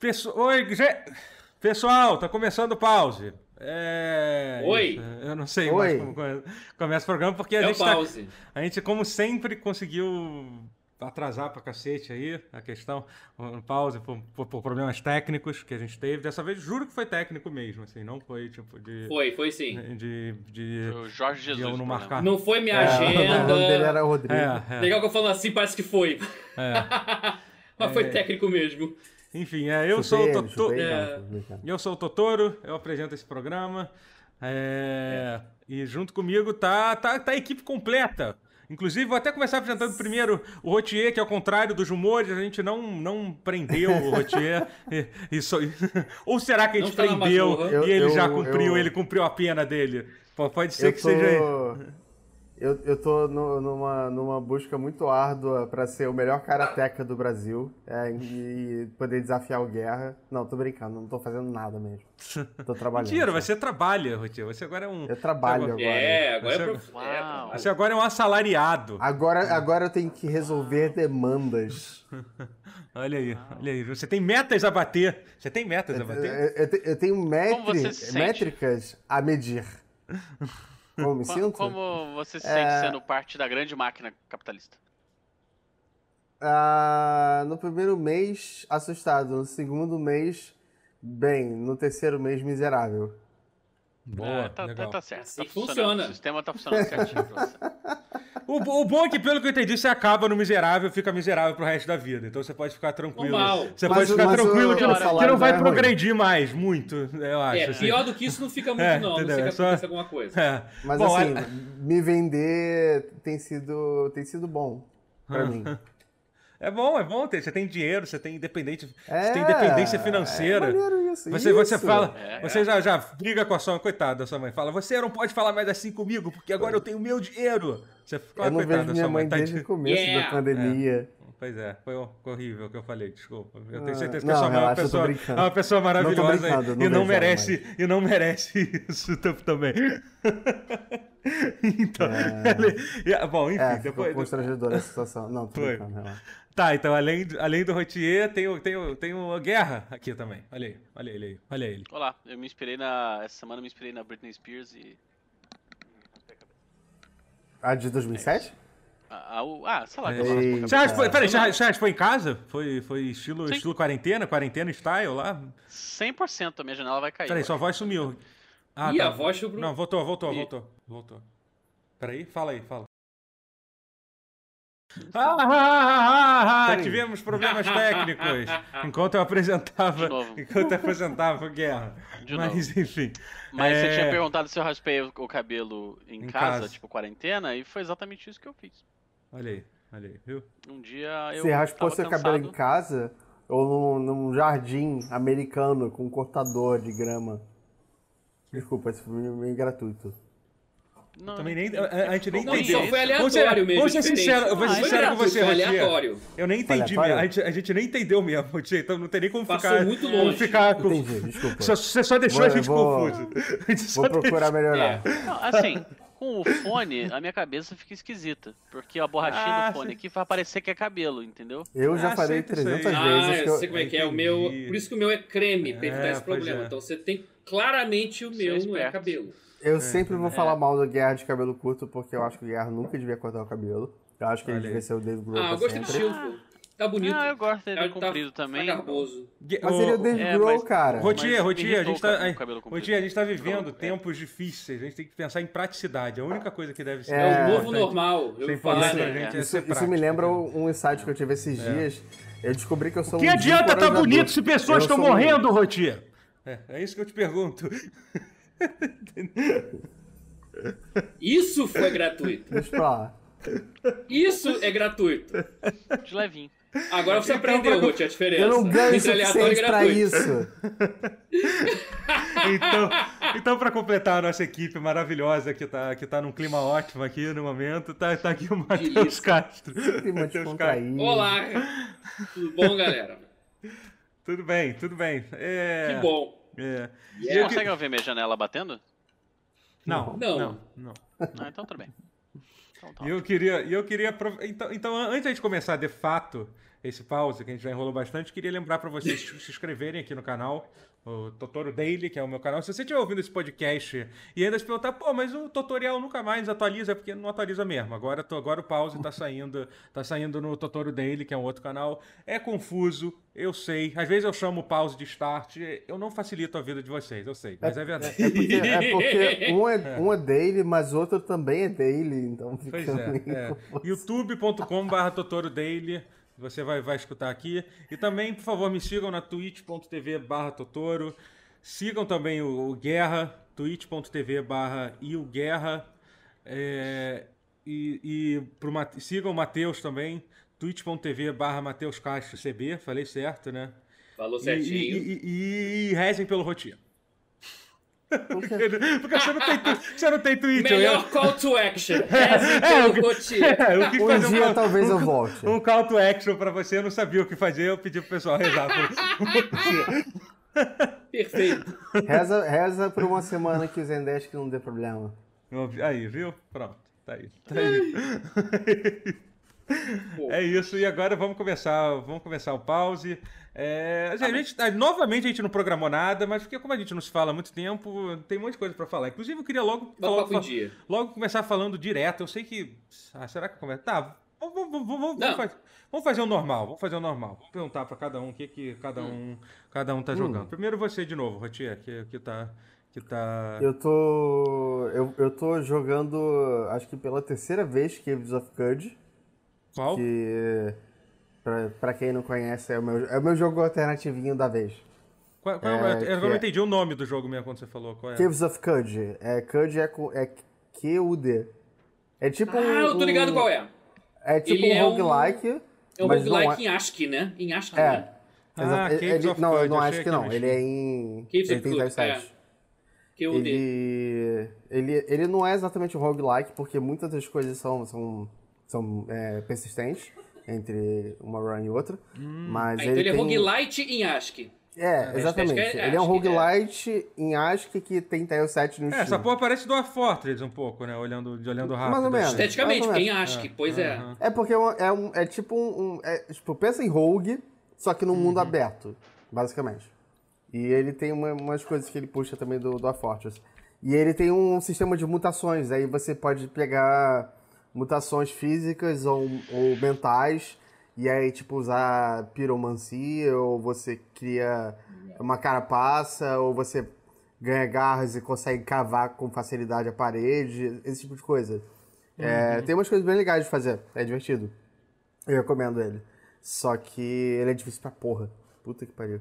Oi, pessoal, tá começando o pause. Oi. Eu não sei mais Oi. como começa o programa, porque a É o gente pause. a gente, como sempre, conseguiu atrasar pra cacete aí a questão, o pause por problemas técnicos que a gente teve. Dessa vez, juro que foi técnico mesmo, assim, não foi tipo de. Foi sim. De Foi o Jorge de Jesus eu não o problema. marcar. Não foi minha O nome dele agenda. era Rodrigo. Legal que eu falo assim, parece que foi. Mas foi técnico mesmo. Enfim, eu sou o Totoro. Chutei? Não. Eu sou o Totoro, eu apresento esse programa. E junto comigo tá a equipe completa. Inclusive, vou até começar apresentando primeiro o Rotier, que ao contrário dos rumores, a gente não prendeu o Rotier. Ou será que a gente Não tá na prendeu masmorra. e ele já cumpriu, ele cumpriu a pena dele? Pode ser que seja ele. Eu tô numa busca muito árdua pra ser o melhor karateca do Brasil e poder desafiar o Guerra. Não, tô brincando, não tô fazendo nada mesmo. Tô trabalhando. Mentira, só. você trabalha, Rotier. Você agora é um. Eu trabalho agora. Agora é Uau. Você agora é um assalariado. Agora eu tenho que resolver demandas. Olha aí. Você tem metas a bater. Você tem metas a bater? Eu tenho Como você se sente? métricas a medir. Como me sinto? Como você se sente sendo parte da grande máquina capitalista? No primeiro mês, assustado. No segundo mês, bem. No terceiro mês, miserável. Boa, tá legal. certo. Tá Assim funcionando. funciona. O sistema tá funcionando certinho pra você. O bom é que, pelo que eu entendi, você acaba no miserável, fica miserável pro resto da vida. Então você pode ficar tranquilo. Normal. Você Mas pode ficar mas tranquilo o que não salário vai não é ruim. progredir mais, muito, eu acho. assim. Pior do que isso não fica muito, não. entendeu? Não É sei que só- aconteça alguma coisa. Mas Bom, assim, me vender tem sido bom pra mim. É bom. Você tem dinheiro, você tem independência financeira. É maneiro isso. Você isso. fala, você já briga com a sua coitada da sua mãe. Fala, você não pode falar mais assim comigo, porque agora eu tenho meu dinheiro. Você fala, Eu não coitada vejo da minha sua mãe mãe. desde o começo Yeah. da pandemia. Pois é, foi horrível o que eu falei, desculpa. Eu tenho certeza que Não, a sua mãe relaxa, eu tô é brincando. uma pessoa Não tô maravilhosa brincando, e não não vejo ela merece isso também. Então, bom, enfim, Ficou depois. constrangedora a situação. Não, tô Foi. brincando, relaxa. Tá, então além do Rotier, tem o Guerra aqui também. Olha ele. Olá, essa semana eu me inspirei na Britney Spears e... A de 2007? sei lá. Ei. Você acha que foi em casa? Foi estilo quarentena style lá? 100% a minha janela vai cair. Peraí, eu sua acho. voz sumiu. Ih, a voz subiu. Não, voltou. Ih. Peraí, fala aí. Tivemos problemas técnicos enquanto eu apresentava o Guerra. De Mas novo. enfim. Mas você tinha perguntado se eu raspei o cabelo em casa, casa. tipo quarentena, e foi exatamente isso que eu fiz. Olha aí, viu? Um dia eu Você raspou tava seu cabelo em cansado. casa ou num jardim americano com um cortador de grama? Desculpa, isso foi meio gratuito. Não, Também nem, a gente nem Não, entendeu. só foi aleatório mesmo. Vou ser diferente. sincero, eu vou ser Não, foi sincero com gratuito, você, foi Rotier. aleatório. Eu nem entendi Aleatório? mesmo. A gente nem entendeu mesmo, Rotier, então não tem nem como Passou ficar. muito longe. Entendi, desculpa. Você só deixou Vou- a gente eu vou- confuso. A gente só Vou procurar melhorar. Não, assim, com o fone, a minha cabeça fica esquisita. Porque a borrachinha do fone aqui vai parecer que é cabelo, entendeu? Eu já falei aceito isso 300 aí. vezes que Eu sei como é que é. O meu, Entendi. por isso que o meu é creme, pra evitar esse pois problema. é. Então você tem claramente o Você meu, é não é esperto. cabelo. eu sempre vou falar mal do Guerra de cabelo curto porque eu acho que o Guerra nunca devia cortar o cabelo. Eu acho que ele Olha aí. devia ser o Dave Grohl Eu pra gostei do sempre. estilo, pô. Tá bonito. Eu gosto dele Tá comprido também. garboso. Mas ele é o Dave Grohl, mas- cara. Rotier, Mas me a irritou gente tá, o cabelo comprido. Rotier, a gente tá vivendo tempos difíceis. A gente tem que pensar em praticidade. A única coisa que deve ser É o novo importante- normal. Isso é Eu falo, importante pra né? gente. Isso me lembra um insight que eu tive esses dias. Eu descobri que eu sou Que um adianta tá desencorajador. bonito se pessoas Eu estão sou um- morrendo, Rotier? É isso que eu te pergunto. Isso foi gratuito. Deixa pra lá. Isso é gratuito. De levinho. Agora você aprendeu, Ruth, a diferença. Eu não ganho o Entre aleatório e suficiente pra gratuito. isso. Então para completar a nossa equipe maravilhosa que tá num clima ótimo aqui no momento, tá aqui o Matheus Delícia. Castro. Clima Matheus descontraído. Olá. Tudo bom, galera? Tudo bem. Que bom. É. Você Yeah. consegue ouvir minha janela batendo? Não. Ah, então tudo bem. Então, tá. E eu queria então, antes de começar de fato, esse pause, que a gente já enrolou bastante. Queria lembrar para vocês se inscreverem aqui no canal, o Totoro Daily, que é o meu canal. Se você estiver ouvindo esse podcast e ainda se perguntar, pô, mas o tutorial nunca mais atualiza, é porque não atualiza mesmo. Agora o pause tá saindo no Totoro Daily, que é um outro canal. É confuso, eu sei. Às vezes eu chamo o pause de start, eu não facilito a vida de vocês, eu sei, mas é verdade. Porque um é daily, mas outro também é daily, então fica youtube.com/Totoro Daily. Você vai escutar aqui. E também, por favor, me sigam na twitch.tv/Totoro. Sigam também o Guerra, twitch.tv/IoGuerra. Sigam o Matheus também, twitch.tv/MatheusCastroCB. Falei certo, né? Falou certinho. E rezem pelo Rotier. Porque você não tem Twitch. Melhor call to action. Rezem pelo Rotier. Um dia talvez eu volte. Um call to action pra você, eu não sabia o que fazer, eu pedi pro pessoal rezar por você. Perfeito. Reza por uma semana que o Zendesk não dê problema. Aí, viu? Pronto, tá aí. É isso, e agora vamos começar o pause. Novamente a gente não programou nada, mas porque como a gente não se fala há muito tempo, tem um monte de coisa pra falar. Inclusive eu queria logo começar falando direto. Eu sei que... será que começa? Tá, vamos fazer o normal. Vamos perguntar pra cada um o que cada um tá jogando. Primeiro você de novo, Rotier, que tá... Eu tô jogando, acho que pela terceira vez, Caves of Qud. Qual? Que, pra quem não conhece, é o meu jogo alternativinho da vez. Eu não entendi o nome do jogo mesmo quando você falou. Qual é? Caves of Qud. Qud é Q-U-D. É tipo eu tô ligado qual é. É tipo um roguelike. É um roguelike em ASCII, né? Em ASCII, né? Caves of Qud. Não, acho que não. Ele é em... Caves of Qud, Ele não é exatamente um roguelike, porque muitas das coisas são persistentes entre uma run e outra. Mas então ele é roguelite em ASCII. Exatamente. Ele é um roguelite em ASCII que tem Tile7 no Steam. Essa porra parece Dwarf Fortress um pouco, né? Olhando rápido. Mais ou menos. Esteticamente, porque em ASCII, pois é. É porque é tipo tipo, pensa em rogue, só que num mundo aberto, basicamente. E ele tem umas coisas que ele puxa também do Dwarf Fortress. E ele tem um sistema de mutações. Aí você pode pegar mutações físicas ou mentais, e aí, tipo, usar piromancia, ou você cria uma carapaça, ou você ganha garras e consegue cavar com facilidade a parede, esse tipo de coisa. Tem umas coisas bem legais de fazer, é divertido. Eu recomendo ele. Só que ele é difícil pra porra. Puta que pariu.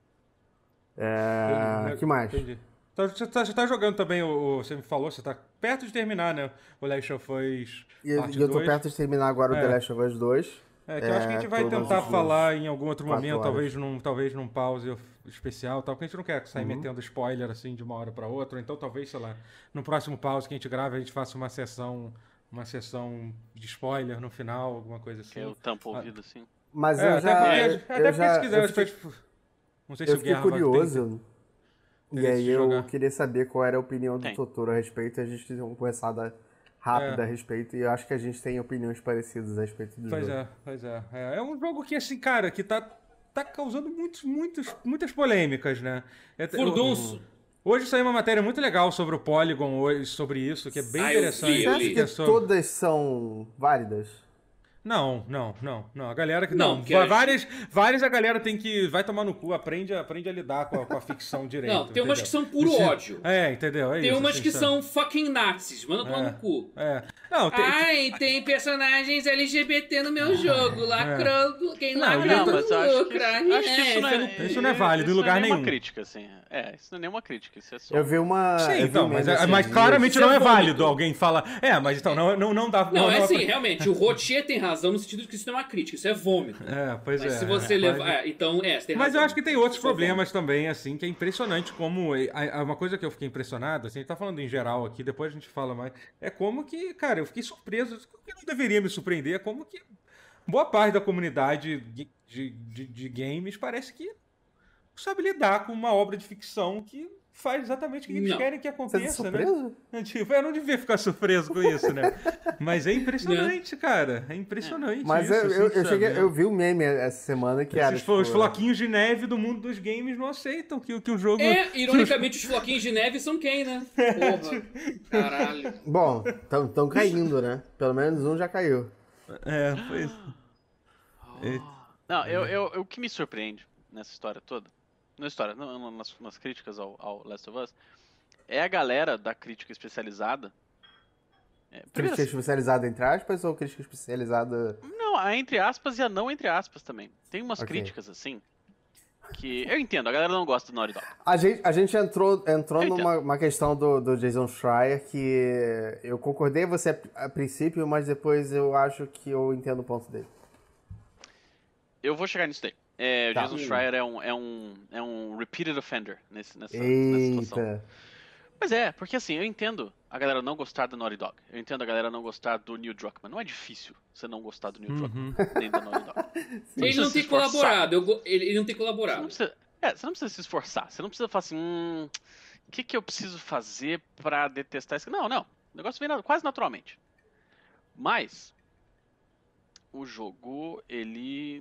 O que mais? Entendi. Você tá jogando também, você me falou, você tá perto de terminar, né? O Last of Us Parte 2. E eu tô perto de terminar agora o The Last of Us 2. Que eu acho que a gente vai tentar falar em algum outro momento, talvez num pause especial, tal, porque a gente não quer sair metendo spoiler assim de uma hora pra outra, então talvez, sei lá, no próximo pause que a gente grava, a gente faça uma sessão de spoiler no final, alguma coisa assim. Eu tampo o ouvido assim. Mas eu já... Não sei se eu fiquei curioso. E aí eu queria saber qual era a opinião do Totoro a respeito, e a gente tem uma conversada rápida a respeito, e eu acho que a gente tem opiniões parecidas a respeito do jogo. Pois é. É um jogo que, assim, cara, que tá causando muitas polêmicas, né? Furdunço. Hoje saiu uma matéria muito legal sobre o Polygon, sobre isso, que é bem interessante. Você acha que todas são válidas? Não. A galera que. Não, várias a galera vai tomar no cu, aprende a lidar com a ficção direito. Não, tem umas que são puro ódio. Entendeu? Tem umas que são fucking nazis, manda tomar no cu. Não, tem personagens LGBT no meu jogo, lacrou, quem lacra mas acho que isso não é válido em lugar nenhum. Isso não é nenhuma crítica, assim. Isso não é nenhuma crítica, isso é só... Eu vi uma... Sim, então, mas claramente não é válido alguém falar... mas então, não dá... Não, assim, realmente, o Rotier tem razão no sentido de que isso não é uma crítica, isso é vômito. Pois mas se você levar... Então, você tem razão. Mas eu acho que tem outros problemas também, assim, que é impressionante como... Uma coisa que eu fiquei impressionado, assim, a gente tá falando em geral aqui, depois a gente fala mais, é como que, cara, eu fiquei surpreso, que não deveria me surpreender, é como que boa parte da comunidade de games parece que sabe lidar com uma obra de ficção que faz exatamente o que eles querem que Você tá aconteça, surpreso? né? Tipo, eu não devia ficar surpreso com isso, né? Mas é impressionante, cara. É impressionante Mas isso, eu assim, cheguei, sabe? eu vi um meme essa semana que era, tipo, Os floquinhos de neve do mundo dos games não aceitam que o jogo... Ironicamente, os floquinhos de neve são quem, né? Porra, caralho. Bom, estão caindo, né? Pelo menos um já caiu. Foi... Não, o que me surpreende nessa história toda, nas críticas ao Last of Us, é a galera da crítica especializada. Crítica especializada entre aspas ou crítica especializada... Não, a entre aspas e a não entre aspas também. Tem umas Ok. críticas assim que eu entendo, a galera não gosta do Naughty Dog. A gente entrou Eu numa questão do Jason Schreier que eu concordei com você a princípio, mas depois eu acho que eu entendo o ponto dele. Eu vou chegar nisso daí. O Tá. Jason Schreier é um repeated offender nessa situação. Eita. Mas porque assim, eu entendo a galera não gostar da Naughty Dog. Eu entendo a galera não gostar do Neil Druckmann. Não é difícil você não gostar do Neil Druckmann, nem da Naughty Dog. Ele não tem colaborado. Ele não tem colaborado. Você não precisa se esforçar. Você não precisa falar assim, o que eu preciso fazer pra detestar isso? Não. O negócio vem quase naturalmente. Mas, o jogo, ele...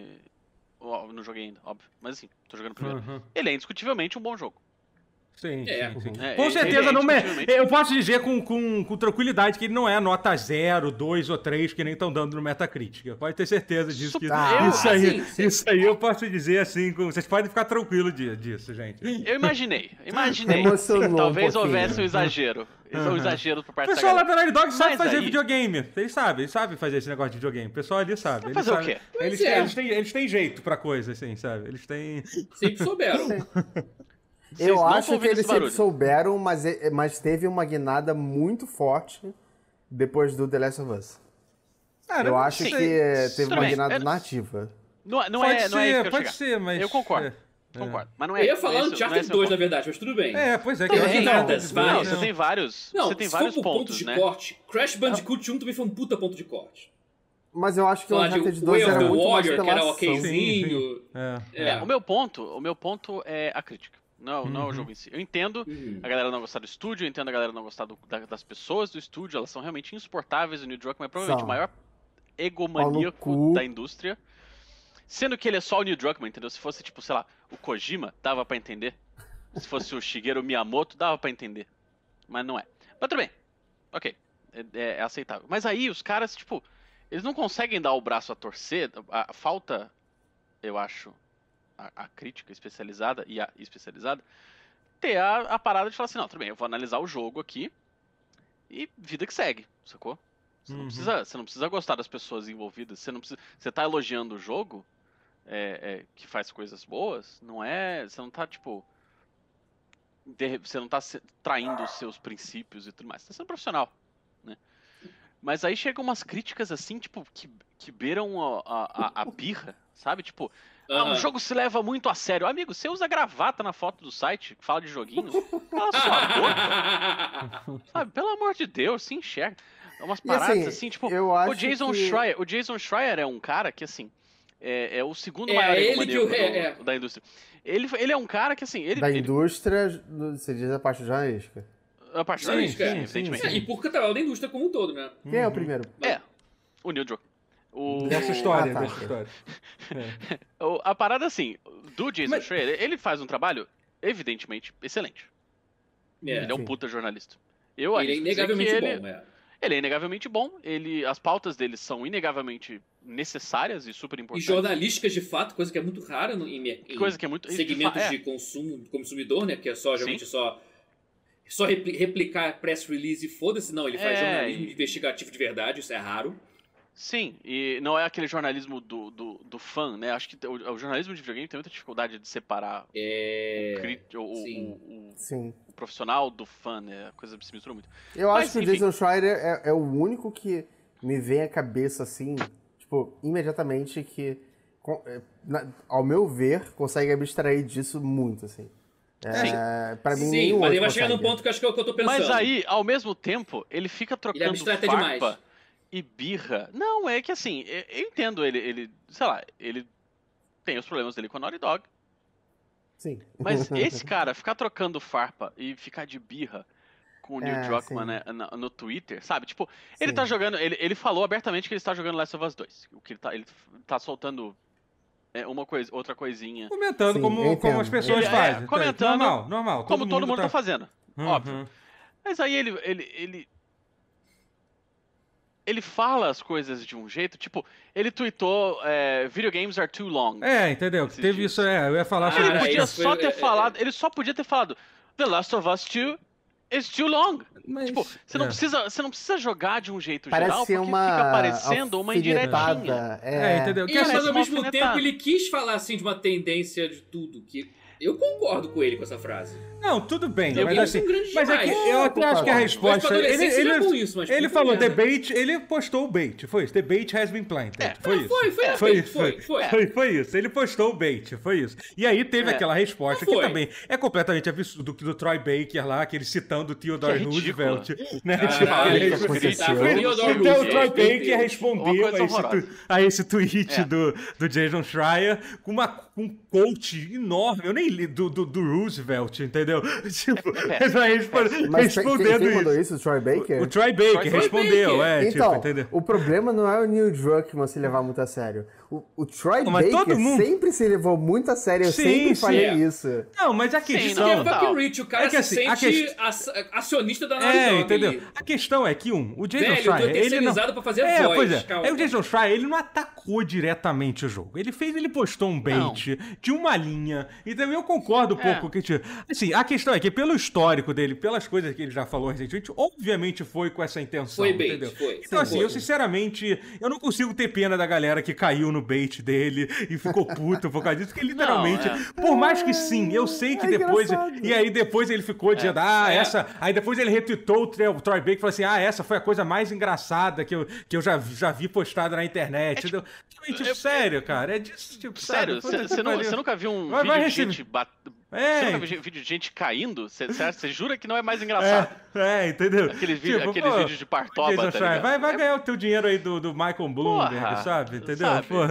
não joguei ainda, óbvio. Mas assim, tô jogando primeiro. Ele é indiscutivelmente um bom jogo. Sim. Com certeza, eu posso dizer com tranquilidade que ele não é nota 0, 2 ou 3 que nem estão dando no Metacritic. Pode ter certeza disso. Isso aí eu posso dizer assim, vocês podem ficar tranquilos disso, gente. Eu imaginei Emocionou talvez um pouquinho. houvesse um exagero. Um exagero por parte O da pessoal lá galera. da Naughty Dog sabe Mas fazer aí- videogame. Eles sabem fazer esse negócio de videogame. O pessoal ali sabe. Eles fazer o sabem. quê? Eles têm jeito pra coisa, assim, sabe? Eles têm... Sempre souberam. Vocês Eu não acho estão que ouvindo eles esse sempre barulho. souberam, mas teve uma guinada muito forte depois do The Last of Us. Cara, Eu não acho sei. que teve Tudo uma bem. guinada Eu- nativa. Não é Pode isso que eu pode chegar. ser, mas... Eu concordo. Concordo. Mas não é. Eu ia falar não é esse- Uncharted não é 2, na verdade, mas tudo bem. Pois é. Não, eu que não- nada, não, vai. Não, você tem vários. Não, você tem se for vários por pontos, pontos de né? corte, Crash Bandicoot 1 também foi um puta ponto de corte. Mas eu acho que o Falar de Uncharted 2 Way of era the muito mais Warrior, pela que era ação. okzinho. É. O meu ponto é a crítica. Não é o jogo em si. Eu entendo a galera não gostar do estúdio, eu entendo a galera não gostar das pessoas do estúdio, elas são realmente insuportáveis. O Neil Druckmann é provavelmente São. o maior Pau no egomaníaco cu. da indústria. Sendo que ele é só o Neil Druckmann, entendeu? Se fosse, tipo, sei lá, o Kojima, dava pra entender. Se fosse o Shigeru Miyamoto, dava pra entender. Mas não é. Mas tudo bem. Ok. É aceitável. Mas aí os caras, tipo, eles não conseguem dar o braço a torcer. Falta, eu acho, a crítica especializada e a especializada ter a parada de falar assim, não, tudo bem, eu vou analisar o jogo aqui e vida que segue, sacou? Você não precisa gostar das pessoas envolvidas, você tá elogiando o jogo que faz coisas boas, você não tá, tipo, você não tá traindo os seus princípios e tudo mais, você tá sendo profissional, né? Mas aí chegam umas críticas assim, tipo, que beiram a birra, sabe? Tipo, o jogo se leva muito a sério. Amigo, você usa gravata na foto do site que fala de joguinho. Cala sua boca. Sabe? Pelo amor de Deus, se enxerga. Umas paradas assim, tipo, eu acho o Jason Schreier é um cara que, assim, é o segundo maior ele que egomaníaco da indústria. Ele é um cara que, assim... Da indústria, você diz a parte jornalística. A parte Sim, evidentemente. E por tabela da indústria como um todo, né? Quem é o primeiro? O Neil Druckmann. Dessa história, tá. dessa história. A parada, assim, do Jason Schreier, ele faz um trabalho, evidentemente, excelente. Ele é um puta jornalista. Ele é inegavelmente bom, Ele é inegavelmente bom, as pautas dele são inegavelmente necessárias e super E importantes. jornalísticas, de fato, coisa que é muito rara em Coisa que é muito... segmentos de consumo do consumidor, né? Porque é só, geralmente, só replicar press release e foda-se. Não, ele faz jornalismo investigativo de verdade, isso é raro. Sim, e não é aquele jornalismo do fã, né? Acho que o jornalismo de videogame tem muita dificuldade de separar o profissional do fã, né? A coisa se mistura muito. Eu Mas, acho que o enfim. Jason Schreier é o único que me vem à cabeça, assim, tipo, imediatamente que, ao meu ver, consegue abstrair disso muito, assim. Pra mim, nenhum mas outro ele vai chegar num consegue. ponto que eu acho que é o que eu tô pensando. Mas aí, ao mesmo tempo, ele fica trocando abstrata farpa demais. e birra. Não, é que assim, eu entendo ele, sei lá, ele tem os problemas dele com a Naughty Dog. Sim. Mas esse cara, ficar trocando farpa e ficar de birra com o Neil Druckmann, sim. né, no Twitter, sabe? Tipo, ele Sim. tá jogando. Ele falou abertamente que ele está jogando Last of Us 2. O que ele tá soltando outra coisinha. Comentando Sim, como eu as entendo. pessoas fazem. Comentando Normal. como todo mundo tá fazendo. Óbvio. Uhum. Mas aí ele fala as coisas de um jeito, tipo, ele tweetou Video games are too long. Entendeu? Esses Teve dias. isso, eu ia falar sobre Ele Ah, podia isso só foi- ter falado, ele só podia ter falado The Last of Us 2 is too long. Mas, Tipo, você não precisa jogar de um jeito Parece geral, ser porque uma fica parecendo uma indiretinha. alfinetada. entendeu? Isso, mas Parece ao uma mesmo alfinetada. tempo ele quis falar assim de uma tendência de tudo, que eu concordo com ele com essa frase. Não, tudo bem, Eu mas acho assim, grande mas é que demais. eu até acho que a Mas resposta... pra adolescente Ele, seja bom isso, mas ele puta falou merda. debate, ele postou o bait, foi isso, debate has been planted, foi isso. Foi isso, ele postou o bait, foi isso. E aí teve aquela resposta que Foi. também é completamente absurdo, do Troy Baker lá, aquele citando o Theodore Que é ridículo. Roosevelt, né? Caralho, Ele- isso aconteceu. Então o Troy Baker Uma respondeu coisa horrorosa. a esse tweet É. do Jason Schreier com um quote enorme, eu nem li, do Roosevelt, entendeu? Tipo, Mas quem respondendo mandou isso. isso? O Troy Baker? O Troy Baker Troy respondeu, Baker. tipo, Então, entendeu? o problema não é o Neil Druckmann se levar muito a sério. O Troy Mas todo Baker mundo- sempre se levou muito a sério. Eu Sim, sempre sim. falei É. isso. Não, mas a Sim, questão... Porque é Não, fucking rich, o cara É que se assim, a sente acionista da Naughty Dog entendeu? ali. A questão é que o Jason Velho, eu tô Schreier, ele não... terceirizado pra fazer a voz, Pois é. calma. Aí o Jason Schreier, ele não atacou diretamente o jogo. Ele postou um bait de uma linha. Então eu concordo um pouco que... Assim, a questão é que pelo histórico dele, pelas coisas que ele já falou recentemente, obviamente foi com essa intenção, Foi bait, entendeu? foi. Então Sim, assim, foi. eu sinceramente, eu não consigo ter pena da galera que caiu no bait dele e ficou puto por causa disso, porque literalmente, por mais que sim, eu sei que É depois... engraçado. E aí depois ele ficou dizendo, essa... Aí depois ele retweetou o Troy Baker e falou assim, essa foi a coisa mais engraçada que eu já vi postada na internet. Entendeu? Tipo, sério, cara, é disso, tipo, Sério, sabe? você nunca viu um Vai vídeo de receber. gente batendo. É. Você nunca viu vídeo de gente caindo? Você jura que não é mais engraçado? Entendeu? Aqueles Tipo, vídeos de Partoba, Jason tá Schreier, ligado? vai ganhar o teu dinheiro aí do Michael Bloomberg, Porra, sabe? Entendeu? sabe? Pô.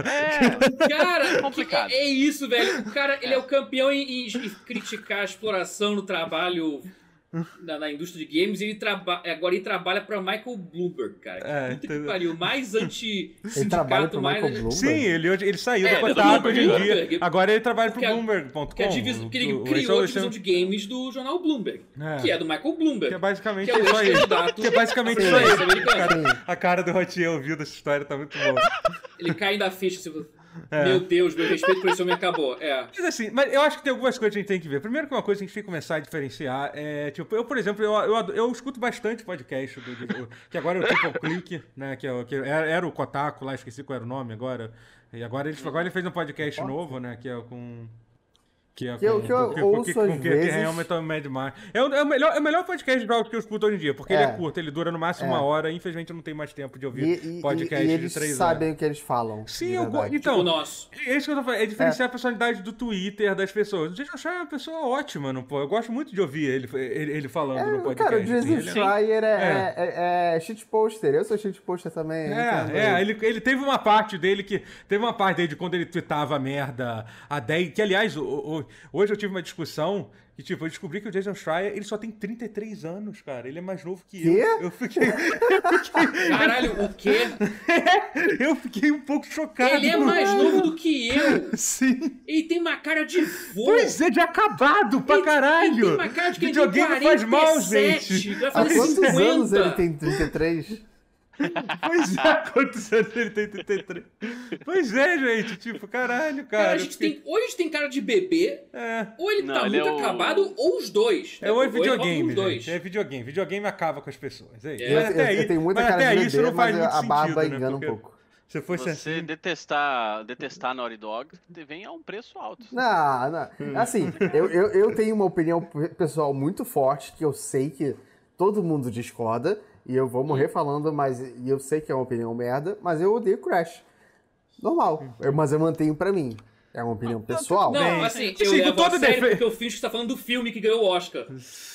Cara, complicado. É isso, velho. O cara, ele é o campeão em criticar a exploração no trabalho na indústria de games. E agora ele trabalha pra Michael Bloomberg, cara. Puta que entendeu? pariu. Mais Ele trabalha anti-sindicato, pro mais... Michael Bloomberg? Sim, ele saiu É, do do Kotaku hoje em Bloomberg. dia. Agora ele trabalha pro Porque a- Bloomberg.com. Que ele criou a divisão de games do jornal Bloomberg. Que é do Michael Bloomberg. Que é basicamente que é o só isso. ex-candidato Que é basicamente à só isso. presidência americana. A cara do Rotier ouviu dessa história, tá muito boa. Ele cai da ficha, assim, meu Deus, meu respeito por esse homem acabou. Mas assim, eu acho que tem algumas coisas que a gente tem que ver. Primeiro que uma coisa que a gente tem que começar a diferenciar é, tipo, eu, por exemplo, eu escuto bastante podcast que agora é o Triple Click, né, que era o Kotaku lá, esqueci qual era o nome agora. E agora ele fez um podcast novo, né, que é com... Que eu ouço às vezes. Hamilton e Mad Max. É o melhor podcast de jogos que eu escuto hoje em dia, porque ele é curto, ele dura no máximo uma hora, e infelizmente eu não tenho mais tempo de ouvir podcast e de eles 3 horas. sabem o que eles falam. Sim, de eu verdade. gosto. Então, Tipo o nosso. é isso que eu tô falando. É diferenciar a personalidade do Twitter das pessoas. O Jason Schreier é uma pessoa ótima, não pô? Eu gosto muito de ouvir ele falando no podcast. Cara, o Jason Ele- Schreier é shitposter. Eu sou shitposter também. Ele teve uma parte dele de quando ele tweetava merda a 10, que aliás, hoje eu tive uma discussão que, tipo, eu descobri que o Jason Schreier, ele só tem 33 anos, cara. Ele é mais novo que Quê? eu. Eu fiquei Caralho, o quê? eu fiquei um pouco chocado. Ele é mais novo do que eu. Sim. Ele tem uma cara de vô. Pois é, de acabado pra caralho. Ele tem uma cara de quem Videogame tem faz mal, 47, gente. vai Há fazer quantos 50. anos ele tem 33? Pois é, quantos anos ele tem 33? Pois é, gente, tipo, caralho, cara. Cara, ou a gente tem cara de bebê, ou ele Não, tá ele muito é o- acabado, ou os dois. É o Ou ele rola videogame, os dois. gente. É videogame. Videogame acaba com as pessoas. É isso. É. Mas até aí, Eu tenho muita mas cara até de aí isso bebê, não faz mas muito a barba sentido, né? engana um Porque pouco. se fosse Você assim... detestar Naughty Dog vem a um preço alto. Não. Assim, eu tenho uma opinião pessoal muito forte, que eu sei que todo mundo discorda, e eu vou morrer falando, mas e eu sei que é uma opinião merda, mas eu odeio Crash. Normal. Mas eu mantenho pra mim. É uma opinião pessoal. Não, assim, eu levo a sério porque eu finge que você tá falando do filme que ganhou o Oscar.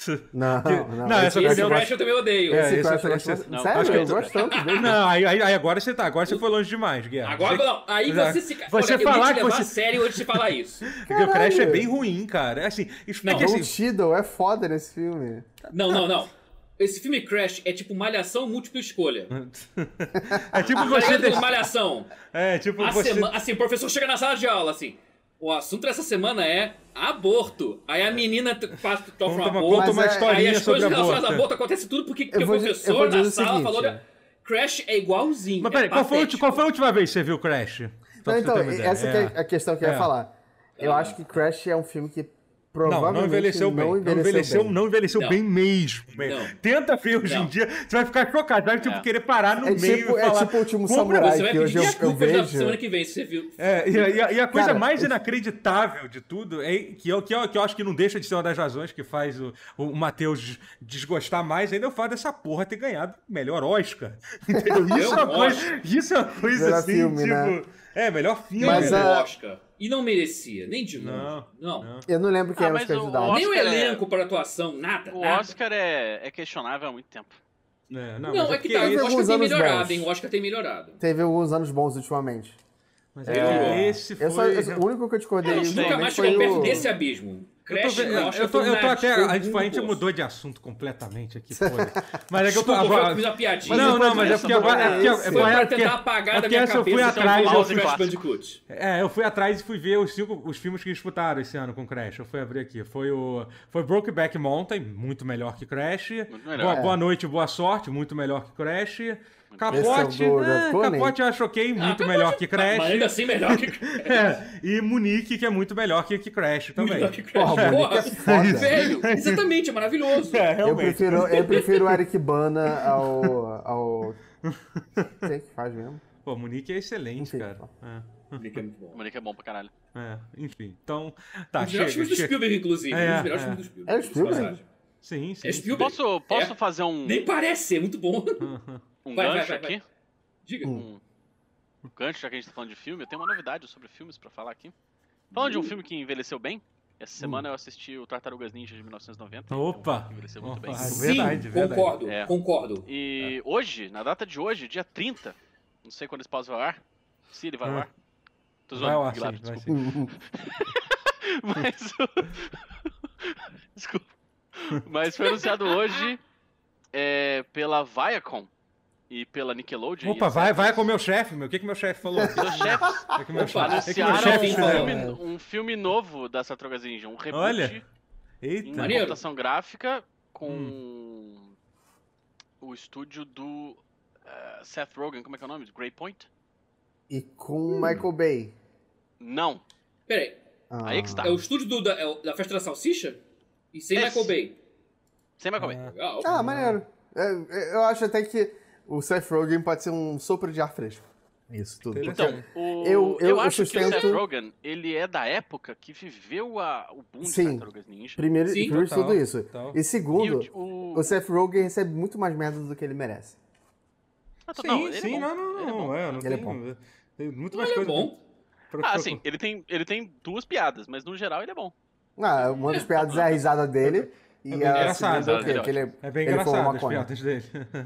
Não. essa Esse Crash eu também odeio. Esse Crash eu gosto. Sério, eu gosto tanto dele. Não, aí agora você tá. Agora você foi longe demais, Guerra. Agora não. Aí você se... Você Olha, falar eu que levar você... a sério antes de falar isso. Porque o Crash é bem ruim, cara. Assim, Não, Don Cheadle é foda nesse filme. Não. Esse filme Crash é tipo Malhação múltipla escolha. É tipo Tá você... ligado? Malhação. É, tipo você... Assim, o professor chega na sala de aula, assim... O assunto dessa semana é aborto. Aí a menina Conta uma historinha aí as sobre coisas relacionadas aborto. a aborto acontecem tudo porque o eu professor vou na dizer o sala seguinte, falou... Crash é igualzinho. Mas peraí, qual foi a última vez que você viu Crash? Não, então, essa que é a questão que eu ia falar. Eu acho que Crash é um filme que provavelmente não envelheceu bem. Não envelheceu bem mesmo. Tenta ver hoje em dia, você vai ficar chocado. Vai querer parar no meio e falar... É tipo o Último Samurai, que hoje eu vejo... semana que vem, se você viu. E a coisa mais inacreditável de tudo, que eu acho que não deixa de ser uma das razões que faz o Matheus desgostar mais, ainda é o fato dessa porra ter ganhado o melhor Oscar. Entendeu? Isso é uma coisa melhor assim, filme, tipo... Né? Melhor filme. Mas Oscar. E não merecia, nem de longe. Não. Eu não lembro quem eram os candidatos. Nem o elenco para atuação, nada. O Oscar é questionável há muito tempo. Não, é que tá. O Oscar tem melhorado, hein? O Oscar tem melhorado. Teve alguns anos bons ultimamente. Mas esse foi... o único que eu discordei... Nunca mais chegou perto desse abismo. Crash, eu tô até... A gente mudou de assunto completamente aqui, foda. Mas é que eu tô... Agora... Eu fiz uma piadinha. Não, mas é porque agora... Foi pra tentar apagar da minha cabeça. Eu fui atrás... Eu fui atrás e fui ver os filmes que disputaram esse ano com Crash. Eu fui abrir aqui. Foi Brokeback Mountain, muito melhor que Crash. Boa Noite, Boa Sorte, muito melhor que Crash. Capote, Capote eu acho ok, muito melhor que Crash. Mas ainda assim melhor que Crash. E Munique, que é muito melhor que Crash também. Melhor que Crash. Porra, velho, exatamente, é maravilhoso. Eu prefiro o Eric Bana ao... Quem que faz mesmo? Pô, Munique é excelente, cara. Munique é muito bom. Munique é bom pra caralho. Enfim, então... Tá, os melhores filmes do Spielberg, inclusive. Os melhores filmes do Spielberg. É o Spielberg? Sim. É Spielberg. Posso fazer um... Nem parece, é muito bom. Gancho aqui? Diga. Um gancho, já que a gente tá falando de filme, eu tenho uma novidade sobre filmes pra falar aqui. Falando de um filme que envelheceu bem, essa semana eu assisti o Tartarugas Ninja de 1990. Opa! Envelheceu muito bem. Verdade. Concordo. E hoje, na data de hoje, dia 30, não sei quando esse pause vai ao ar, se ele vai ao ar. Tô zoando, Guilherme, desculpa. Desculpa. Mas foi anunciado hoje pela Viacom e pela Nickelodeon. Opa, vai com o meu chefe, meu. O que meu chefe falou? Meus chefes anunciaram um filme novo da Tartarugas Ninja, um reboot. Olha. Eita. Em computação gráfica com o estúdio do Seth Rogen, como é que é o nome? Grey Point? E com Michael Bay. Não. Peraí. Aí que está. É o estúdio da Festa da Salsicha? E sem Michael Bay. Sem Michael Bay. Maneiro. Eu acho até que o Seth Rogen pode ser um sopro de ar fresco. Isso tudo. Então, eu acho que o Seth Rogen, ele é da época que viveu o boom de Tartarugas Ninja. Primeiro de tudo isso. E segundo, o Seth Rogen recebe muito mais merda do que ele merece. Ele é bom. Tem muito mais coisa. Bom. Sim, ele tem duas piadas, mas no geral ele é bom. Uma das piadas é a risada dele. E bem engraçado. É bem engraçado as piadas dele.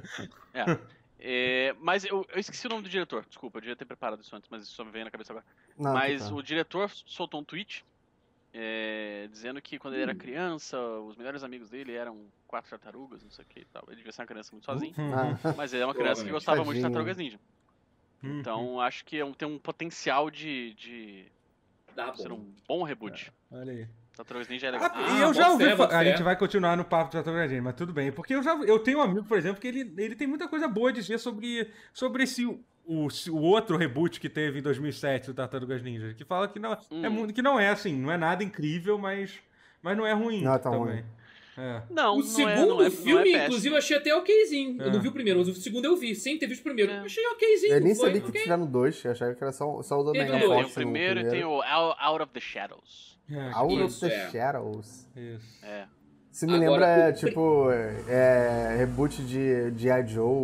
Mas eu esqueci o nome do diretor. Desculpa, eu devia ter preparado isso antes, mas isso só me veio na cabeça agora. O diretor soltou um tweet dizendo que quando ele era criança, os melhores amigos dele eram 4 tartarugas, não sei o que e tal. Ele devia ser uma criança muito sozinho, mas ele é uma criança que gostava muito de Tartarugas Ninja. Então acho que tem um potencial de ser um bom reboot. Olha aí. Tartarugas Ninja é legal. E eu já ouvi a gente vai continuar no papo de Tartarugas Ninja, mas tudo bem. Porque eu tenho um amigo, por exemplo, que ele tem muita coisa boa a dizer sobre esse o outro reboot que teve em 2007 do Tartarugas Ninja, que fala que não é assim, não é nada incrível, mas não é ruim também. Ruim. Não, o segundo filme, inclusive, eu achei até okzinho. É. Eu não vi o primeiro, mas o segundo eu vi, sem ter visto o primeiro. Eu achei okzinho. Eu nem sabia que tinha no 2, eu achava que era só o Dominion Force. Tem o primeiro e tem o Out of the Shadows. Out of the Shadows. Isso. Se me lembra, tipo, reboot de G.I. Joe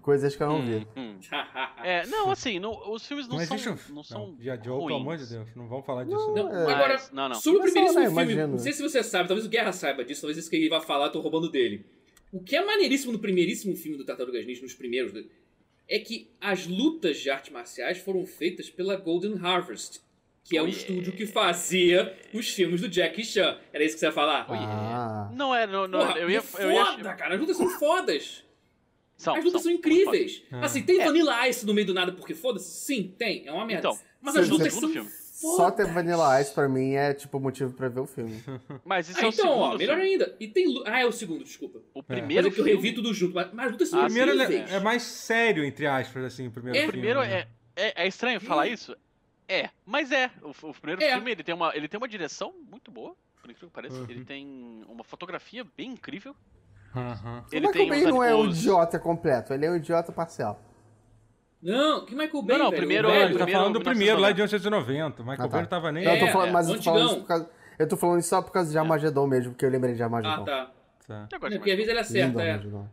Coisas que eu não vi. Não, assim, os filmes não são G.I. Joe, pelo amor de Deus, não vamos falar disso. Agora, sobre o primeiríssimo filme, imagino. não sei se você sabe, talvez o Guerra saiba disso, talvez isso que ele vai falar, eu tô roubando dele. O que é maneiríssimo no primeiríssimo filme do Tartarugas Ninja, nos primeiros, é que as lutas de artes marciais foram feitas pela Golden Harvest, que é o estúdio que fazia os filmes do Jackie Chan. Era isso que você ia falar? Não é, Porra, eu ia... foda, cara, as lutas são fodas. As lutas são são incríveis. Assim, tem Vanilla Ice no meio do nada porque foda-se? Sim, tem. É uma merda. Então, mas as lutas são filme. Só ter Vanilla Ice pra mim é tipo motivo pra ver o filme. Mas isso é o então, segundo melhor filme. ainda. E tem... é o segundo, desculpa. O primeiro Mas é que eu revi tudo junto. Mas as lutas são O primeiro incríveis. é mais sério, entre aspas, assim, o primeiro filme. O primeiro né? é estranho falar isso? Mas é. O primeiro filme, ele tem uma direção muito boa, por incrível que pareça. Ele tem uma fotografia bem incrível. Ele O tem Michael Bay não é um idiota completo, ele é um idiota parcial. Não, que Michael Bay, Não, velho? primeiro- O Não, velho. ele tá falando do primeiro lá de 1990. 1990. O Michael tá. Bay não tava nem... Não, eu tô falando, mas eu tô falando antigão. isso por causa... Eu tô falando isso só por causa de Armagedon mesmo, porque eu lembrei de Armagedon. Tá. Tá. Eu gosto Porque às vezes ele Lindo acerta, Armagedon.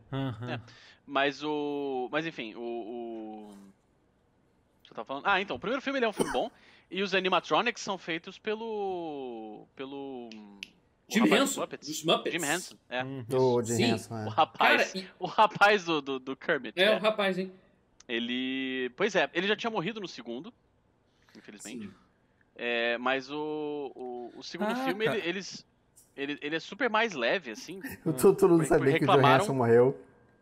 Mas enfim, o que eu tava falando? Então, o primeiro filme ele é um filme bom. E os animatronics são feitos pelo Jim rapaz Henson, dos Muppets. Jim Henson, Do Jim Sim. Henson, O rapaz do Kermit. É, o rapaz, hein? Pois é, ele já tinha morrido no segundo, infelizmente. Sim. Mas o segundo filme, cara. ele é super mais leve, assim. Todo mundo sabia que o Jim Henson morreu.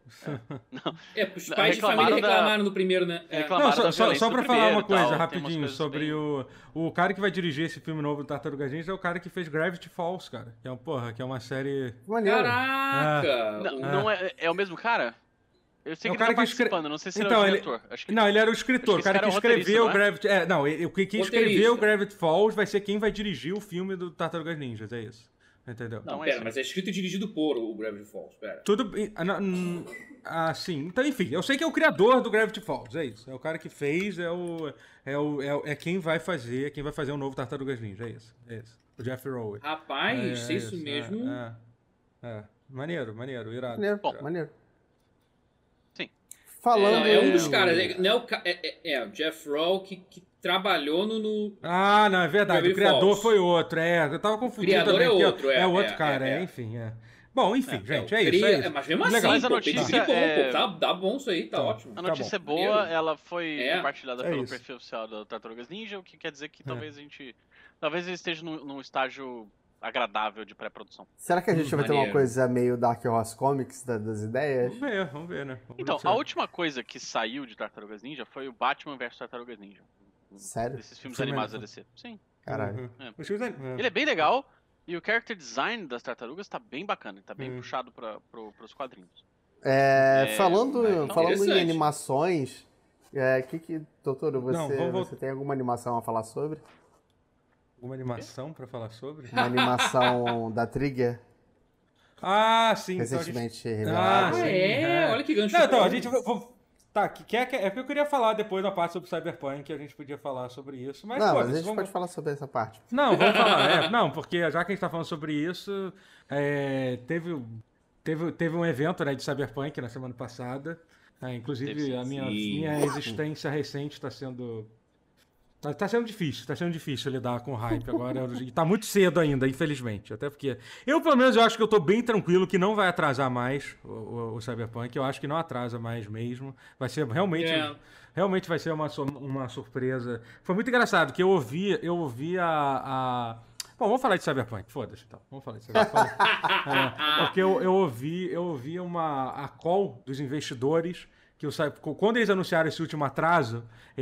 Os pais de família reclamaram do primeiro, né? Não, só pra falar uma coisa tem umas rapidinho coisas sobre bem- o cara que vai dirigir esse filme novo do Tartarugas Ninja é o cara que fez Gravity Falls, cara. Que é uma série... Maneiro. Caraca! Não é o mesmo cara? Eu sei É que o cara ele tá que escre- participando, não sei se ele Então, é o ele- diretor. Acho que Não, ele era o escritor, Acho o que cara esse que cara é escreveu o roteirista, Gravity... quem escreveu Roteirista. o Gravity Falls vai ser quem vai dirigir o filme do Tartarugas Ninjas, é isso. Entendeu? Não, Não, pera, é mas é escrito e dirigido por o Gravity Falls, pera. Tudo bem. Sim. Então, enfim, eu sei que é o criador do Gravity Falls, é isso. É o cara que fez, é quem vai fazer o novo Tartarugas Ninja, é isso. O Jeff Rowe. Rapaz, se isso mesmo... Maneiro, irado. Maneiro, Bom. maneiro. Sim. Falando... É um dos caras, o Jeff Rowe que trabalhou no... Não, é verdade, Gravity o criador Falls. foi outro, eu tava confundindo Criador também. é porque outro, é outro cara, enfim, Bom, enfim, gente, é isso. Mas mesmo assim, Legal. Mas a pô, notícia tem que ser é- bom, pô, tá bom isso aí, tá ótimo. A notícia é bom. boa, Maneiro. ela foi compartilhada É pelo isso. perfil oficial da Tartarugas Ninja, o que quer dizer que talvez ele esteja num estágio agradável de pré-produção. Será que a gente vai ter uma Maneiro. coisa meio Dark Horse Comics das ideias? Vamos ver, né? Vamos Então, ver se- a última coisa que saiu de Tartarugas Ninja foi o Batman vs Tartarugas Ninja. Sério? Desses filmes Filme animados da animado. DC. Sim. Caralho. Os filmes Ele é bem legal e o character design das tartarugas tá bem bacana, tá bem puxado pros quadrinhos. Falando em interessante. animações, doutor, Não, você tem alguma animação a falar sobre? Alguma animação pra falar sobre? Uma animação da Trigger, Sim. Então recentemente revelada. sim. Olha que gancho. Não, então, bom. a gente... Tá, é porque eu queria falar depois na parte sobre Cyberpunk, a gente podia falar sobre isso, mas Não, mas foda-se, a gente vamos- pode falar sobre essa parte. Não, vamos falar. Não, porque já que a gente tá falando sobre isso, teve um evento, né, de Cyberpunk na semana passada. Inclusive, Teve sim. a minha existência recente está sendo... Tá sendo difícil lidar com o hype agora. E tá muito cedo ainda, infelizmente. Até porque pelo menos, eu acho que eu tô bem tranquilo que não vai atrasar mais o Cyberpunk. Eu acho que não atrasa mais mesmo. Vai ser realmente... Realmente vai ser uma surpresa. Foi muito engraçado, que eu ouvi a... Bom, vamos falar de Cyberpunk, foda-se, então. Vamos falar de Cyberpunk. Porque eu ouvi a call dos investidores, quando eles anunciaram esse último atraso,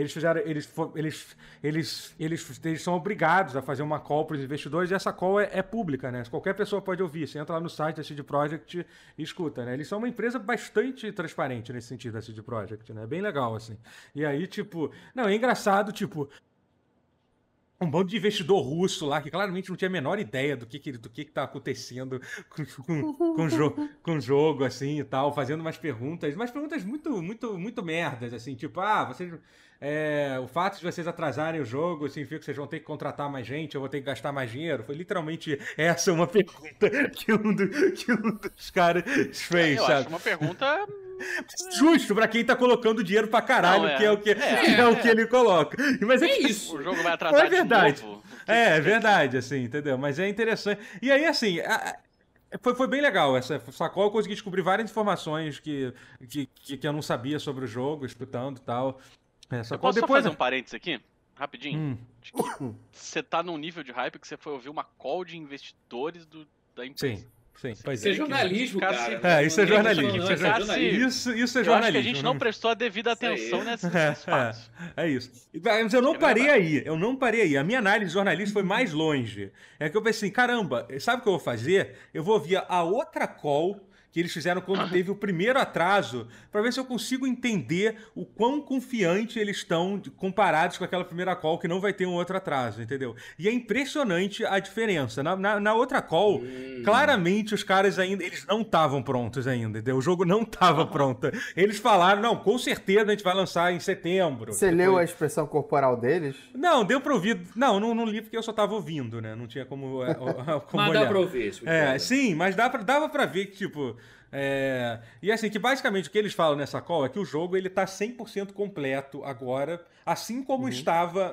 eles são obrigados a fazer uma call para os investidores, e essa call é pública, né? Qualquer pessoa pode ouvir. Você entra lá no site da CD Projekt e escuta, né? Eles são uma empresa bastante transparente nesse sentido, da CD Projekt, né? Bem legal, assim. E aí, é engraçado, um bando de investidor russo lá que claramente não tinha a menor ideia do que tá acontecendo com o jogo, assim, e tal, fazendo umas perguntas muito, muito, muito merdas, assim, vocês... o fato de vocês atrasarem o jogo significa que vocês vão ter que contratar mais gente, eu vou ter que gastar mais dinheiro? Foi literalmente essa uma pergunta que um dos caras fez, Eu sabe? acho uma pergunta Justo pra quem tá colocando dinheiro pra caralho, Não, que é o que, é o que ele coloca. Mas É isso. O jogo vai atrasar verdade. de novo. É verdade, assim, entendeu? Mas é interessante. E aí, assim, foi bem legal essa sacola. Eu consegui descobrir várias informações que eu não sabia sobre o jogo, escutando e tal. Eu posso só fazer um parênteses aqui? Rapidinho. De que você tá num nível de hype que você foi ouvir uma call de investidores da empresa. Sim, pois Isso é jornalismo, cara. Isso é jornalismo. Isso é jornalismo. Isso é Eu acho que a gente não prestou a devida atenção nesse espaço. É isso. Mas eu não parei aí. Eu não parei aí. A minha análise jornalista foi mais longe. É que eu pensei assim, caramba, sabe o que eu vou fazer? Eu vou ouvir a outra call que eles fizeram quando teve o primeiro atraso, para ver se eu consigo entender o quão confiante eles estão comparados com aquela primeira call que não vai ter um outro atraso, entendeu? E é impressionante a diferença. Na outra call, claramente os caras ainda, eles não estavam prontos ainda, entendeu? O jogo não estava pronto. Eles falaram, não, com certeza a gente vai lançar em setembro. Você leu a expressão corporal deles? Não, deu pra ouvir. Não li porque eu só tava ouvindo, né? Não tinha como mas olhar. dá pra ouvir isso. Sim, mas dava pra ver que, tipo... E assim, que basicamente o que eles falam nessa call é que o jogo ele tá 100% completo agora, assim como estava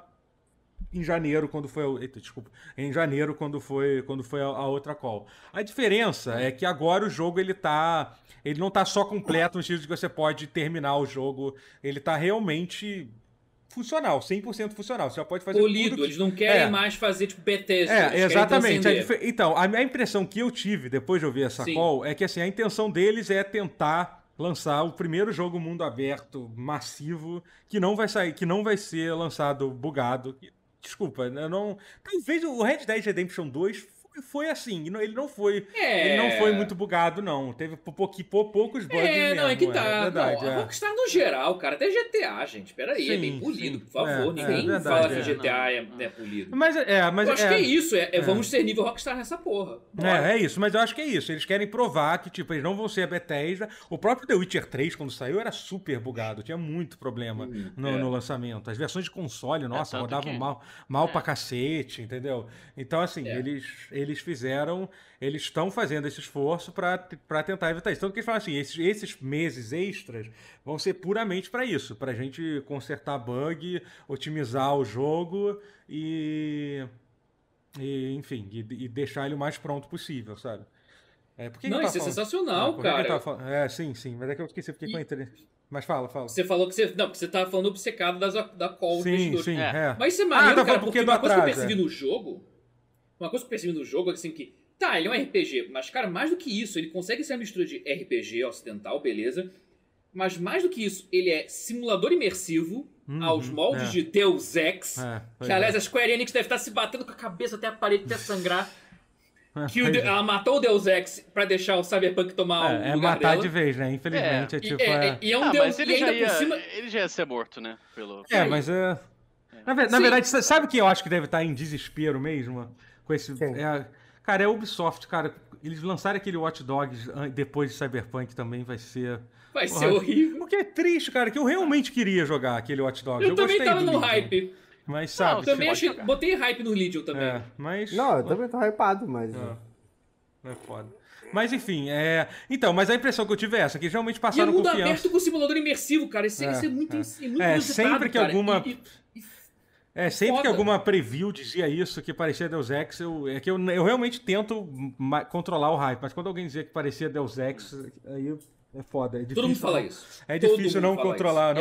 em janeiro, quando foi... em janeiro, quando foi a outra call. A diferença é que agora o jogo ele não tá só completo no sentido de que você pode terminar o jogo, ele tá realmente... funcional, 100% funcional. Você já pode fazer polido, tudo eles não querem mais fazer tipo Bethesda. Exatamente. Então, a impressão que eu tive depois de ouvir essa call é que assim, a intenção deles é tentar lançar o primeiro jogo mundo aberto massivo que não vai sair, que não vai ser lançado bugado. Desculpa, eu não. Talvez o Red Dead Redemption 2 foi assim, ele não foi muito bugado, não. Teve poucos bugs mesmo. Não, é que tá. É verdade, a Rockstar no geral, cara, até GTA, gente, peraí, é bem polido, por favor. Ninguém fala que GTA é polido. Mas eu acho que é isso, vamos ter nível Rockstar nessa porra. É isso, mas eu acho que é isso. Eles querem provar que, tipo, eles não vão ser a Bethesda. O próprio The Witcher 3, quando saiu, era super bugado, tinha muito problema no lançamento. As versões de console, nossa, rodavam mal pra cacete, entendeu? Então, assim, eles estão fazendo esse esforço para tentar evitar isso. Então, o que eles falam assim, esses meses extras vão ser puramente para isso, pra gente consertar bug, otimizar o jogo enfim, deixar ele o mais pronto possível, sabe? Isso é sensacional, cara. Sim, mas é que eu esqueci porque eu entrei. Mas fala. Você falou que você tava falando obcecado da call. Sim. Mas isso é maneiro, cara, porque uma coisa que eu percebi no jogo é assim que, ele é um RPG, mas, cara, mais do que isso, ele consegue ser uma mistura de RPG ocidental, beleza, mas mais do que isso, ele é simulador imersivo aos moldes de Deus Ex, que, aliás, a Square Enix deve estar se batendo com a cabeça até a parede, até sangrar, que ela matou o Deus Ex pra deixar o Cyberpunk tomar o lugar matar dela. De vez, né? Infelizmente, mas ele já ia ser morto, né? Mas na verdade, sabe quem eu acho que deve estar em desespero mesmo? Com esse... Cara, é a Ubisoft, cara. Eles lançaram aquele Watch Dogs depois de Cyberpunk também vai ser... Vai ser horrível. Porque é triste, cara, que eu realmente queria jogar aquele Watch Dogs. Eu também tava no hype. Mas sabe... Eu também botei hype no Legion também. Não, eu também tô hypado, mas... É foda. Mas enfim, Então, mas a impressão que eu tive é essa, que eles realmente passaram confiança... E é mundo aberto com simulador imersivo, cara. Isso é muito sempre que cara. alguma... sempre que alguma preview dizia isso, que parecia Deus Ex, eu realmente tento controlar o hype, mas quando alguém dizia que parecia Deus Ex, aí é foda. É difícil, todo mundo fala isso. É difícil não controlar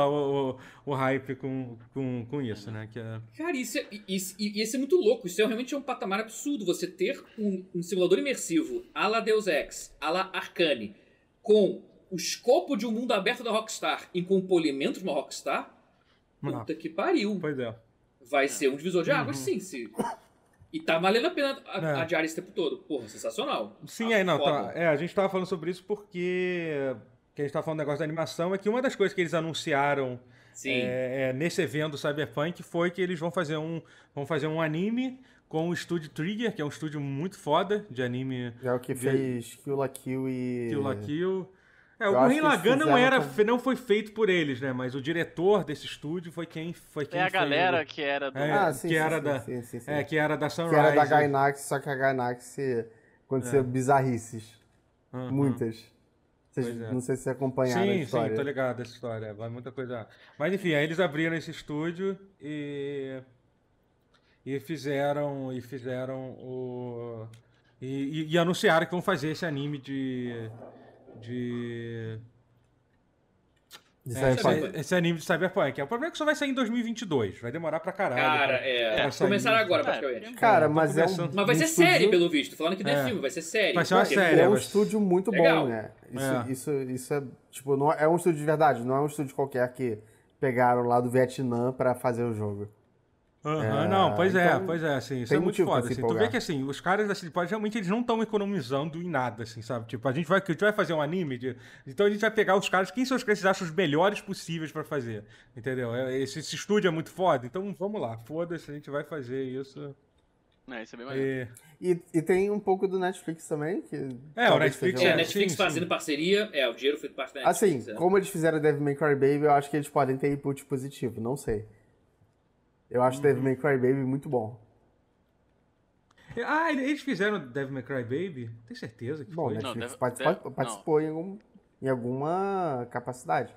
o hype com isso, né? Cara, isso é muito louco. Isso realmente é um patamar absurdo. Você ter um simulador imersivo à la Deus Ex, à la Arcane, com o escopo de um mundo aberto da Rockstar e com o polimento de uma Rockstar... Puta que pariu. Pois é. Vai ser um divisor de águas, sim. E tá valendo a pena adiar esse tempo todo. Porra, sensacional. Sim, a gente tava falando sobre isso porque... Que a gente tava falando do negócio da animação, é que uma das coisas que eles anunciaram nesse evento do Cyberpunk foi que eles vão fazer um anime com o estúdio Trigger, que é um estúdio muito foda de anime. É o que fez Kill la Kill e... Kill la Kill... o Gurren Lagann não foi feito por eles, né? Mas o diretor desse estúdio foi quem a galera que era do... que era da Sunrise. Que era da Gainax, só que a Gainax aconteceu bizarrices. Muitas. Pois é. Não sei se vocês acompanharam a Sim, história. tô ligado essa história. Vai muita coisa. Mas enfim, aí eles abriram esse estúdio e fizeram o. E anunciaram que vão fazer esse anime de De Cyberpunk. esse anime de Cyberpunk. O problema é que só vai sair em 2022. Vai demorar pra caralho. Cara, pra sair. começaram agora, praticamente. Cara, Tô mas é um. começando. Mas vai ser estúdio- série, pelo visto. Falando que não é É. filme, vai ser série. Vai ser uma Porque, série, É um mas- estúdio muito Legal. bom, né? É. Isso é, tipo, não é um estúdio de verdade, não é um estúdio qualquer que pegaram lá do Vietnã pra fazer o jogo. Aham, não, pois é, então, assim, isso tem é muito motivo pra foda, se assim. Tu vê empolgar. que, assim, os caras da CD Projekt realmente eles não estão economizando em nada, assim, sabe? Tipo, a gente vai fazer um anime, então a gente vai pegar os caras, quem são os que eles acham os melhores possíveis pra fazer, entendeu? Esse estúdio é muito foda, então vamos lá, foda-se, a gente vai fazer isso. Isso é bem maneiro. E tem um pouco do Netflix também, que O talvez Netflix seja É, um- Netflix sim, fazendo sim. parceria. O dinheiro foi parte da Assim, Netflix. como eles fizeram Devil May Cry Baby, eu acho que eles podem ter input positivo, não sei. Eu acho Devil May Cry Baby muito bom. Eles fizeram Devil May Cry Baby? Tem certeza que Bom, foi? Netflix Não, participou em alguma capacidade.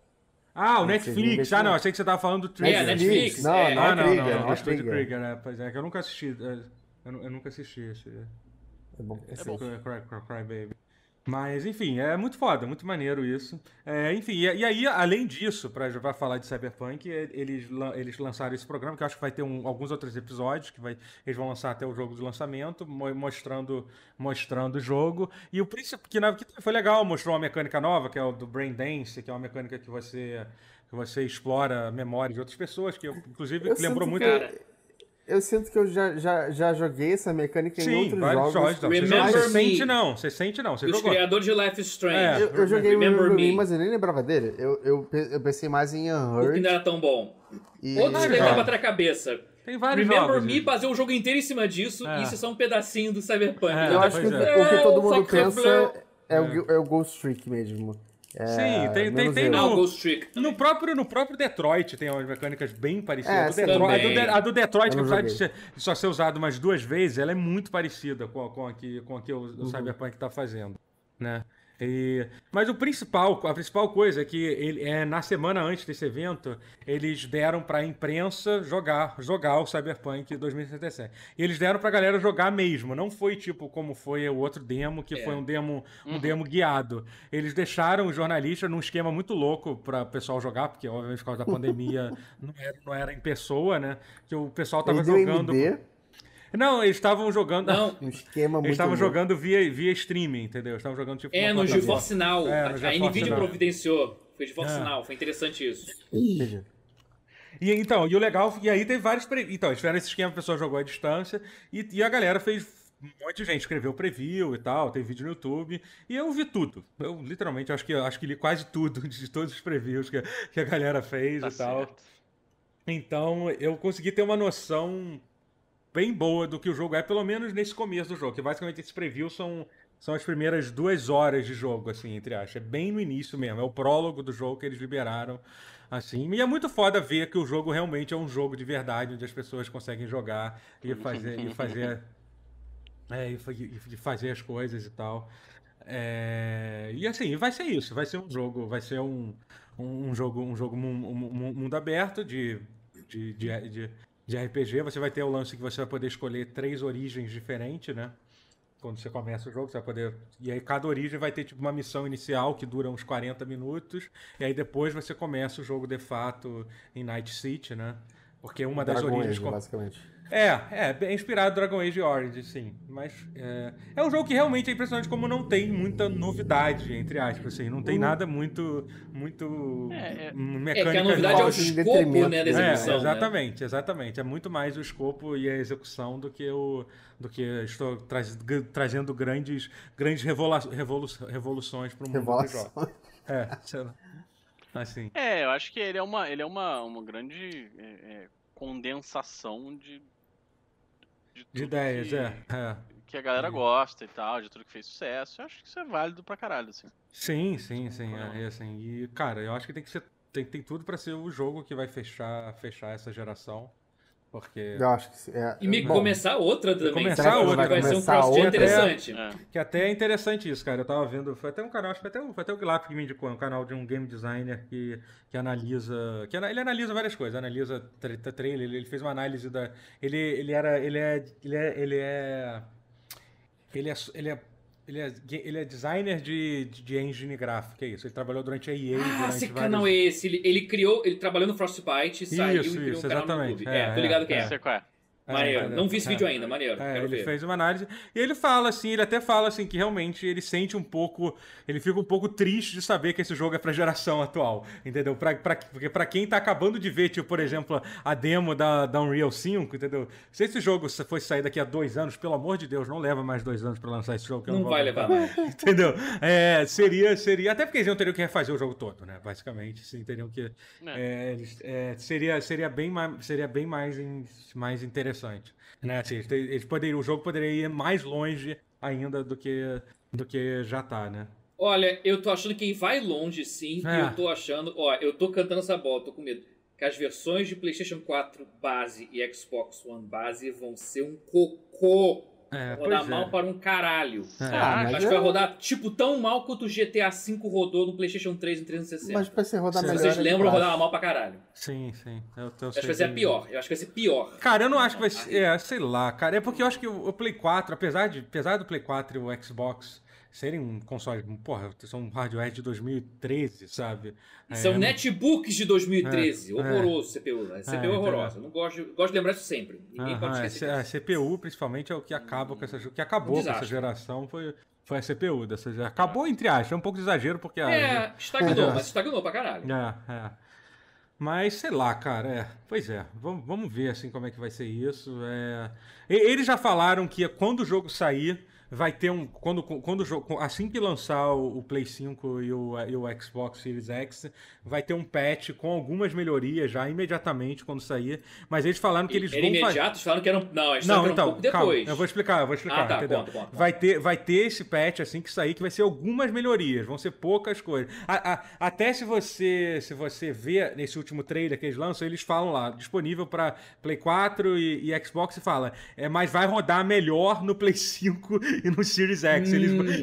O Não, Netflix, seja não, achei que você tava falando do Trigger. Netflix. Não, É. não é não, Trigger, não, não do é estúdio Trigger. Trigger, né? Pois é, que eu nunca assisti, eu nunca assisti esse É bom. Cry Baby. Mas, enfim, é muito foda, muito maneiro isso. Enfim, e aí, além disso, pra falar de Cyberpunk, eles lançaram esse programa, que eu acho que vai ter alguns outros episódios, eles vão lançar até o jogo de lançamento, mostrando o jogo. E o príncipe, que foi legal, mostrou uma mecânica nova, que é o do Brain Dance, que é uma mecânica que você explora a memória de outras pessoas, que inclusive Eu lembrou sinto muito... Cara, Eu sinto que eu já joguei essa mecânica em Sim, outros vários jogos. jogos. Remember Você Me. sente não, você Os jogou. criadores de Life is Strange. É. Eu joguei o Remember Remember Me, Me. mas eu nem lembrava dele. Eu pensei mais em O que Unheard. não era tão bom. E... Outros Vários levaram jogos. pra cabeça. Tem vários Remember jogos. Me baseou o jogo inteiro em cima disso, e isso é só um pedacinho do Cyberpunk. É, Eu acho que Pois o que todo mundo fuck the pensa flow. é o Ghost Trick mesmo. Sim, tem menos tem eu. Ah, o no, Ghost Trick. no próprio Detroit tem umas mecânicas bem parecidas. É, também. A do Detroit, Eu não apesar de joguei. só ser usado umas 2 vezes, ela é muito parecida com a que o Cyberpunk tá fazendo, né? Mas a principal coisa é que na semana antes desse evento, eles deram pra imprensa jogar o Cyberpunk 2077. E eles deram pra galera jogar mesmo. Não foi tipo como foi o outro demo, que foi um demo guiado. Eles deixaram os jornalistas num esquema muito louco pra o pessoal jogar, porque obviamente por causa da pandemia não era em pessoa, né? Que o pessoal tava Ele deu jogando. MD, Não, eles estavam jogando. Não, um esquema muito Eles estavam louco. jogando via streaming, entendeu? Eles estavam jogando tipo. uma no plataforma. GeForce Now. É, no A GeForce NVIDIA Now. providenciou. Foi GeForce É. Now. Foi interessante isso. Entendi. E o legal. E aí teve vários. Então, eles fizeram esse esquema, a pessoa jogou à distância. E a galera fez. Um monte de gente escreveu preview e tal, tem vídeo no YouTube. E eu vi tudo. Eu literalmente acho que li quase tudo de todos os previews que a galera fez Tá e tal. certo. Então eu consegui ter uma noção bem boa do que o jogo é, pelo menos nesse começo do jogo. Que basicamente esses previews são as primeiras 2 horas de jogo, assim, entre aspas. É bem no início mesmo. É o prólogo do jogo que eles liberaram, assim. E é muito foda ver que o jogo realmente é um jogo de verdade, onde as pessoas conseguem jogar e fazer as coisas e tal. E assim, vai ser isso. Vai ser um jogo, mundo aberto de RPG. Você vai ter o lance que você vai poder escolher 3 origens diferentes, né? Quando você começa o jogo, você vai poder. E aí cada origem vai ter tipo uma missão inicial que dura uns 40 minutos. E aí depois você começa o jogo de fato em Night City, né? Porque uma das Dragon origens. Age, basicamente. É inspirado no Dragon Age Origins, sim. Mas é um jogo que realmente é impressionante como não tem muita novidade, entre aspas, assim. Não tem nada muito mecânica que a novidade é o Em escopo, detrimento né, da do- execução. né? exatamente. É muito mais o escopo e a execução do que estou trazendo grandes revoluções para o mundo dos Revelação. jogos. Sei lá. Assim. Eu acho que ele é uma grande condensação de De tudo ideias, que a galera gosta e tal, de tudo que fez sucesso. Eu acho que isso é válido pra caralho, assim. Sim. Assim. E, cara, eu acho que tem tudo pra ser o jogo que vai fechar essa geração. Porque... Eu acho que começar outra também. Começar outra, vai ser um começar cross-gen outra, interessante. Que até é interessante isso, cara. Eu tava vendo, foi até um canal, acho que foi até o Glap que me indicou, um canal de um game designer que analisa, ele analisa várias coisas, analisa trailer, ele fez uma análise da, ele é designer de engine gráfica, é isso. Ele trabalhou durante a EA, durante esse vários... canal é esse. Ele trabalhou no Frostbite, saiu e criou um canal no exatamente. YouTube. Tô ligado quem é. Não sei qual é. Maneiro. Entendeu? Não vi esse vídeo ainda, maneiro. Quero Ele ver. fez uma análise e ele fala assim, ele até fala assim que realmente ele sente um pouco, ele fica um pouco triste de saber que esse jogo é pra geração atual, entendeu? Porque pra quem tá acabando de ver, tipo, por exemplo, a demo da Unreal 5, entendeu? Se esse jogo fosse sair daqui a 2 anos, pelo amor de Deus, não leva mais 2 anos pra lançar esse jogo. Que Não vai levar mais. Entendeu? Seria, até porque eles não teriam que refazer o jogo todo, né? Basicamente, sim, teriam que... seria bem mais interessante. Né? Assim, o jogo poderia ir mais longe ainda do que já tá, né? Olha, eu tô achando que vai longe, sim. E eu tô achando... eu tô cantando essa bola, tô com medo. Que as versões de PlayStation 4 base e Xbox One base vão ser um cocô. Vai rodar mal para um caralho. Acho que vai rodar, tipo, tão mal quanto o GTA V rodou no PlayStation 3 em 360. Mas pra ser rodar melhor... Vocês lembram, rodava mal pra caralho. Sim. Eu acho que vai ser pior. Eu acho que vai ser pior. Cara, eu não acho que vai ser... sei lá, cara. É porque eu acho que o Play 4, apesar do Play 4 e o Xbox serem um console... Porra, são um hardware de 2013, sabe? São netbooks de 2013. Horroroso CPU. A CPU é horrorosa. Eu não gosto de lembrar isso sempre. Ninguém pode esquecer disso. A CPU, principalmente, é o que acaba com essa... O que acabou com essa geração foi a CPU dessa geração. Acabou, entre aspas. É um pouco de exagero, porque... estagnou, mas estagnou pra caralho. Mas, sei lá, cara, pois é, vamos ver, assim, como é que vai ser isso. Eles já falaram que quando o jogo sair, vai ter quando o jogo, assim que lançar o Play 5 e o Xbox Series X, vai ter um patch com algumas melhorias já imediatamente quando sair, mas eles falaram que eles vão fazer... imediatos? Falaram que eram... Não, eles falaram que era um pouco depois. Calma, eu vou explicar, entendeu? Conta. Vai ter esse patch assim que sair, que vai ser algumas melhorias, vão ser poucas coisas. Até se você ver nesse último trailer que eles lançam, eles falam lá, disponível para Play 4 e Xbox, e fala, mas vai rodar melhor no Play 5 e no Series X.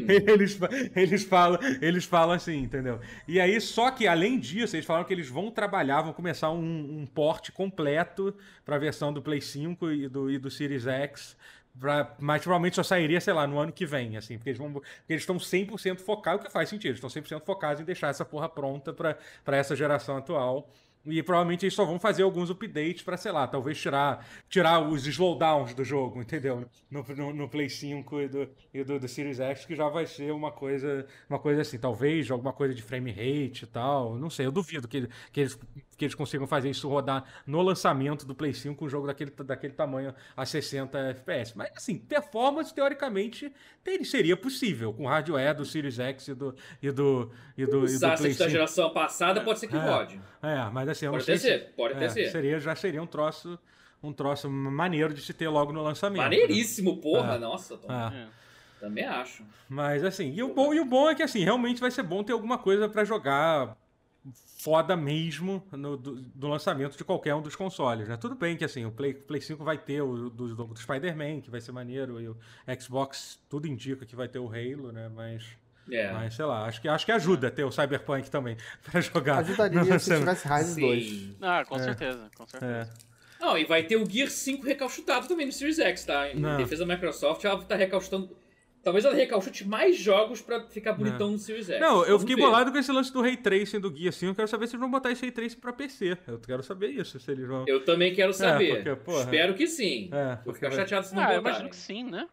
Eles falam assim, entendeu? E aí, só que além disso, eles falaram que eles vão começar um port completo para a versão do Play 5 e do Series X. Mas provavelmente só sairia, sei lá, no ano que vem, assim, porque eles estão 100% focados, o que faz sentido, eles estão 100% focados em deixar essa porra pronta para essa geração atual. E provavelmente eles só vão fazer alguns updates pra, sei lá, talvez tirar os slowdowns do jogo, entendeu? No Play 5 e do Series X, que já vai ser uma coisa assim, talvez alguma coisa de frame rate e tal, não sei, eu duvido que eles consigam fazer isso rodar no lançamento do Play 5 um jogo daquele tamanho a 60 FPS. Mas assim, performance teoricamente seria possível com o hardware do Series X e do Play 5. Da geração passada pode ser que rode. Mas assim, eu não sei se... Pode ter ser. Já seria um troço maneiro de se ter logo no lançamento. Maneiríssimo, porra, nossa. Também acho. Mas assim, e o bom é que assim, realmente vai ser bom ter alguma coisa pra jogar foda mesmo do lançamento de qualquer um dos consoles, né? Tudo bem que assim, o Play 5 vai ter o do Spider-Man, que vai ser maneiro, e o Xbox tudo indica que vai ter o Halo, né? Mas sei lá, acho que ajuda ter o Cyberpunk também pra jogar. Ajudaria se tivesse Ryzen 2. Com certeza. Não, e vai ter o Gear 5 recalchutado também no Series X, tá? Em defesa da Microsoft, ela tá recalchutando... Talvez ela recalchute mais jogos pra ficar bonitão no Series X. Não, eu fiquei bolado com esse lance do Ray Tracing do Gear 5. Eu quero saber se eles vão botar esse Ray Tracing pra PC. Eu quero saber isso, se eles vão... Eu também quero saber. Porque, porra, espero que sim. Vou ficar chateado se não botarem. Eu imagino que sim, né?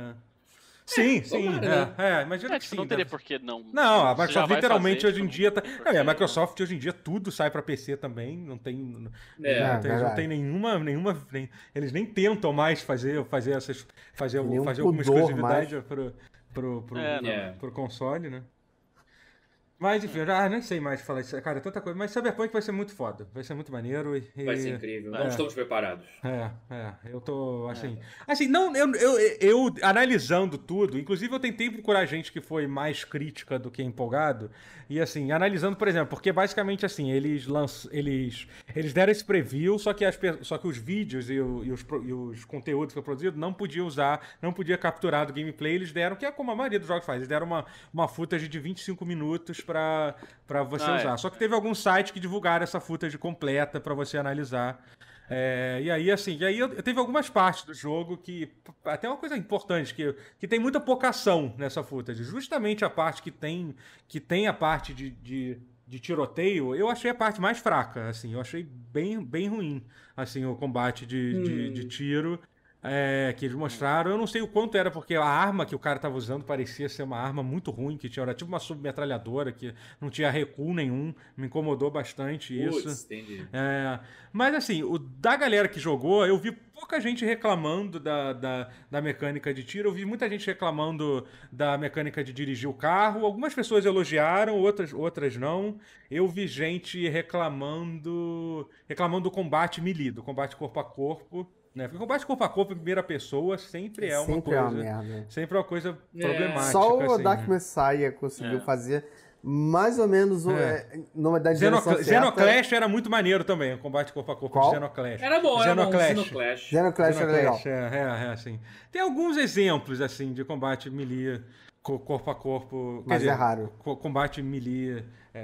Sim. Imagina que sim. Não teria por que não. Não, a Microsoft literalmente fazer, hoje em dia... a Microsoft hoje em dia tudo sai pra PC também. Não tem... Não tem nenhuma... Eles nem tentam mais fazer alguma exclusividade pro console, né? Mas enfim, eu já nem sei mais falar isso, cara, é tanta coisa. Mas Cyberpunk vai ser muito foda, vai ser muito maneiro Vai ser incrível. Não estamos preparados. Eu tô, assim... Assim, não, eu analisando tudo, inclusive eu tentei procurar gente que foi mais crítica do que empolgado, e assim, analisando, por exemplo, porque basicamente assim, eles deram esse preview, só que os vídeos e os conteúdos que foi produzido não podia capturar do gameplay, eles deram, que é como a maioria dos jogos faz, eles deram uma footage de 25 minutos pra você usar. Só que teve algum site que divulgaram essa footage completa pra você analisar. E aí, assim, teve algumas partes do jogo que. Até uma coisa importante, que tem muita pouca ação nessa footage. Justamente a parte que tem a parte de tiroteio, eu achei a parte mais fraca, assim, eu achei bem, bem ruim, assim, o combate de tiro. Que eles mostraram, eu não sei o quanto era, porque a arma que o cara tava usando parecia ser uma arma muito ruim, que era tipo uma submetralhadora, que não tinha recuo nenhum, me incomodou bastante isso. Entendi. Mas assim, da galera que jogou, eu vi pouca gente reclamando da mecânica de tiro, eu vi muita gente reclamando da mecânica de dirigir o carro, algumas pessoas elogiaram, outras não. Eu vi gente reclamando do combate melee, do combate corpo a corpo. Porque combate corpo a corpo em primeira pessoa sempre é uma coisa. Sempre é uma merda. Sempre é uma coisa problemática. Só o assim, Dark Messiah conseguiu fazer mais ou menos numa da direção certa. Xenoclash era muito maneiro também, o combate corpo a corpo. Qual? Xenoclash. Era bom, Xenoclash era legal. Assim. Tem alguns exemplos, assim, de combate melee corpo a corpo. Mas é raro. Combate melee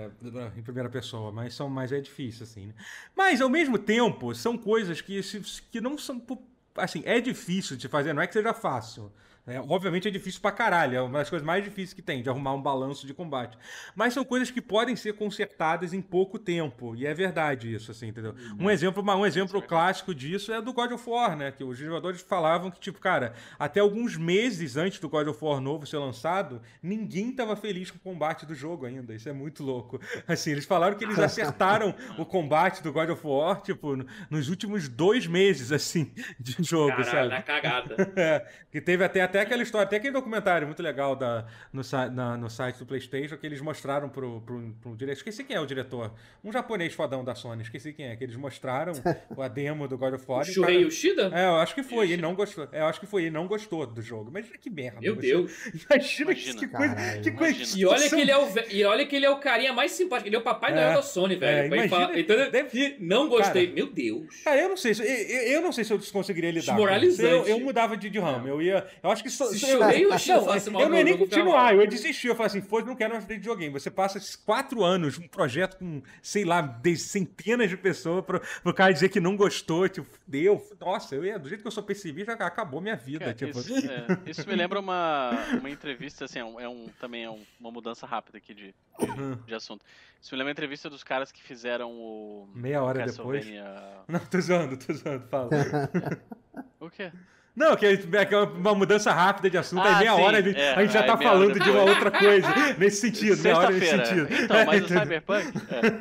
em primeira pessoa, mas é difícil, assim, né? Mas, ao mesmo tempo, são coisas que não são... Assim, é difícil de fazer, não é que seja fácil. Obviamente é difícil pra caralho, é uma das coisas mais difíceis que tem, de arrumar um balanço de combate. Mas são coisas que podem ser consertadas em pouco tempo, e é verdade isso, assim, entendeu? Um exemplo clássico disso é do God of War, né? Que os jogadores falavam que, tipo, cara, até alguns meses antes do God of War novo ser lançado, ninguém tava feliz com o combate do jogo ainda, isso é muito louco. Assim, eles falaram que eles acertaram o combate do God of War, tipo, nos últimos 2 meses, assim, de jogo, caralho, sabe? na cagada. Que teve até aquela história, até aquele documentário muito legal no site do PlayStation, que eles mostraram pro diretor. Esqueci quem é o diretor. Um japonês fodão da Sony, esqueci quem é. Que eles mostraram a demo do God of War. Shuhei Yoshida? Eu acho que foi. Ele não gostou. Eu acho que foi. Ele não gostou do jogo. Mas que merda. Meu Deus. Imagina que coisa. Que coisa. E olha que ele é o carinha mais simpático. Ele é o Papai Noel da Sony, velho. Não gostei. Cara, meu Deus. Cara, eu não sei se eu conseguiria lidar. Desmoralizante. Eu mudava de ramo. Eu acho que eu não ia nem continuar, eu ia desistir. Eu falei assim, não quero mais fazer videogame. Você passa esses 4 anos, um projeto com, sei lá, centenas de pessoas pro cara dizer que não gostou, tipo, nossa, do jeito que eu sou pessimista, acabou minha vida. Cara, tipo. Isso me lembra uma entrevista, assim, também é uma mudança rápida aqui de assunto. Isso me lembra a entrevista dos caras que fizeram o... Meia hora depois. Não, tô zoando, fala. O quê? Não, que é uma mudança rápida de assunto, aí meia sim, hora a gente já tá falando de uma outra coisa, nesse sentido, meia hora nesse sentido. Então, mas o Cyberpunk...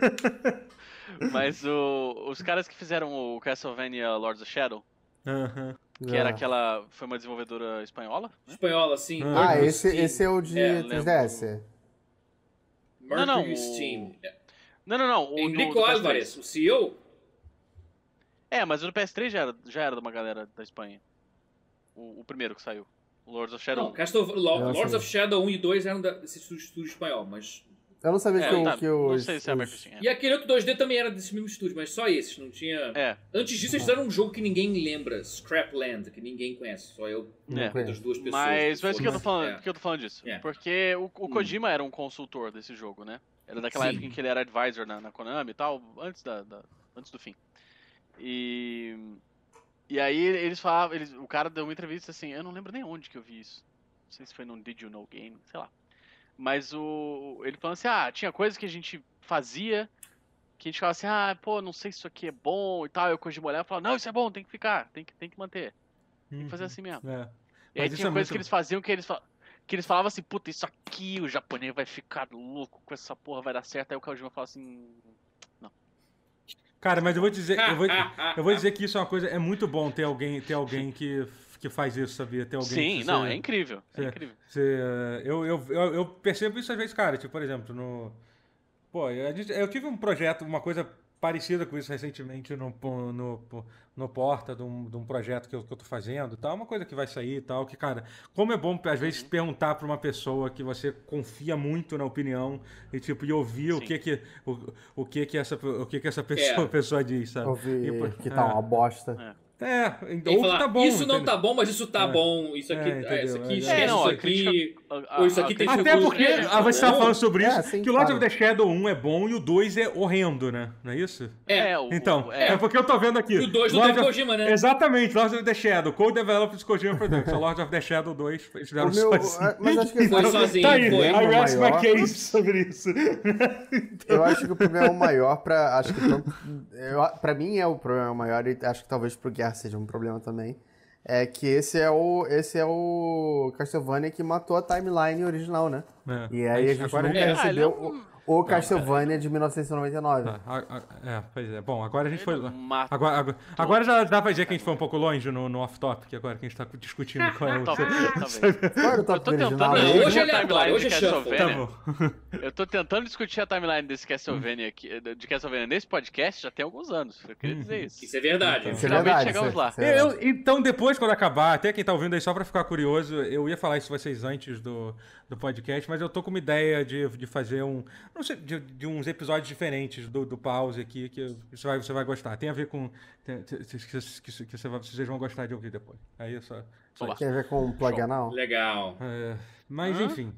Mas os caras que fizeram o Castlevania Lords of Shadow, que era aquela... Foi uma desenvolvedora espanhola? Né? Espanhola, sim. Esse é o de 3DS. Mercury Steam. Não. Enrico Álvarez, o CEO? Mas o do PS3 já era de uma galera da Espanha. O primeiro que saiu. O Lords of Shadow. Não, Lords of Shadow 1 e 2 eram desse estúdio espanhol, mas... Eu não sabia que não sei se é a Mercury. E aquele outro 2D também era desse mesmo estúdio, mas só esses, não tinha... Antes disso eles fizeram um jogo que ninguém lembra, Scrapland, que ninguém conhece, só eu e outras 2 pessoas. Mas por que eu tô falando disso? Porque o Kojima era um consultor desse jogo, né? Era daquela época em que ele era advisor na Konami e tal, antes do fim. E aí eles falavam, o cara deu uma entrevista assim, eu não lembro nem onde que eu vi isso. Não sei se foi no Did You Know Game, sei lá. Mas ele falou assim, tinha coisas que a gente fazia, que a gente falava assim, não sei se isso aqui é bom e tal. E o Kojima olhava e falava, não, isso é bom, tem que ficar, tem que manter. Tem que fazer assim mesmo. E aí tinha coisas que eles faziam que eles falavam assim, puta, isso aqui o japonês vai ficar louco com essa porra, vai dar certo. Aí o Kojima falava assim, não. Cara, mas eu vou dizer que isso é uma coisa, é muito bom ter alguém que faz isso, sabia? Tem alguém Sim, que não, você- é incrível. É você- incrível. eu percebo isso às vezes, cara. Tipo, por exemplo, Pô, eu tive um projeto, uma coisa parecida com isso recentemente no Porta, de um projeto que eu tô fazendo e tal. Uma coisa que vai sair e tal. Que, cara, como é bom, às vezes, perguntar pra uma pessoa que você confia muito na opinião e ouvir Sim. o que essa pessoa diz, sabe? Ouvir que tá uma bosta. Tem que Ou que falar, tá bom. isso não entendeu? tá bom, mas isso tá bom. Isso aqui, entendeu? isso aqui É, esquece não, isso a aqui. crítica- Ou isso aqui tem a- Até recurso. porque É, você tá bom. falando sobre isso, sim, que o Lord claro. of the Shadow 1 é bom e o 2 é horrendo, né? Não é isso? Então, é porque eu tô vendo aqui. E o 2 do Lord Dave of- Kojima, né? Exatamente, Lord of the Shadow, co-developed Kojima Productions, Lord of the Shadow 2, eles fizeram O meu, sozinho. mas acho que Foi sozinho, Tá aí, foi. I rest my maior. case sobre isso. eu acho que o problema maior acho que pra mim é o problema maior e acho que talvez pro Guerra seja um problema também. É que esse é o Castlevania que matou a timeline original, né? E aí a gente Agora nunca ele é- recebeu o Castlevania de 1999. Pois é. Bom, agora a gente foi. matou. Agora já dá pra dizer que a gente foi um pouco longe no off-topic, agora que a gente tá discutindo qual é o. Talvez. Qual era o Eu top tô original? tentando Não, aí? hoje é discutir a aleatório, timeline hoje de é shuffle. Tá Castlevania. bom. Eu tô tentando discutir a timeline desse Castlevania aqui, de Castlevania nesse podcast já tem alguns anos. Eu queria dizer isso. Isso é verdade. Isso é Finalmente verdade, chegamos isso lá. isso é verdade. Então, depois, quando acabar, até quem tá ouvindo aí, só pra ficar curioso, eu ia falar isso pra vocês antes do podcast, mas eu tô com uma ideia de fazer não sei, de uns episódios diferentes do Pause aqui, que você vai gostar. Tem a ver com. Que vocês vão gostar de ouvir depois. Aí é só Oba. isso. Tem a ver com o plug anal? Legal. Mas, enfim.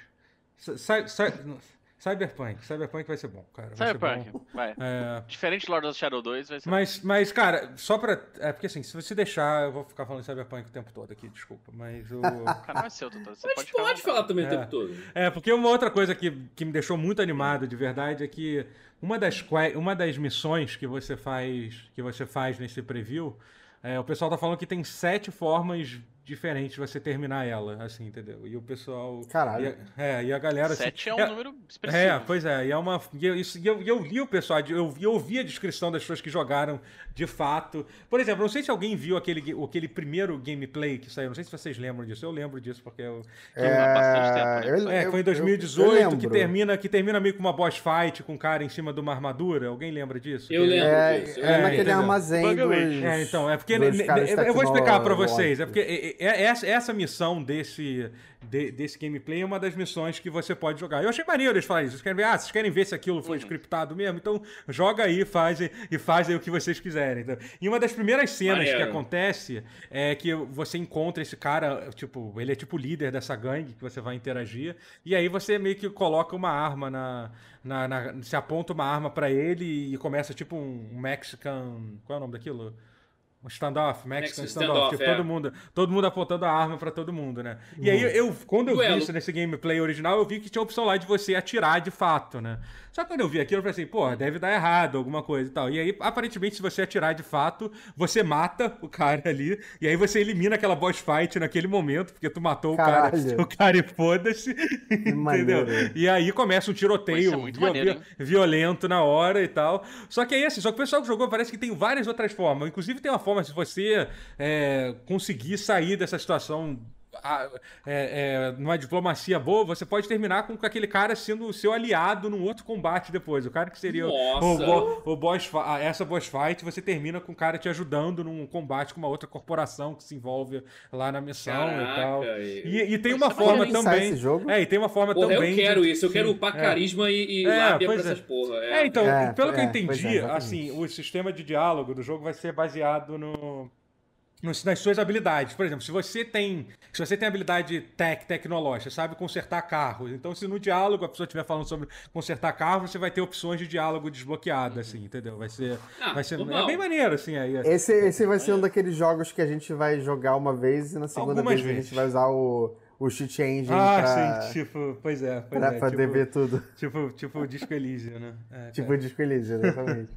Cyberpunk vai ser bom, cara. Vai ser Cyberpunk, bom. vai. É, Diferente de Lord of the Shadow 2, vai ser. mas, cara, só pra. Porque assim, se você deixar, eu vou ficar falando de Cyberpunk o tempo todo aqui, desculpa. Mas o. O canal é seu, Totoro. Você Mas pode ficar à pode vontade. falar também o tempo todo. Porque uma outra coisa que me deixou muito animado, de verdade, é que uma das missões que você faz nesse preview, o pessoal tá falando que tem 7 formas diferentes de você terminar ela, assim, entendeu? E o pessoal... Caralho. E a galera... 7 assim, é um número expressivo. pois é, e é uma. Eu li o pessoal, eu ouvi a descrição das pessoas que jogaram de fato. Por exemplo, não sei se alguém viu aquele primeiro gameplay que saiu, não sei se vocês lembram disso, eu lembro disso, porque eu. Há bastante tempo, né? Foi em eu 2018 lembro. que termina meio com uma boss fight com um cara em cima de uma armadura. Alguém lembra disso? Eu lembro disso. naquele entendeu? armazém Vagamente. dos... Então, é porque dos caras eu vou explicar pra vocês. tecnológicos. É porque essa missão desse gameplay é uma das missões que você pode jogar. Eu achei maneiro eles falarem isso. Vocês querem ver se aquilo foi scriptado mesmo? Então joga aí e fazem o que vocês quiserem. Então, e uma das primeiras cenas Maneiro. que acontece é que você encontra esse cara, ele é tipo o líder dessa gangue que você vai interagir, e aí você meio que coloca uma arma se aponta uma arma pra ele e começa tipo um Mexican... Qual é o nome daquilo? Um standoff, Mexican standoff. Tipo, todo mundo apontando a arma pra todo mundo, né? E aí, quando eu vi Duelo. isso nesse gameplay original, eu vi que tinha a opção lá de você atirar de fato, né? Só que quando eu vi aquilo, eu falei assim, porra, deve dar errado, alguma coisa e tal. E aí, aparentemente, se você atirar de fato, você mata o cara ali, e aí você elimina aquela boss fight naquele momento, porque tu matou Caralho. o cara e foda-se, entendeu? maneiro. E aí começa um tiroteio Isso é muito maneiro, hein? violento na hora e tal. Só que aí, assim, só que o pessoal que jogou parece que tem várias outras formas. Inclusive tem uma forma, se você conseguir sair dessa situação numa diplomacia boa, você pode terminar com aquele cara sendo o seu aliado num outro combate depois. O cara que seria o boss, essa boss fight, você termina com o cara te ajudando num combate com uma outra corporação que se envolve lá na missão e tal. E tem uma forma lançar também. esse jogo? E tem uma forma Porra, também. eu quero isso. Eu quero upar carisma e lábia pra essas porra. Então, pelo que eu pois entendi, exatamente. assim, o sistema de diálogo do jogo vai ser baseado nas suas habilidades. Por exemplo, se você tem habilidade tecnológica, sabe consertar carros, então se no diálogo a pessoa estiver falando sobre consertar carros, você vai ter opções de diálogo desbloqueadas, assim, entendeu? Vai ser normal. bem maneiro, assim. Aí, Esse vai ser um daqueles jogos que a gente vai jogar uma vez e na segunda Algumas vez a vezes. gente vai usar o cheat engine pra, sim, tipo, pois é. pra dever tudo. Tipo o Disco Elysium, né? Tipo o Disco Elysium, exatamente.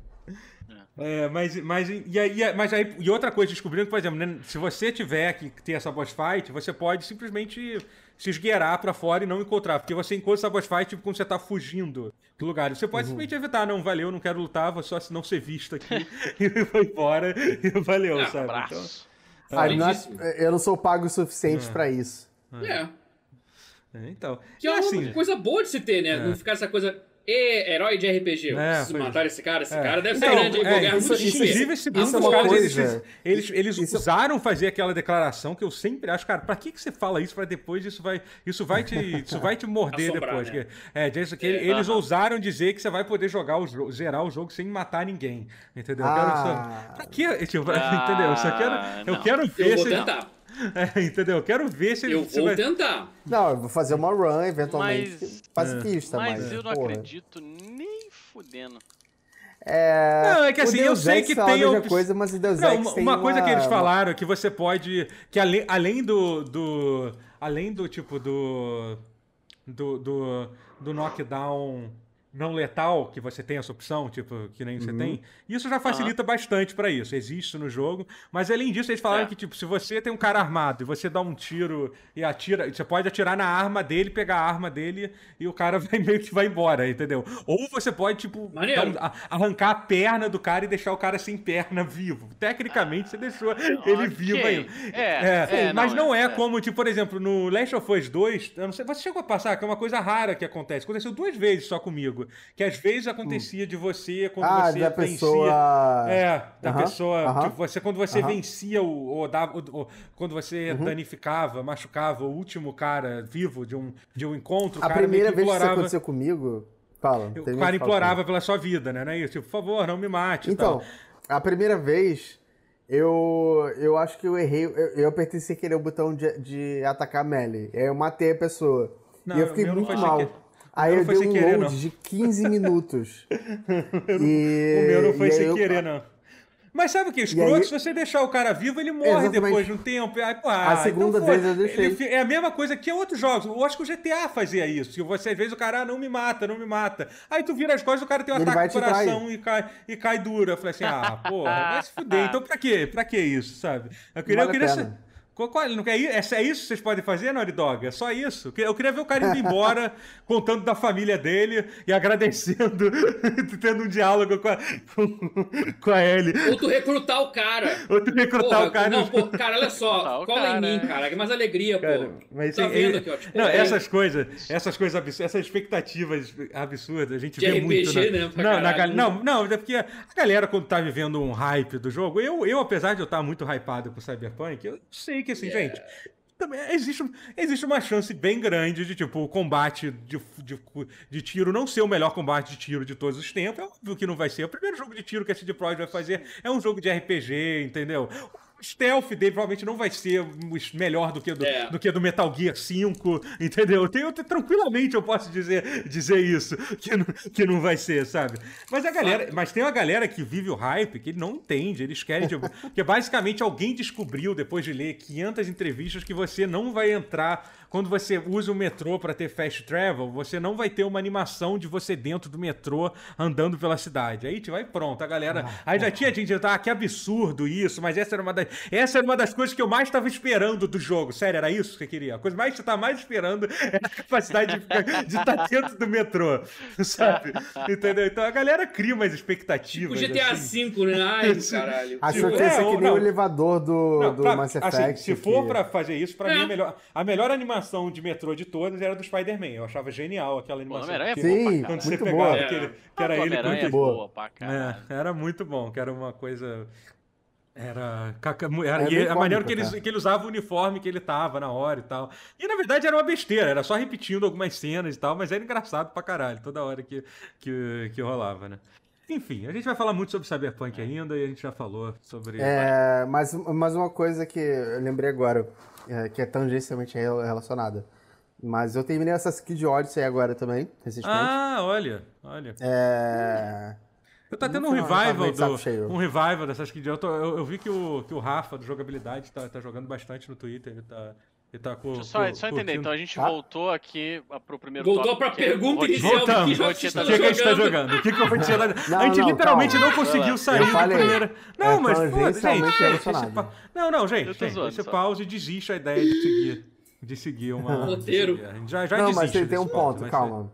E outra coisa, descobrindo que, por exemplo, né, se você tiver que ter essa boss fight, você pode simplesmente se esgueirar pra fora e não encontrar. Porque você encontra essa boss fight tipo, quando você tá fugindo do lugar. Você pode simplesmente evitar, não, valeu, não quero lutar, vou só não ser visto aqui. E foi embora e valeu, sabe? Abraço. Eu não sou pago o suficiente pra isso. Então. Que é uma coisa boa de se ter, né? Não ficar essa coisa. Herói de RPG. Preciso matar esse cara deve ser grande. Inclusive, eles usaram fazer aquela declaração que eu sempre acho, cara, pra que você fala isso pra depois isso vai te morder depois. Né? Eles ousaram dizer que você vai poder zerar o jogo sem matar ninguém. Entendeu? Pra quê? Tipo, entendeu? Eu quero ver eu vou tentar. Entendeu? Eu quero ver se eu vou tentar. Não, eu vou fazer uma run, eventualmente, pacifista. Mas eu não acredito nem fudendo. Não, é que assim, eu sei que tem outra coisa, mas o Deus Ex tem uma coisa que eles falaram é que você pode, que além do tipo do knockdown não letal, que você tem essa opção, tipo, que nem você tem, isso já facilita bastante pra isso. Existe no jogo, mas além disso, eles falaram que, tipo, se você tem um cara armado e você dá um tiro e atira, você pode atirar na arma dele, pegar a arma dele e o cara meio que vai embora, entendeu? Ou você pode, tipo, arrancar a perna do cara e deixar o cara sem perna vivo. Tecnicamente, você deixou ele vivo ainda. Mas não é como, tipo, por exemplo, no Last of Us 2, eu não sei, você chegou a passar, que é uma coisa rara que acontece. Aconteceu 2 vezes só comigo. Que às vezes acontecia de você quando você da vencia. Pessoa... Da pessoa. Tipo, quando você vencia quando você danificava, machucava o último cara vivo de um encontro. A primeira vez que isso aconteceu comigo. O cara implorava pela sua vida, né? Não é isso? Tipo, por favor, não me mate. Então, a primeira vez. Eu acho que eu errei. Eu apertei sem querer o botão de atacar melee. Aí eu matei a pessoa. E eu fiquei muito mal. Aí eu dei um load de 15 minutos. O meu não foi sem querer, não. Mas sabe o que? Escroto, se você deixar o cara vivo, ele morre depois de um tempo. A segunda vez eu deixei. É a mesma coisa que outros jogos. Eu acho que o GTA fazia isso. Que você, às vezes, o cara não me mata. Aí tu vira as costas, o cara tem um ataque do coração e cai duro. Eu falei assim, porra, vai se fuder. Então pra quê? Pra que isso, sabe? Eu queria É isso que vocês podem fazer, Naughty Dog? É só isso? Eu queria ver o cara indo embora, contando da família dele e agradecendo, tendo um diálogo com a Ellie. Ou tu recrutar o cara. O cara. Não, cara, olha só. Cola em mim, cara. Que mais alegria, cara, Mas tá vendo aqui, ó. Tipo, essas coisas absurdas, essas expectativas absurdas, a gente vê RPG, muito. Né? Não, é porque a galera, quando tá vivendo um hype do jogo, eu apesar de eu estar muito hypado com Cyberpunk, eu sei que assim, gente, também existe uma chance bem grande de, tipo, o combate de tiro não ser o melhor combate de tiro de todos os tempos. É óbvio que não vai ser. O primeiro jogo de tiro que a CD Projekt vai fazer é um jogo de RPG, entendeu? O stealth dele provavelmente não vai ser melhor do que do Metal Gear 5, entendeu? Tranquilamente eu posso dizer isso, que não vai ser, sabe? Mas tem uma galera que vive o hype, que não entende, eles querem, tipo, que basicamente alguém descobriu, depois de ler 500 entrevistas, que você não vai entrar, quando você usa o metrô pra ter fast travel, você não vai ter uma animação de você dentro do metrô andando pela cidade. Aí vai pronto, a galera... Aí já tinha gente, que absurdo isso, mas essa era uma das coisas que eu mais estava esperando do jogo. Sério, era isso que você queria? A coisa mais que você estava mais esperando era a capacidade de estar dentro do metrô, sabe? Entendeu? Então a galera cria umas expectativas. Tipo GTA V, né? Ai, caralho. Achou que ia ser que nem o elevador do Mass Effect. Assim, se for pra fazer isso, pra mim a melhor animação de metrô de todas era do Spider-Man. Eu achava genial aquela animação. Sim, quando você muito pegava boa. que era ele muito boa pra caralho. Era muito bom, que era uma coisa... Era meio a maneira cômico, que ele usava o uniforme que ele tava na hora e tal. E na verdade era uma besteira, era só repetindo algumas cenas e tal, mas era engraçado pra caralho, toda hora que rolava, né? Enfim, a gente vai falar muito sobre Cyberpunk ainda e a gente já falou sobre... Mas uma coisa que eu lembrei agora, que é tangencialmente relacionada. Mas eu terminei Assassin's Creed Odyssey agora também, recentemente. Olha. Eu tô tendo um revival dessas que eu vi que o Rafa do Jogabilidade tá jogando bastante no Twitter, ele tá com... Deixa eu só entender, então a gente voltou aqui pro primeiro Voltou tópico. pra pergunta inicial do que a gente tá jogando. O que a Rotinha tá... A gente literalmente não conseguiu sair do primeiro... Não, mas, gente, esse pause e desiste a ideia de seguir uma... Roteiro. A gente já não, desiste. mas tem um ponto, calma.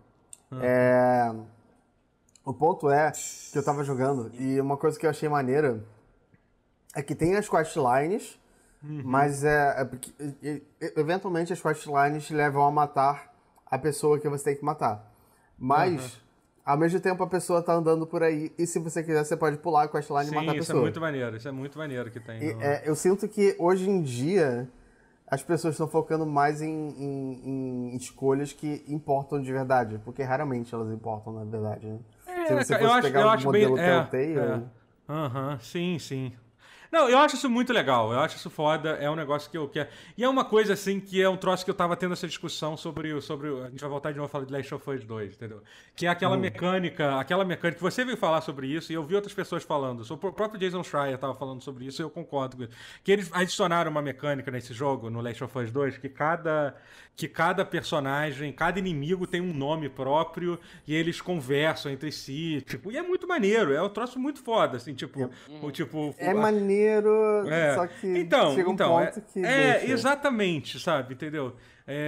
O ponto é que eu tava jogando e uma coisa que eu achei maneira é que tem as questlines Mas porque, eventualmente as questlines levam a matar a pessoa que você tem que matar. Mas, ao mesmo tempo, a pessoa tá andando por aí e se você quiser, você pode pular a questline e matar a pessoa. Isso é muito maneiro que tem. Eu sinto que, hoje em dia, as pessoas estão focando mais em escolhas que importam de verdade. Porque raramente elas importam, na verdade, né? Se você fosse pegar o modelo Telltale... Sim. Não, eu acho isso muito legal, eu acho isso foda, é um negócio que eu quero. E é uma coisa, assim, que é um troço que eu tava tendo essa discussão sobre a gente vai voltar de novo a falar de Last of Us 2, entendeu? Que é aquela mecânica que você veio falar sobre isso e eu vi outras pessoas falando. O próprio Jason Schreier tava falando sobre isso e eu concordo com isso. Que eles adicionaram uma mecânica nesse jogo, no Last of Us 2, que cada personagem, cada inimigo tem um nome próprio e eles conversam entre si, tipo, e é muito maneiro, é um troço muito foda, assim, tipo... É maneiro, só que chega um ponto que deixa. Exatamente, sabe, entendeu?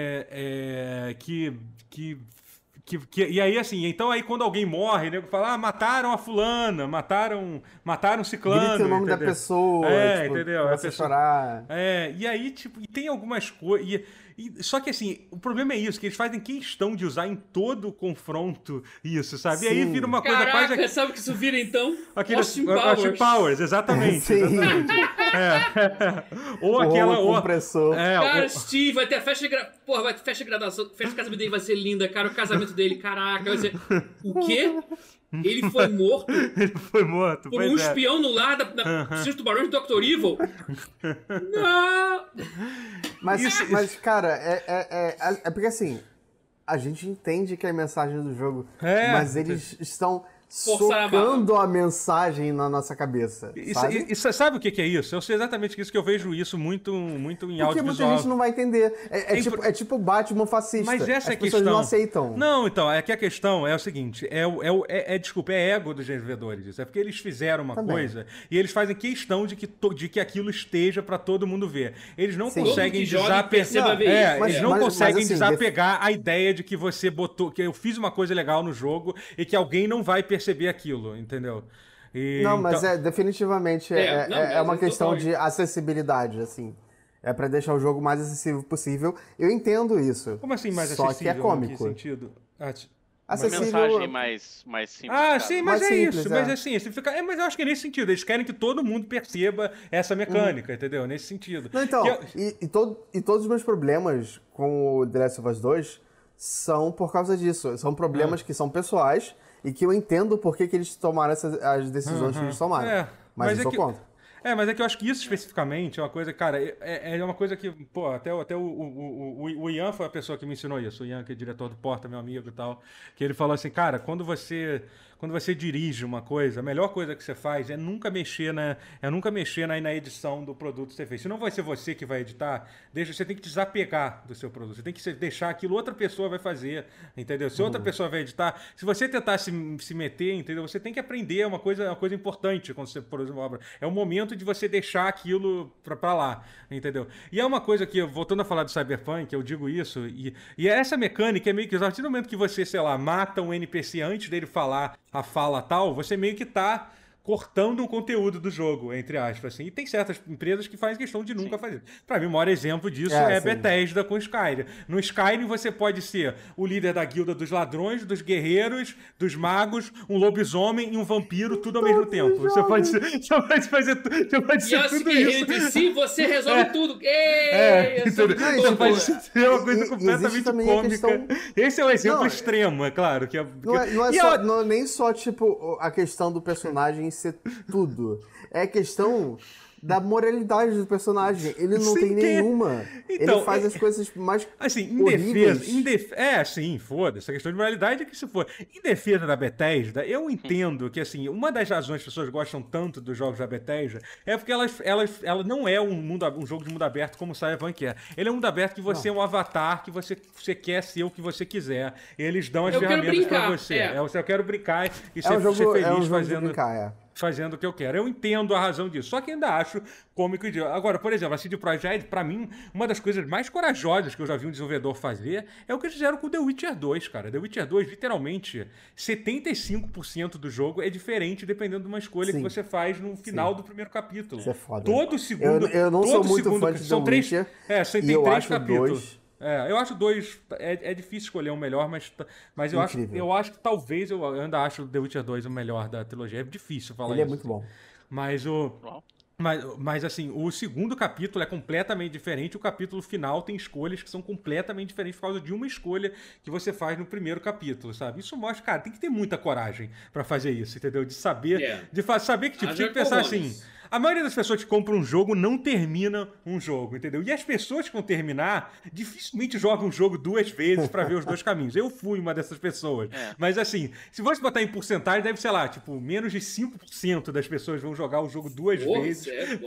E aí, assim, então aí quando alguém morre, né, fala, mataram a fulana, mataram ciclano. Grita o nome da pessoa, entendeu? Pra você chorar. E aí, tipo, e tem algumas coisas... Só que, assim, o problema é isso, que eles fazem questão de usar em todo o confronto isso, sabe? Sim. E aí vira uma coisa quase... Caraca, sabe o que isso vira, então? Austin Powers, exatamente. Sim. Ou aquela... compressor. Cara, Steve, vai ter a festa de Porra, vai ter festa de graduação, festa de casamento dele vai ser linda, cara, o casamento dele, caraca, vai ser... O quê? Ele foi morto? Ele foi morto, por um espião no lar da Circo Tubarões do Dr. Evil? Não! Mas, cara, é porque assim, a gente entende que é a mensagem do jogo, mas eles estão socando a mensagem na nossa cabeça, sabe? Sabe o que é isso? Eu sei exatamente isso, que eu vejo isso muito em audiovisual. Porque muita gente não vai entender. É tipo o Batman fascista. Mas essa As é a pessoas questão. não aceitam. Não, então, é que a questão é o seguinte, desculpa, é ego dos desenvolvedores isso. É porque eles fizeram uma coisa e eles fazem questão de que aquilo esteja pra todo mundo ver. Eles não conseguem desapegar a ideia de que você botou, que eu fiz uma coisa legal no jogo e que alguém não vai perceber aquilo, entendeu? Mas definitivamente é uma questão de acessibilidade, assim. É pra deixar o jogo mais acessível possível. Eu entendo isso. Como assim mais acessível? Só que é cômico. Em que sentido? Acessível... Mensagem mais simples. Sim, mas isso. Mas assim, mas eu acho que é nesse sentido. Eles querem que todo mundo perceba essa mecânica, entendeu? Nesse sentido. Não, então, todos os meus problemas com o The Last of Us 2 são por causa disso. São problemas que são pessoais e que eu entendo por que eles tomaram as decisões que eles tomaram. Mas eu sou contra. Mas é que eu acho que isso especificamente é uma coisa, cara, é uma coisa que, pô, até o Ian foi a pessoa que me ensinou isso, o Ian, que é diretor do Porta, meu amigo e tal, que ele falou assim, cara, quando você dirige uma coisa, a melhor coisa que você faz é nunca mexer na edição do produto que você fez. Se não vai ser você que vai editar, você tem que desapegar do seu produto. Você tem que deixar aquilo outra pessoa vai fazer, entendeu? Se outra pessoa vai editar, se você tentar se meter, entendeu? Você tem que aprender uma coisa importante quando você produz uma obra. É o momento de você deixar aquilo pra lá, entendeu? E é uma coisa que, voltando a falar do Cyberpunk, eu digo isso, e essa mecânica é meio que, a partir do momento que você, sei lá, mata um NPC antes dele falar a fala tal, você meio que tá cortando um conteúdo do jogo, entre aspas, assim. E tem certas empresas que fazem questão de nunca fazer. Pra mim, o maior exemplo disso é Bethesda com Skyrim. No Skyrim, você pode ser o líder da guilda dos ladrões, dos guerreiros, dos magos, um lobisomem e um vampiro, tudo ao mesmo tempo. Você pode ser tudo isso. E se você resolve tudo. Você pode ser uma coisa completamente cômica. Esse é um exemplo extremo, é claro. Não é nem só, tipo, a questão do personagem ser tudo. É questão da moralidade do personagem. Ele não tem nenhuma. Então, ele faz as coisas mais horríveis. Foda-se. A questão de moralidade é que se for. Em defesa da Bethesda, eu entendo que, assim, uma das razões que as pessoas gostam tanto dos jogos da Bethesda é porque ela não é um jogo de mundo aberto como o Cyberpunk é. Ele é um mundo aberto que você é um avatar, que você quer ser o que você quiser. Eles dão as ferramentas pra você. Eu quero brincar e ser feliz fazendo... fazendo o que eu quero. Eu entendo a razão disso, só que ainda acho cômico e idiota. Agora, por exemplo, a CD Projekt, pra mim, uma das coisas mais corajosas que eu já vi um desenvolvedor fazer é o que eles fizeram com The Witcher 2, cara. The Witcher 2, literalmente, 75% do jogo é diferente dependendo de uma escolha Sim. que você faz no final do primeiro capítulo. Isso é foda. Todo segundo... Eu não todo sou muito segundo, fã de são The três, Witcher, tem e eu três acho capítulos. dois... Eu acho dois. É difícil escolher um melhor, mas eu acho que talvez eu ainda acho The Witcher 2 o melhor da trilogia. É difícil falar Ele isso. é muito bom. Mas assim, o segundo capítulo é completamente diferente. O capítulo final tem escolhas que são completamente diferentes por causa de uma escolha que você faz no primeiro capítulo, sabe? Isso mostra, cara, tem que ter muita coragem pra fazer isso, entendeu? De saber, saber que tipo, tem que pensar assim. A maioria das pessoas que compram um jogo não termina um jogo, entendeu? E as pessoas que vão terminar dificilmente jogam um jogo duas vezes pra ver os dois caminhos. Eu fui uma dessas pessoas. Mas assim, se você botar em porcentagem, deve, sei lá, tipo, menos de 5% das pessoas vão jogar o jogo duas vezes.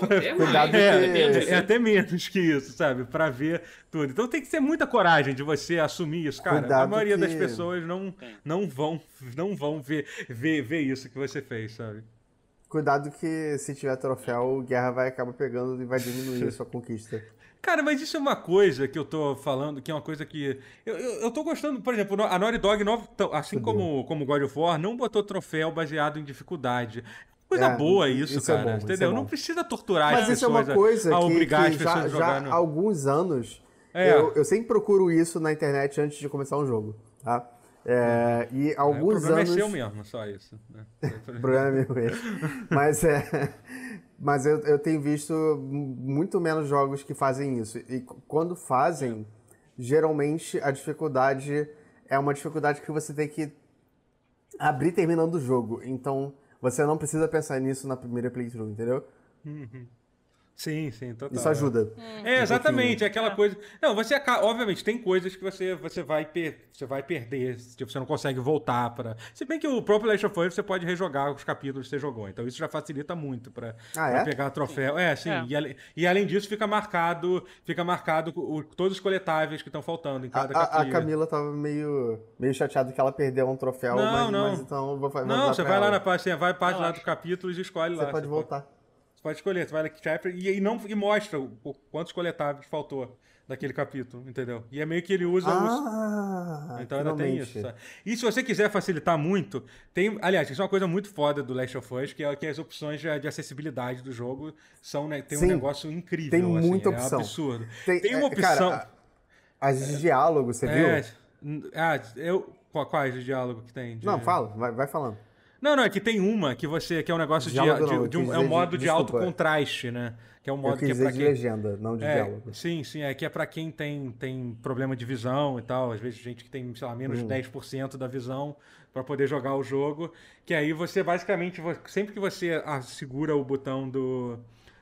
É até menos que isso, sabe? Pra ver tudo. Então tem que ter muita coragem de você assumir isso, cara. Cuidado a maioria que... das pessoas não vão ver isso que você fez, sabe? Cuidado que se tiver troféu, Guerra vai acabar pegando e vai diminuir a sua conquista. Cara, mas isso é uma coisa que eu tô falando, que é uma coisa que... Eu tô gostando, por exemplo, a Naughty Dog, assim como God of War, não botou troféu baseado em dificuldade. Coisa boa isso, cara, bom, entendeu? Não precisa torturar as pessoas. Mas isso é uma coisa obrigar que as pessoas a jogar já há alguns anos, eu sempre procuro isso na internet antes de começar um jogo, tá? E alguns o problema anos... é seu mesmo, só isso. Né? O problema é meu mesmo. Mas eu tenho visto muito menos jogos que fazem isso. E quando fazem, geralmente a dificuldade é uma dificuldade que você tem que abrir terminando o jogo. Então, você não precisa pensar nisso na primeira playthrough, entendeu? Sim, total. Isso ajuda. Exatamente, é aquela coisa... Não, obviamente, tem coisas que você vai perder, tipo, você não consegue voltar pra... Se bem que o próprio Last of Us você pode rejogar os capítulos que você jogou, então isso já facilita muito pra pegar troféu. Sim. E além disso, fica marcado todos os coletáveis que estão faltando em cada capítulo. A Camila tava meio chateada que ela perdeu um troféu, mas então eu vou fazer. Não, você vai lá na página, vai página lá do capítulo e escolhe lá. Você pode voltar. Você pode escolher, você vai lá chapter e mostra quantos coletáveis faltou daquele capítulo, entendeu? E é meio que ele usa então ainda tem isso, sabe? E se você quiser facilitar muito, aliás, isso é uma coisa muito foda do Last of Us, que é que as opções de acessibilidade do jogo são, né, tem um negócio incrível. Tem muita assim, opção. É absurdo. Tem uma opção... Cara, as de diálogo, você viu? Quais de diálogo que tem? Não, fala, vai falando. Não, é que tem uma que é um negócio é um modo de alto contraste, né? Que é um modo que é pra quem... legenda, não de diálogo. Sim, que é pra quem tem problema de visão e tal, às vezes gente que tem, sei lá, menos de 10% da visão pra poder jogar o jogo, que aí você basicamente, sempre que você segura o botão do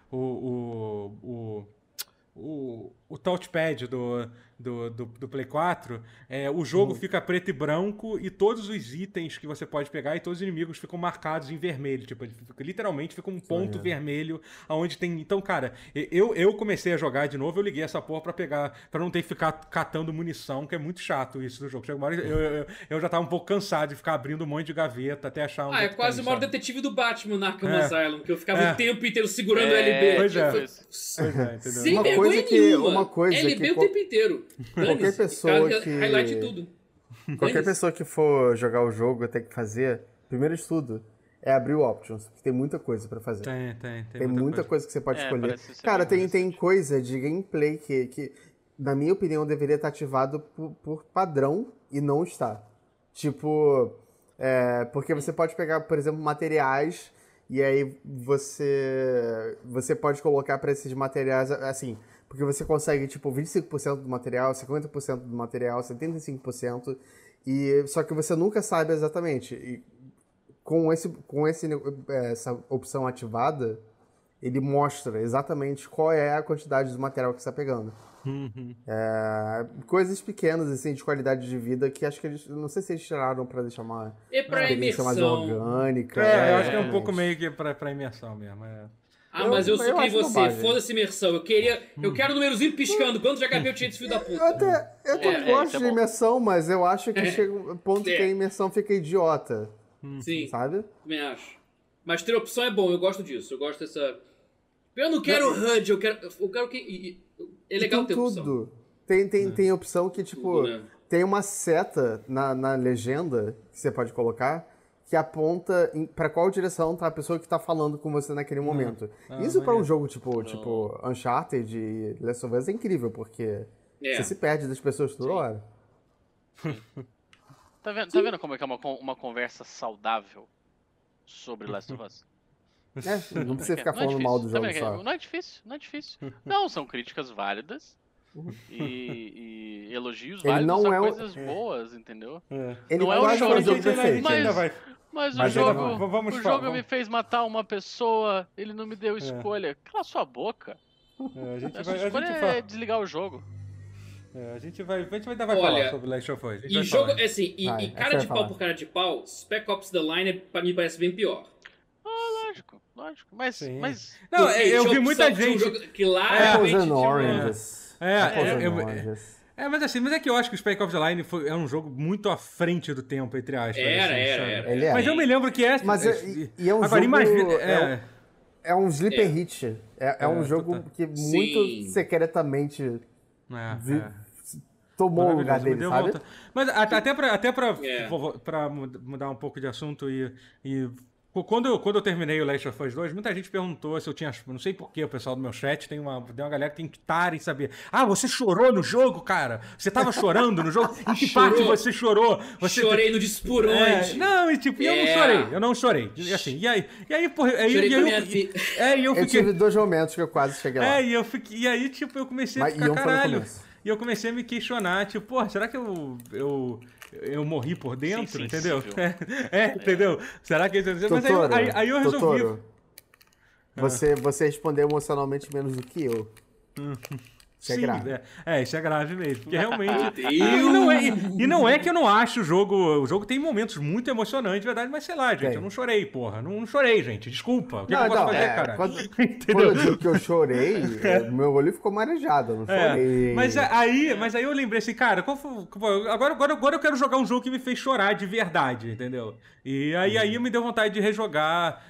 o touchpad do Play 4, o jogo fica preto e branco e todos os itens que você pode pegar e todos os inimigos ficam marcados em vermelho. Tipo, literalmente fica um ponto vermelho aonde tem... Então, cara, eu comecei a jogar de novo, eu liguei essa porra pra não ter que ficar catando munição, que é muito chato isso do jogo. Chega uma hora, eu já tava um pouco cansado de ficar abrindo um monte de gaveta até achar um... é quase o maior detetive do Batman na Arkham Asylum, que eu ficava o tempo inteiro segurando o LB. Pois entendeu? Sem vergonha nenhuma. Uma coisa LB o tempo inteiro. Qualquer pessoa que... Highlight tudo. Qualquer pessoa que for jogar o jogo tem que fazer, primeiro de tudo, é abrir o Options, porque tem muita coisa pra fazer. Tem muita coisa que você pode escolher. Cara, tem coisa de gameplay que, na minha opinião, deveria estar ativado por padrão e não está. Tipo, porque você pode pegar, por exemplo, materiais e aí você pode colocar pra esses materiais, assim... Porque você consegue, tipo, 25% do material, 50% do material, 75%, só que você nunca sabe exatamente. E com essa opção ativada, ele mostra exatamente qual é a quantidade do material que você está pegando. Coisas pequenas, assim, de qualidade de vida, que acho que eles... Não sei se eles tiraram pra deixar uma experiência mais orgânica. Eu acho que é um pouco meio que pra imersão mesmo, mas eu sou que você, foda-se imersão. Eu quero o númerozinho piscando. Quanto de HP eu tinha desse filho da puta? Eu gosto de imersão, mas eu acho que chega um ponto que a imersão fica idiota. Sim. Sabe? Também acho. Mas ter opção é bom, eu gosto disso. Eu gosto dessa... Eu não quero HUD, eu quero que... É legal ter opção. Tudo. Tem opção que, tipo, Tudo, né? tem uma seta na legenda que você pode colocar que aponta pra qual direção tá a pessoa que tá falando com você naquele momento. Isso pra um jogo tipo Uncharted e Last of Us é incrível, porque você se perde das pessoas toda hora. Tá vendo como é que é uma conversa saudável sobre Last of Us? Não precisa ficar Não é falando mal do difícil. jogo só. Não é difícil. Não, são críticas válidas e elogios Ele válidos não são é coisas boas, entendeu? Ele Não é quase um foi jogo perfeito. Mas o Mas jogo me fez matar uma pessoa, ele não me deu escolha. Cala sua boca. A sua escolha é desligar o jogo. A gente vai falar sobre Last of Us. E jogo, assim, e cara de pau por cara de pau, Spec Ops The Line me parece bem pior. Lógico. Mas não, eu vi muita gente... que lá Apples and Oranges. Mas é que eu acho que o Spec Ops The Line é um jogo muito à frente do tempo, entre aspas. Era. Ele é. Mas eu me lembro que é... Mas é um agora, jogo... imagina... É um sleeper hit. É um jogo que muito secretamente tomou o lugar dele, sabe? Mas até pra mudar um pouco de assunto e quando eu terminei o Last of Us 2, muita gente perguntou se eu tinha... Não sei porquê, o pessoal do meu chat tem uma galera que tem que estar em saber. Você chorou no jogo, cara? Você tava chorando no jogo? Em que parte você chorou? Chorei no Dispurante. Não, e tipo, eu não chorei. E assim, e aí, porra... Chorei com a minha vida. Eu tive 2 momentos que eu quase cheguei lá. E aí, tipo, eu comecei a ficar caralho. E eu comecei a me questionar, tipo, porra, será que eu morri por dentro, entendeu? Entendeu? Será que... Mas aí eu resolvi... Totoro, você respondeu emocionalmente menos do que eu. Isso é grave. Isso é grave mesmo. Porque realmente... E não é que eu não acho o jogo... O jogo tem momentos muito emocionantes, de verdade, mas sei lá, gente, eu não chorei, porra. Não chorei, gente. Desculpa. O que eu posso fazer, cara? Quando eu digo que eu chorei, meu olho ficou marejado, eu não chorei. Mas aí eu lembrei assim, cara, agora eu quero jogar um jogo que me fez chorar de verdade, entendeu? E aí me deu vontade de rejogar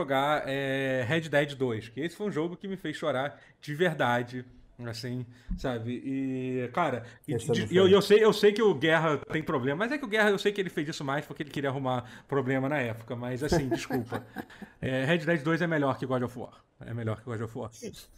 Red Dead 2, que esse foi um jogo que me fez chorar de verdade. Assim, sabe? E, cara, eu sei que o Guerra tem problema, mas é que o Guerra, eu sei que ele fez isso mais porque ele queria arrumar problema na época, mas assim, desculpa. Red Dead 2 é melhor que God of War. É melhor que God of War.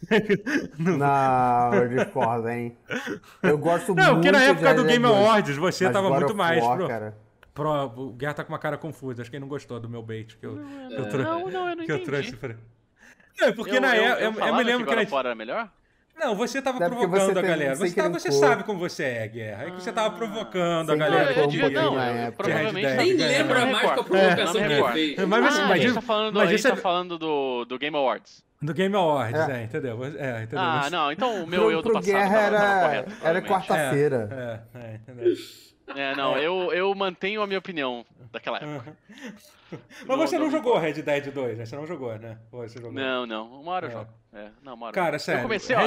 Não, eu discordo, hein? Eu gosto muito. Não, porque na época do Game Awards você tava God muito of mais War, cara. O Guerra tá com uma cara confusa, acho que ele não gostou do meu bait que eu não entendi. trouxe pra ele. Porque na época eu me lembro que God of War era melhor? Não, você tava provocando a galera. Você sabe como você é, Guerra. É que você tava provocando a galera. Provavelmente nem lembra mais com a provocação que ele fez. Mas a gente tá falando do Game Awards. Do Game Awards, entendeu? Entendeu? Não, então o meu eu do passado Guerra era quarta-feira. Entendeu? Eu mantenho a minha opinião daquela época. Mas você não jogou Red Dead 2, né? Você não jogou, né? Ou você jogou? Não. Uma hora eu jogo. Uma hora. Cara, sério. Eu comecei,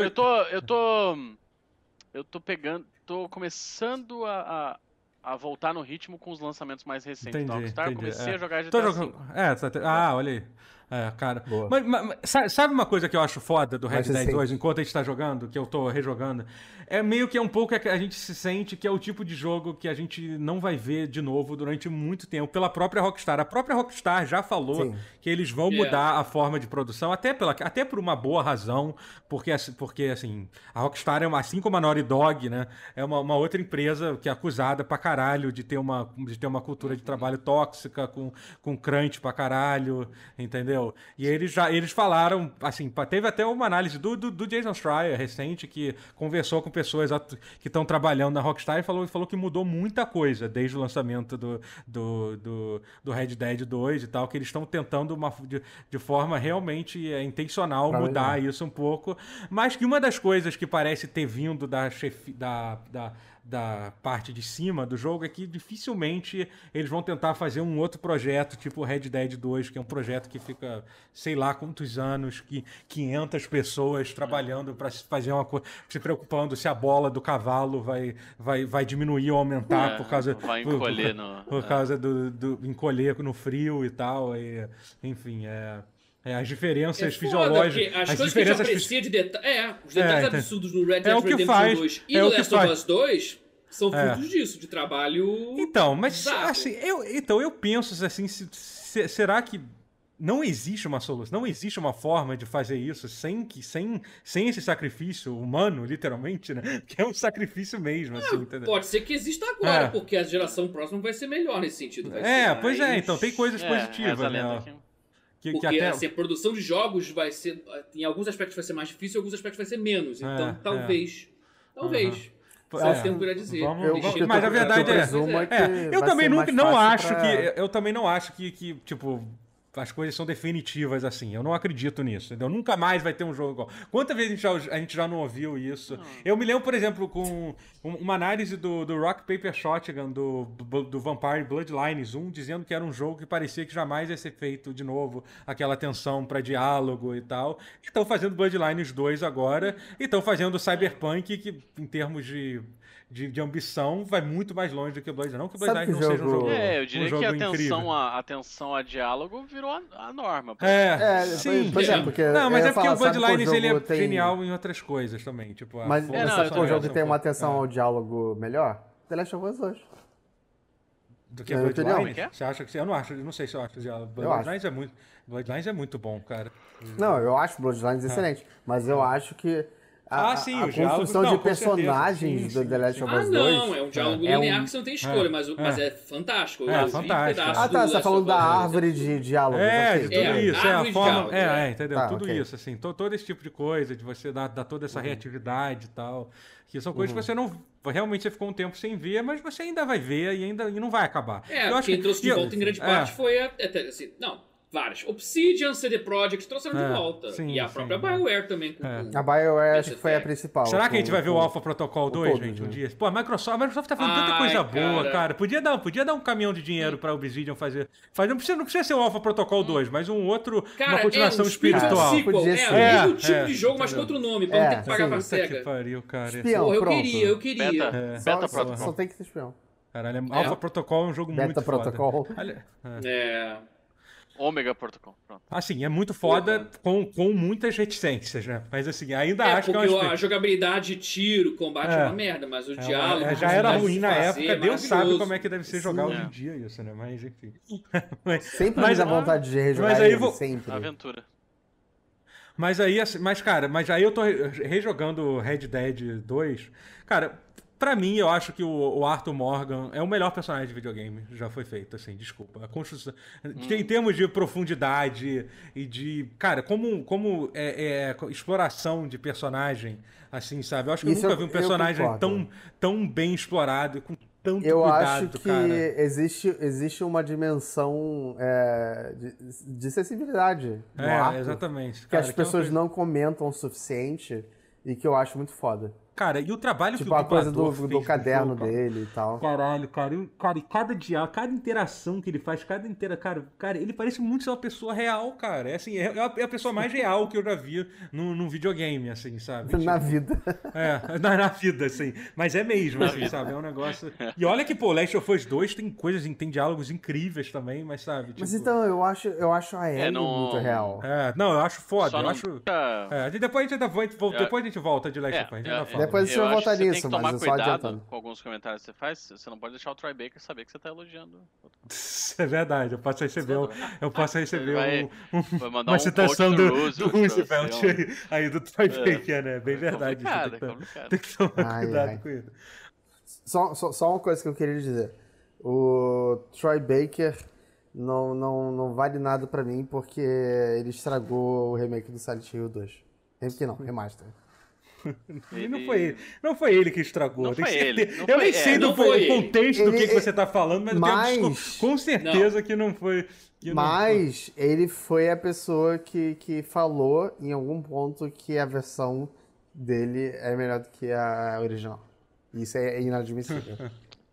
eu tô começando a voltar no ritmo com os lançamentos mais recentes da Rockstar. Comecei a jogar GTA V. Olha aí. Cara. Mas sabe uma coisa que eu acho foda do Red Dead 2 enquanto a gente tá jogando, que eu tô rejogando? É meio que um pouco a gente se sente que é o tipo de jogo que a gente não vai ver de novo durante muito tempo pela própria Rockstar. A própria Rockstar já falou que eles vão mudar a forma de produção, até por uma boa razão, porque assim, a Rockstar, assim como a Naughty Dog, né, é uma outra empresa que é acusada pra caralho de ter uma cultura de trabalho tóxica, com crunch pra caralho, entendeu? E eles falaram, assim, teve até uma análise do Jason Schreier recente, que conversou com pessoas que estão trabalhando na Rockstar e falou que mudou muita coisa desde o lançamento do Red Dead 2 e tal, que eles estão tentando de forma realmente intencional mudar isso um pouco, mas que uma das coisas que parece ter vindo da parte de cima do jogo é que dificilmente eles vão tentar fazer um outro projeto tipo Red Dead 2, que é um projeto que fica fica, sei lá quantos anos, 500 pessoas trabalhando para fazer uma coisa, se preocupando se a bola do cavalo vai diminuir ou aumentar por causa vai encolher por causa do encolher no frio e tal, enfim, as diferenças fisiológicas. As as coisas que a gente diferenças aprecia de detalhes. Os detalhes absurdos no Red Dead o que Redemption faz, 2 e é no o que Last of faz. Us 2 são frutos disso, de trabalho. Então, mas bizarro. assim, eu penso assim, será que não existe uma solução, não existe uma forma de fazer isso sem esse sacrifício humano, literalmente, né? Que é um sacrifício mesmo, assim, entendeu? Pode ser que exista agora, porque a geração próxima vai ser melhor nesse sentido. Vai ser Pois mais... então tem coisas positivas, essa né? lenda que Porque até... assim, a produção de jogos vai ser. Em alguns aspectos vai ser mais difícil, em alguns aspectos vai ser menos. Então, talvez. Só o tempo irá dizer. Mas a verdade eu também não acho que, tipo, as coisas são definitivas assim. Eu não acredito nisso, entendeu? Nunca mais vai ter um jogo igual. Quantas vezes a gente já não ouviu isso? Eu me lembro, por exemplo, com uma análise do Rock Paper Shotgun do Vampire Bloodlines 1, dizendo que era um jogo que parecia que jamais ia ser feito de novo, aquela atenção pra diálogo e tal. E estão fazendo Bloodlines 2 agora, e estão fazendo Cyberpunk, que em termos de ambição vai muito mais longe do que o Bloodlines. Não que o Bloodlines não seja um jogo eu diria jogo que incrível. a atenção a diálogo virou a norma. Sim. Pois porque não, mas é porque o sabe Bloodlines ele é tem... genial em outras coisas também. Tipo, mas sabe qual jogo que tem uma atenção ao diálogo melhor? The Last of Us 2. Do que Bloodlines? Você acha que... Eu não acho, não sei se eu acho o diálogo. Bloodlines é muito bom, cara. Não, eu acho Bloodlines excelente, mas eu acho que a construção diálogo, de personagens do The Last of Us 2... não, é um diálogo linear que você não tem escolha, mas é fantástico. Fantástico. Você tá falando da árvore de diálogo. De tudo isso, a forma... entendeu? Tudo okay. isso, assim, todo esse tipo de coisa, de você dar toda essa reatividade e tal, que são coisas que você não... Realmente você ficou um tempo sem ver, mas você ainda vai ver e não vai acabar. Quem trouxe de volta em grande parte foi assim, várias. Obsidian, CD Projekt trouxeram de volta. Sim, e a própria BioWare também. A BioWare acho que foi a principal. Será que a gente vai ver o Alpha Protocol 2, gente, um dia? Pô, a Microsoft tá fazendo tanta coisa boa, cara. Podia dar um caminhão de dinheiro pra Obsidian fazer. Não precisa ser o Alpha Protocol 2, mas uma continuação espiritual. Podia ser. É o mesmo tipo de jogo, mas com outro nome, pra não ter que pagar pra SEGA. Que pariu, cara. Espião, eu queria. Beta Protocol. Só tem que ser espião. Caralho, Alpha Protocol é um jogo muito foda. Beta Protocol. Omega Protocol, pronto. Assim, é muito foda com muitas reticências, né? Mas assim, ainda acho que é uma... a jogabilidade, tiro, combate é uma merda, mas o diálogo... já era ruim na época, Deus sabe como é que deve ser jogar hoje em dia isso, né? Mas enfim... Sempre dá vontade de rejogar sempre. Aventura. Mas aí eu tô rejogando Red Dead 2, cara... Pra mim, eu acho que o Arthur Morgan é o melhor personagem de videogame já foi feito, assim, desculpa. A construção, em termos de profundidade e de... Cara, como exploração de personagem, assim, sabe? Eu acho que eu nunca vi um personagem tão bem explorado e com tanto eu cuidado, acho que cara. Existe uma dimensão de sensibilidade no Arthur, exatamente. Que as pessoas não comentam o suficiente e que eu acho muito foda. Cara, e o trabalho que o a coisa do caderno dele e tal. Caralho, cara, e cada diálogo, cada interação que ele faz, cara, ele parece muito ser uma pessoa real, cara. É assim, é a pessoa mais real que eu já vi num videogame, assim, sabe? Na vida. Na vida, assim. Mas é mesmo, assim, sabe? É um negócio... E olha que, pô, Last of Us 2 tem diálogos incríveis também, mas sabe? Tipo... Mas então, eu acho a Ellie muito real. Não, eu acho foda. Só eu não... acho... Depois a gente volta de Last of Us, a gente ainda fala. Depois você vai voltar nisso, mas eu só tomar cuidado com alguns comentários que você faz. Você não pode deixar o Troy Baker saber que você tá elogiando. É verdade, eu posso receber uma citação do Roosevelt aí do Troy Baker, né? Bem verdade. Tem que tomar cuidado com isso. Só uma coisa que eu queria dizer. O Troy Baker não vale nada pra mim porque ele estragou o remake do Silent Hill 2. Remake não, remaster. Não foi ele que estragou. Não foi ele. Eu nem sei do contexto do que você tá falando, mas eu tenho com certeza que não foi. Mas ele foi a pessoa que falou em algum ponto que a versão dele é melhor do que a original. Isso é inadmissível.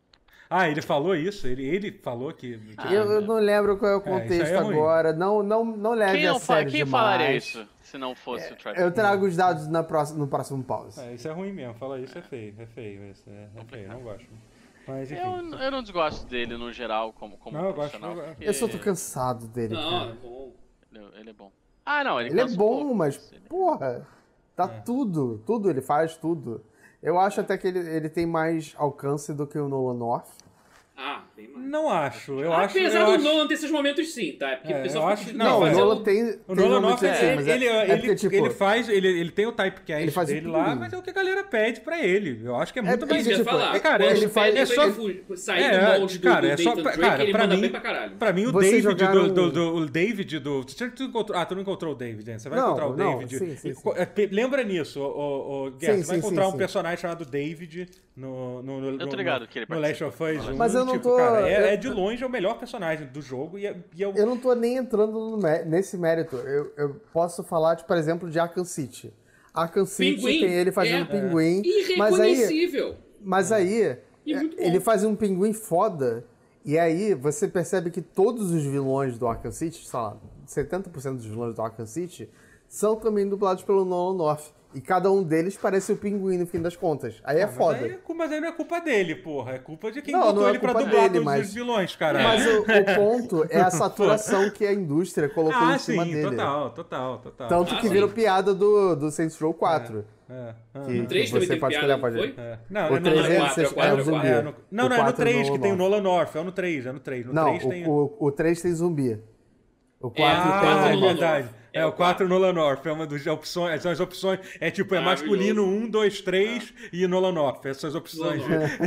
Ah, ele falou isso? Ele falou que... Eu não lembro qual é o isso aí contexto é ruim. agora. Não leve a sério Quem demais. falaria isso se não fosse o Tribeca? Eu trago os dados no próximo pause. Isso é ruim mesmo, falar isso é feio, isso é feio, não gosto. Mas enfim. Eu não desgosto dele no geral como Não, eu gosto, profissional. eu- porque Eu só tô cansado dele, Não, cara. é bom. Ele é bom. Ah, não, ele Ele é cansa um bom, pouco, mas, porra, tá tudo, ele faz tudo. Eu acho até que ele tem mais alcance do que o Nolan North. Ah, bem mais. Não acho, Apesar do Nolan ter esses momentos sim, tá? É porque o eu pessoal acho- fica não, Não, o mas Nolan tem O Nolan momentos North, assim, mas ele tem o typecast ele faz dele tudo. lá, mas é o que a galera pede pra ele. Eu acho que é muito porque, mais... Isso que eu ia tipo, falar. cara, Quando ele ele faz- pede é pra só- ele sair do molde do é só Nathan Drake, cara, ele pra manda mim, bem pra caralho. Pra mim, o Vocês David jogaram- o David do... Tu encontrou, tu não encontrou o David, né? Você vai Não, encontrar o não, David. sim. Lembra nisso, o Guerra, Sim, você vai sim, encontrar sim, um sim. personagem chamado David Eu tô ligado que ele no Last of Us 1. Mas eu não tipo, tô- cara, eu- é de longe o melhor personagem do jogo e é Eu não tô nem entrando nesse mérito. Eu posso falar, tipo, por exemplo, de Arkham City. Arkham City Pinguim. tem ele fazendo pinguim. Irreconhecível. Mas aí, E muito bom. ele faz um pinguim foda. E aí, você percebe que todos os vilões do Arkham City, sei lá, 70% dos vilões do Arkham City, são também dublados pelo Nolan North. E cada um deles parece o pinguim no fim das contas. Aí é foda. Mas aí não é culpa dele, porra. É culpa de quem Não, botou não é ele pra culpa dublar dele, todos mas- os vilões, cara. Mas o ponto é a saturação que a indústria colocou em cima sim, dele. total. Tanto que sim. virou piada do Saints Row 4. Que, O 3 que também você teve pode piada, escolher, não pode foi? Não, O não, 3 não, é, quatro, é quatro, o zumbi. é, não, O é no 4 3 que tem o North. Nolan North, é no 3, é no 3. No Não, 3 tem... o 3 tem zumbi. O 4 o tem... quatro é Nolan verdade. North. É o 4 Nolan North, é uma das opções, são as opções, é tipo, é Maravilhoso. masculino 1, 2, 3 e Nolan North, essas opções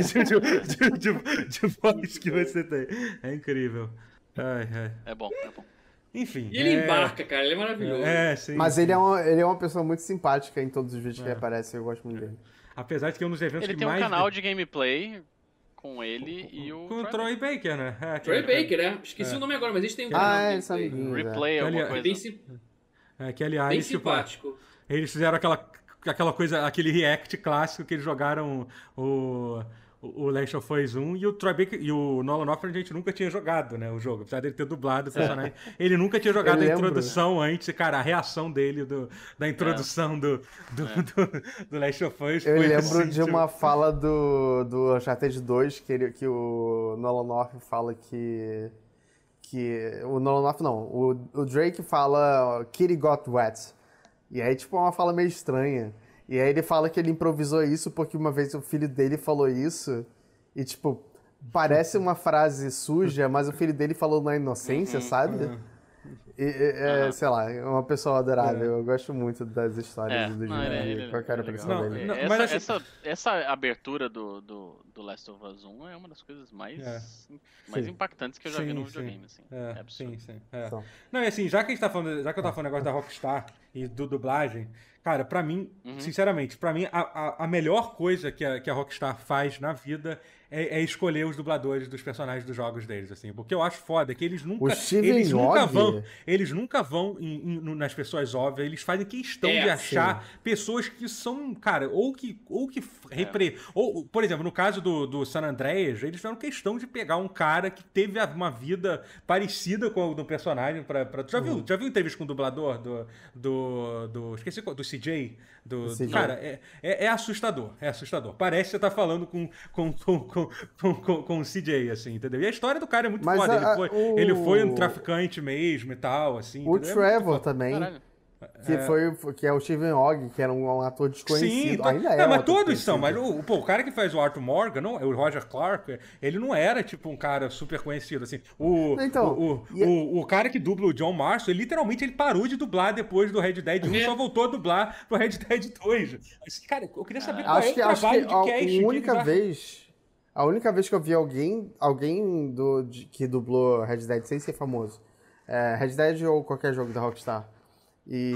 de voz que você tem. É incrível. Ai. É bom. Enfim. E ele embarca, cara, ele é maravilhoso. Sim. Mas sim. ele é uma pessoa muito simpática em todos os vídeos que ele aparece, eu gosto muito dele. Apesar de que um dos eventos Ele que tem um mais... canal de gameplay com ele e o Com o Troy Baker, né? Troy Baker, né? Esqueci o nome agora, mas eles têm um canal de eles são gameplay. amiguinhos. Replay, alguma Aliás, coisa. Que aliás, Bem tipo, simpático. eles fizeram aquela coisa, aquele react clássico que eles jogaram o Last of Us 1 e o Troy Baker e o Nolan North a gente nunca tinha jogado, né, o jogo. Apesar dele ter dublado o personagem, ele nunca tinha jogado Eu a lembro. introdução antes, e, cara, a reação dele da introdução do Last of Us Eu foi lembro assim, de uma fala do Uncharted 2 que o Nolan North fala que o Nolan North não, o Drake fala Kitty got wet. E aí, tipo, é uma fala meio estranha. E aí ele fala que ele improvisou isso porque uma vez o filho dele falou isso e, tipo, parece uma frase suja, mas o filho dele falou na inocência, sabe? Sei lá, é uma pessoa adorável. Eu gosto muito das histórias do não, Júnior. Qual que era a legal. pessoa dele? Não, mas assim- Essa abertura do Last of Us 1 é uma das coisas mais Sim. impactantes que eu já vi no Sim, videogame. Assim. É, absurdo. sim. Então. Não, e assim, já que eu tava falando negócio da Rockstar e do dublagem, cara, pra mim, sinceramente, pra mim, a melhor coisa que a Rockstar faz na vida é escolher os dubladores dos personagens dos jogos deles, assim, porque eu acho foda que eles nunca vão nas pessoas óbvias, eles fazem questão de achar pessoas que são, cara, ou por exemplo, no caso do San Andreas, eles fizeram questão de pegar um cara que teve uma vida parecida com a do personagem já viu entrevista com o dublador esqueci, do CJ? Cara, é assustador, parece que você tá falando com o CJ, assim, entendeu? E a história do cara é muito Mas foda, ele foi um traficante mesmo e tal, assim. O entendeu? Trevor também, Caralho. que é o Steven Ogg, que era um ator desconhecido. Sim, Ainda é não, um mas ator todos são, mas desconhecido. o cara que faz o Arthur Morgan, não, o Roger Clark, ele não era tipo um cara super conhecido, assim. O cara que dubla o John Marston, literalmente ele parou de dublar depois do Red Dead 1 e só voltou a dublar pro Red Dead 2. Assim, cara, eu queria saber qual é o trabalho de casting. A única vez que eu vi alguém que dublou Red Dead sem ser famoso, Red Dead ou qualquer jogo da Rockstar, e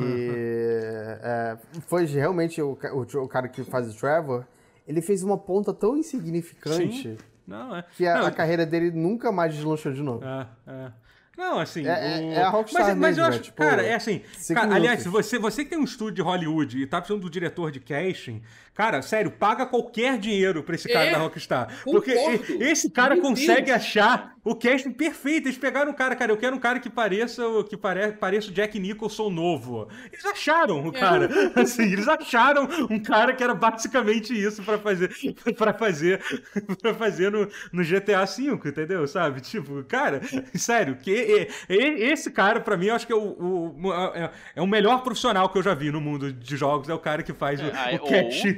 foi realmente o cara que faz o Trevor, ele fez uma ponta tão insignificante Sim. Não, que a carreira dele nunca mais deslanchou de novo. Não, assim. É a Rockstar mas eu mesmo, acho, tipo, cara, é assim. 5 Cara, aliás, minutos. você que tem um estúdio de Hollywood e tá precisando do diretor de casting, Cara, sério, paga qualquer dinheiro pra esse cara da Rockstar. Concordo. Porque esse cara Meu consegue Deus. achar o casting perfeito. Eles pegaram um cara, eu quero um cara que pareça o Jack Nicholson novo. Eles acharam o cara. Assim, eles acharam um cara que era basicamente isso pra fazer no GTA V, entendeu? Sabe? Tipo, cara, sério, esse cara, pra mim, eu acho que é o melhor profissional que eu já vi no mundo de jogos, é o cara que faz o casting.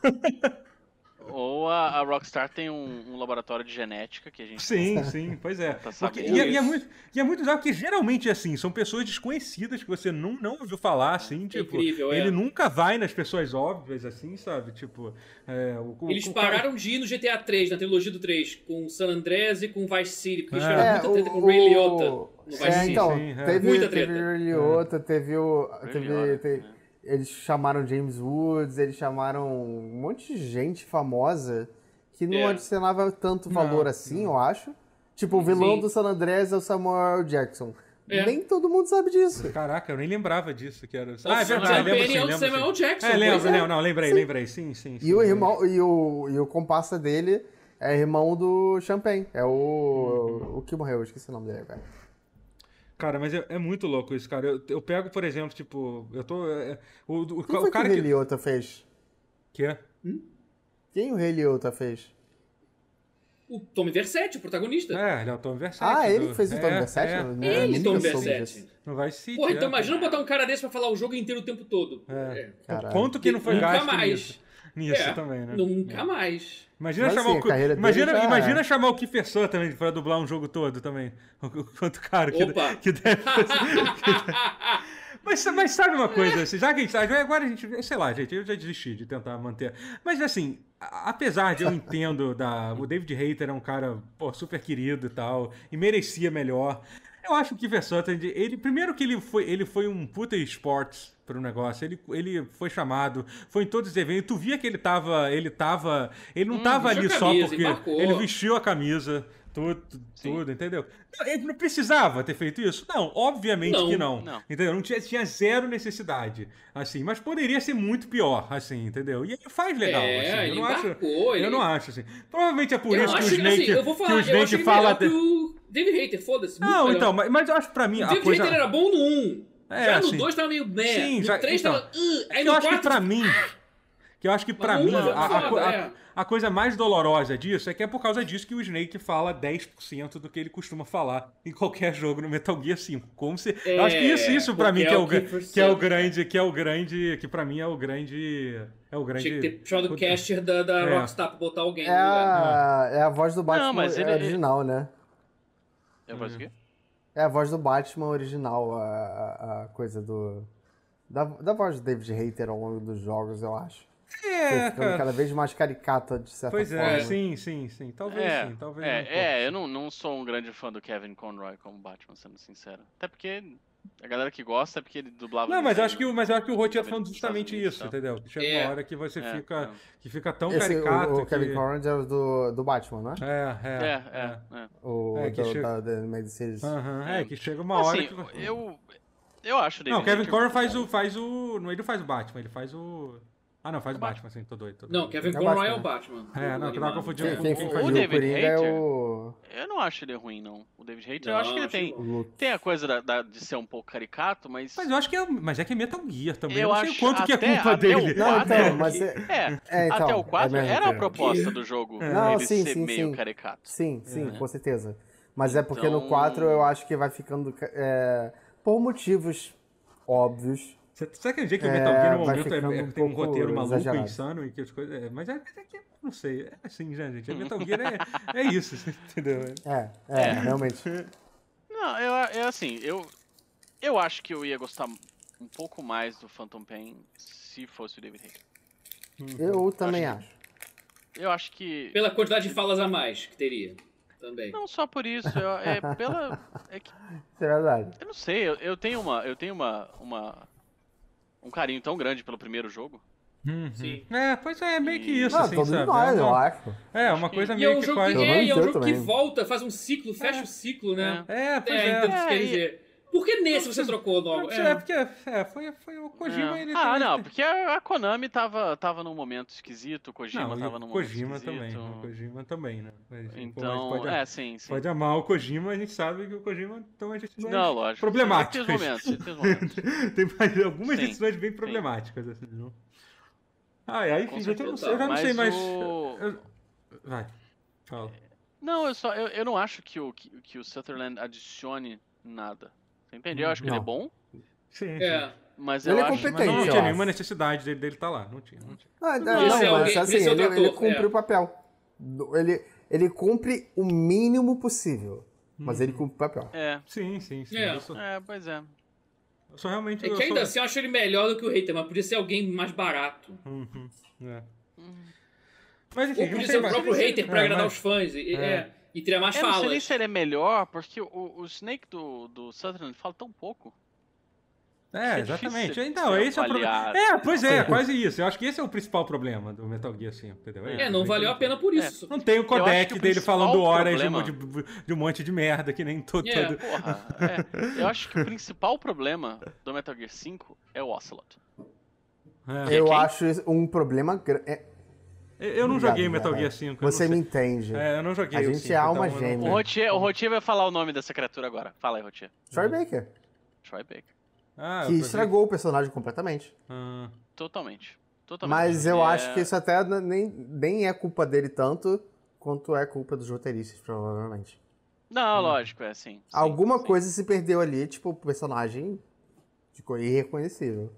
Ou a Rockstar tem um laboratório de genética que a gente... Sim, pois é. Tá Porque, sabendo e é muito legal que geralmente assim, são pessoas desconhecidas que você não ouviu falar, assim, tipo, incrível, ele nunca vai nas pessoas óbvias, assim, sabe? Tipo, Eles pararam de ir no GTA 3, na trilogia do 3, com San Andreas e com Vice City, porque eles tiveram muita treta com o Ray Liotta no Vice City. Então, teve Muita o treta. Ray Liotta, teve eles chamaram James Woods, eles chamaram um monte de gente famosa que não adicionava tanto valor assim, eu acho. Tipo, o vilão do San Andreas é o Samuel Jackson. Nem todo mundo sabe disso. Caraca, eu nem lembrava disso. Que era... É verdade, lembro sim. Samuel Jackson. Lembrei, sim. E o irmão, e o comparsa dele é irmão do Champagne. É o que morreu, eu esqueci o nome dele agora. Cara, mas é muito louco isso, cara. Eu pego, por exemplo, tipo, eu tô... o Quem cara que o Ray Liotta fez? Que? Quem o Ray Liotta fez? O Tommy Vercetti, o protagonista. Ele é o Tommy Vercetti. Ele que fez o Tommy Vercetti? Ele, Tommy Vercetti. Não vai se Porra, então imagina botar um cara desse pra falar o jogo inteiro o tempo todo. Quanto que não foi gasto mais. Nisso também, né? Nunca mais. Imagina imagina chamar o Kiefer Sutherland pra dublar um jogo todo também. Quanto caro que deve mas sabe uma coisa, assim, já que agora a gente, sei lá, gente, eu já desisti de tentar manter. Mas assim, apesar de eu entendo o David Hayter é um cara, super querido e tal, e merecia melhor. Eu acho que o Kiefer Sutherland, primeiro que ele foi um puta esportes pro negócio, ele foi chamado, foi em todos os eventos, tu via que ele não tava ali só porque ele vestiu a camisa, tudo, entendeu? Ele não precisava ter feito isso? Não, obviamente que não. Entendeu? Não tinha zero necessidade, assim, mas poderia ser muito pior, assim, entendeu? E ele faz legal, assim, eu não acho, assim. Provavelmente é por isso que o Snake fala... David Hayter, foda-se. Não, então, mas eu acho que pra mim... O David Hayter era bom no 1. Já no 2 tava meio bem. Sim, no 3 tava... Aí no 4... eu acho que pra mim, a coisa mais dolorosa disso é que é por causa disso que o Snake fala 10% do que ele costuma falar em qualquer jogo no Metal Gear 5. Como se... eu acho que isso pra mim que pra mim é o grande... Tinha que ter puxado o caster da Rockstar pra botar alguém no lugar. É a voz do Batman original, né? É a voz do quê? É a voz do Batman original, a coisa da voz do David Hayter ao longo dos jogos, eu acho. Foi ficando cada vez mais caricata, de certa forma. Pois é, sim. Talvez talvez eu não sou um grande fã do Kevin Conroy como Batman, sendo sincero. Até porque a galera que gosta é porque ele dublava... Não, mas eu acho que o Rotier tá falando justamente isso, entendeu? Chega uma hora que você fica tão caricato. O Kevin Conroy é o do Batman, não é? O da Medicines. Que chega uma hora que... Eu acho dele. Não, o Kevin Conroy faz o... Ele não faz o Batman, ele faz o... Ah, não, faz o Batman, sim, tô doido. Não, Kevin Conroy é o Batman. Não, tava confundindo com o David Hayter. Eu não acho ele ruim, não. O David Hayter, eu acho que ele tem a coisa de ser um pouco caricato, mas... Mas eu acho que é Metal Gear também. Eu não sei acho quanto que é culpa dele. Até o 4 era a proposta do jogo, ele ser meio caricato. Sim, com certeza. Mas é porque no 4 eu acho que vai ficando... por motivos óbvios. Você acredita que o Metal Gear no momento tem um roteiro maluco, insano e que as coisas... Mas é que, não sei, é assim, já, gente. Metal Gear é isso, entendeu? Realmente. Não, eu acho que eu ia gostar um pouco mais do Phantom Pain se fosse o David Hayter. Eu também acho. Eu acho que... Pela quantidade de falas a mais que teria. Também. Não só por isso, é verdade. Eu não sei, eu tenho um carinho tão grande pelo primeiro jogo. Sim. Pois é meio que isso, assim, todos sabe? Nós, eu acho. Uma coisa meio que quase... É um jogo que volta, faz um ciclo, fecha o ciclo, né? Pois é. Então, quer dizer... Por que nesse você trocou logo? Porque foi o Kojima, ele não, porque a Konami tava num momento esquisito, o Kojima tava num momento esquisito. O Kojima também, né? Então, sim. Pode amar o Kojima, a gente sabe que o Kojima toma decisões lógico. problemáticas. Tem momentos. Tem algumas decisões bem problemáticas, assim, não? Aí, enfim, eu já não sei mais... Vai, fala. Não, eu não acho que o Sutherland adicione nada. Você entendeu? Eu acho que ele é bom. Sim. Mas ele eu é acho competente. Não eu tinha acho. nenhuma necessidade dele estar lá. Não tinha. Mas assim, ele cumpre o papel. Ele cumpre o mínimo possível. Mas ele cumpre o papel. Sim. Pois é. Eu sou realmente... É que ainda assim eu acho ele melhor do que o Hater, mas podia ser alguém mais barato. Mas enfim, ou podia ser o próprio Hater pra agradar os fãs. E teria mais Eu falas. não sei nem se ele é melhor, porque o Snake do Sutherland fala tão pouco. Exatamente. difícil Então, ser esse é o problema. avaliado. Pois é, quase isso. Eu acho que esse é o principal problema do Metal Gear 5, entendeu? Não valeu a pena por isso. Não tem o Eu acho codec que o dele falando horas problema- de um monte de merda, que nem todo... Porra, eu acho que o principal problema do Metal Gear 5 é o Ocelot. Eu acho um problema grande. Eu não joguei Metal Gear 5. Você me entende. Eu não joguei A o gente 5, é alma então eu não- gêmea. O Rotier vai falar o nome dessa criatura agora. Fala aí, Rotier. Troy Baker. Troy Baker. Que estragou o personagem completamente. Totalmente. Mas eu acho que isso até nem é culpa dele tanto quanto é culpa dos roteiristas, provavelmente. Não, lógico, sim. Alguma coisa se perdeu ali, tipo, o personagem ficou irreconhecível.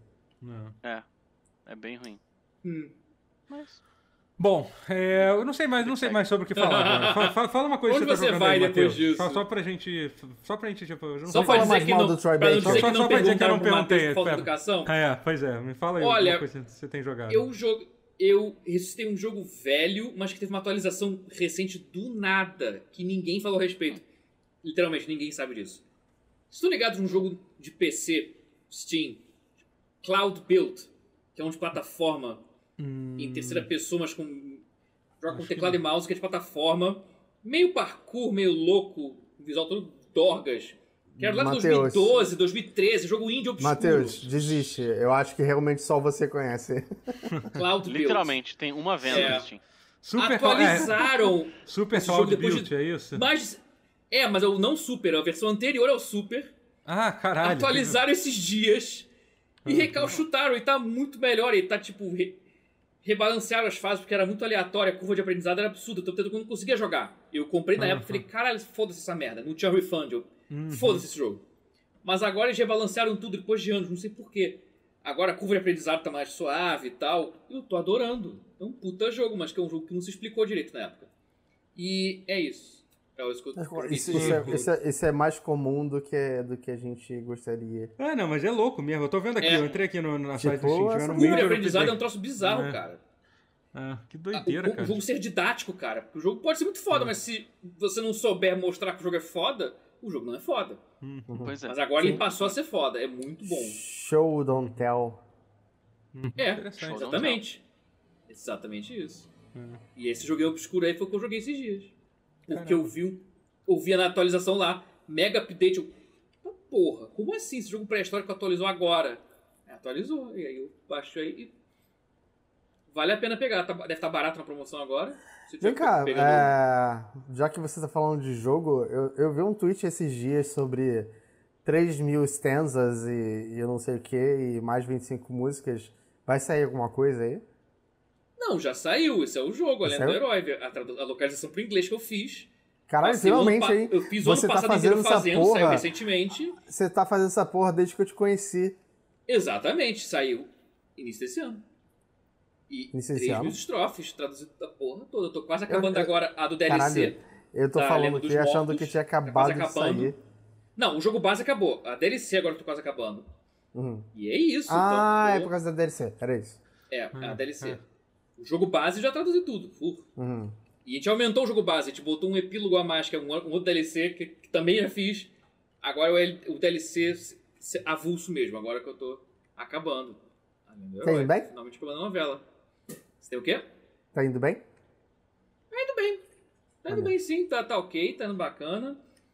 É bem ruim. Mas... Bom, eu não sei mais sobre o que falar agora. Fala uma coisa Onde que você tá jogando vai aí, depois Matheus. disso? Só pra gente, tipo... eu não Só sei. pra fala mais dizer que mal não, do Troy pra não Baker. dizer que Só não pra dizer que eu não perguntaram pro Matheus perguntei. por falta de educação. Pois é. Me fala aí Olha, alguma coisa que você tem jogado. Eu ressuscitei um jogo velho, mas que teve uma atualização recente do nada, que ninguém falou a respeito. Literalmente, ninguém sabe disso. Estão ligados num jogo de PC, Steam, Cloud Build, que é um de plataforma em terceira pessoa, mas joga com teclado e mouse, que é de plataforma, meio parkour, meio louco, visual todo dorgas. Que era lá de Mateus. 2012, 2013, jogo indie obscuro. Matheus, desiste. Eu acho que realmente só você conhece. Cloud Build. Literalmente, tem uma venda no Steam. Atualizaram Super esse jogo Cloud depois Build, é isso? mas é o não Super, a versão anterior ao Super. Caralho. Atualizaram esses dias e recalchutaram, e tá muito melhor. E tá tipo. Rebalancearam as fases porque era muito aleatória, a curva de aprendizado era absurda. Tanto que eu não conseguia jogar. Eu comprei na época e falei, caralho, foda-se essa merda. Não tinha refund. Foda-se esse jogo. Mas agora eles rebalancearam tudo depois de anos, não sei porquê. Agora a curva de aprendizado tá mais suave e tal. Eu tô adorando. É um puta jogo, mas que é um jogo que não se explicou direito na época. E é isso. Isso é mais comum do que a gente gostaria. Não, mas é louco mesmo. Eu tô vendo aqui, eu entrei aqui na site do Steam. A curva de aprendizado é um troço bizarro, cara. Que doideira, cara. O jogo ser didático, cara. Porque o jogo pode ser muito foda, mas se você não souber mostrar que o jogo é foda, o jogo não é foda. Pois é. Mas agora ele passou a ser foda. É muito bom. Show, don't tell. Exatamente. Exatamente isso. E esse jogo obscuro aí foi o que eu joguei esses dias. Porque eu vi na atualização lá, mega update. Porra, como assim? Esse jogo pré-histórico atualizou agora? Atualizou. E aí eu baixei e vale a pena pegar. Deve estar barato na promoção agora. Vem cá, já que você tá falando de jogo, eu vi um tweet esses dias sobre 3.000 stanzas e eu não sei o que, e mais 25 músicas. Vai sair alguma coisa aí? Não, já saiu. Esse é o jogo, a Lenda do Herói. A localização pro inglês que eu fiz. Caralho, finalmente, hein? Eu fiz o ano passado inteiro fazendo, saiu recentemente. Você tá fazendo essa porra desde que eu te conheci. Exatamente, saiu início desse ano. E 3.000 estrofes, traduzido da porra toda. Eu tô quase acabando agora a do DLC. Caralho, eu tô falando aqui achando que tinha acabado de sair. Não, o jogo base acabou. A DLC agora eu tô quase acabando. E é isso. É por causa da DLC, era isso. É a DLC. O jogo base já traduziu tudo. E a gente aumentou o jogo base, a gente botou um epílogo a mais, que é um outro DLC que também já fiz. Agora o DLC avulso mesmo, agora que eu tô acabando. Tá indo bem? Finalmente acabando a novela. Você tem o quê? Tá indo bem? Tá indo bem. Tá indo bem sim, tá ok, tá indo bacana.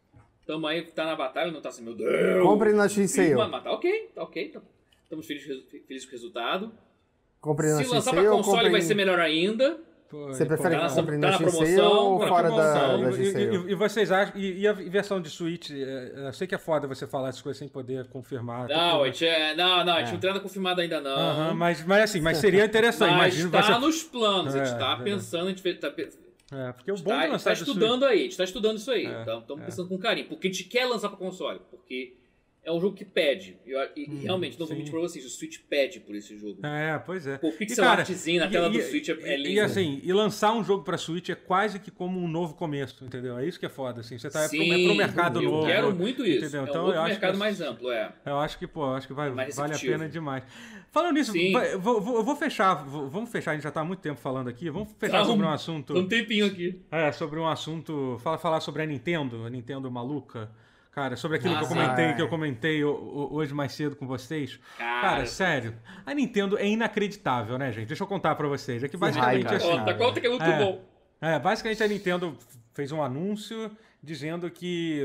tamo aí, tá na batalha, não tá assim, meu Deus. Compre na X-Sale. Mas tá ok. Estamos felizes com o resultado. Compre na Se lançar X-Sale pra ou console compre... vai ser melhor ainda. Você prefere tá que na- compre tá na na X-Sale promoção, ou tá na fora promoção. da X-Sale? E vocês acham. E a versão de Switch, eu sei que é foda você falar essas coisas sem poder confirmar. Não, a gente não tem nada confirmado ainda não. Aham, mas seria interessante. Mas Imagino tá você. nos planos, a gente tá verdade. pensando, a gente tá, Porque o bom de tá lançar do estudando aí, a gente tá estudando isso aí. É, Estamos pensando com carinho, porque a gente quer lançar pra console, porque é um jogo que pede. E realmente, não vou mentir pra vocês, o Switch pede por esse jogo. Pois é. Pô, o pixel artzinho na tela do Switch é lindo. E assim, lançar um jogo pra Switch é quase que como um novo começo, entendeu? É isso que é foda, assim. Você tá Sim, pro mercado eu novo. quero muito isso. Entendeu? É Então um outro eu acho mercado que mais amplo, Eu acho que vale Mais a receptivo. pena demais. Falando nisso, Sim. eu vou fechar. Vamos fechar, a gente já tá há muito tempo falando aqui. Vamos fechar Tá sobre um assunto. Tá um tempinho aqui. Sobre um assunto. Falar sobre a Nintendo maluca. Cara, sobre aquilo Ah, que eu comentei hoje mais cedo com vocês. Cara, Cara, sério. A Nintendo é inacreditável, né, gente? Deixa eu contar pra vocês. É que basicamente raiva, assim. Conta que é muito bom. Basicamente a Nintendo fez um anúncio dizendo que,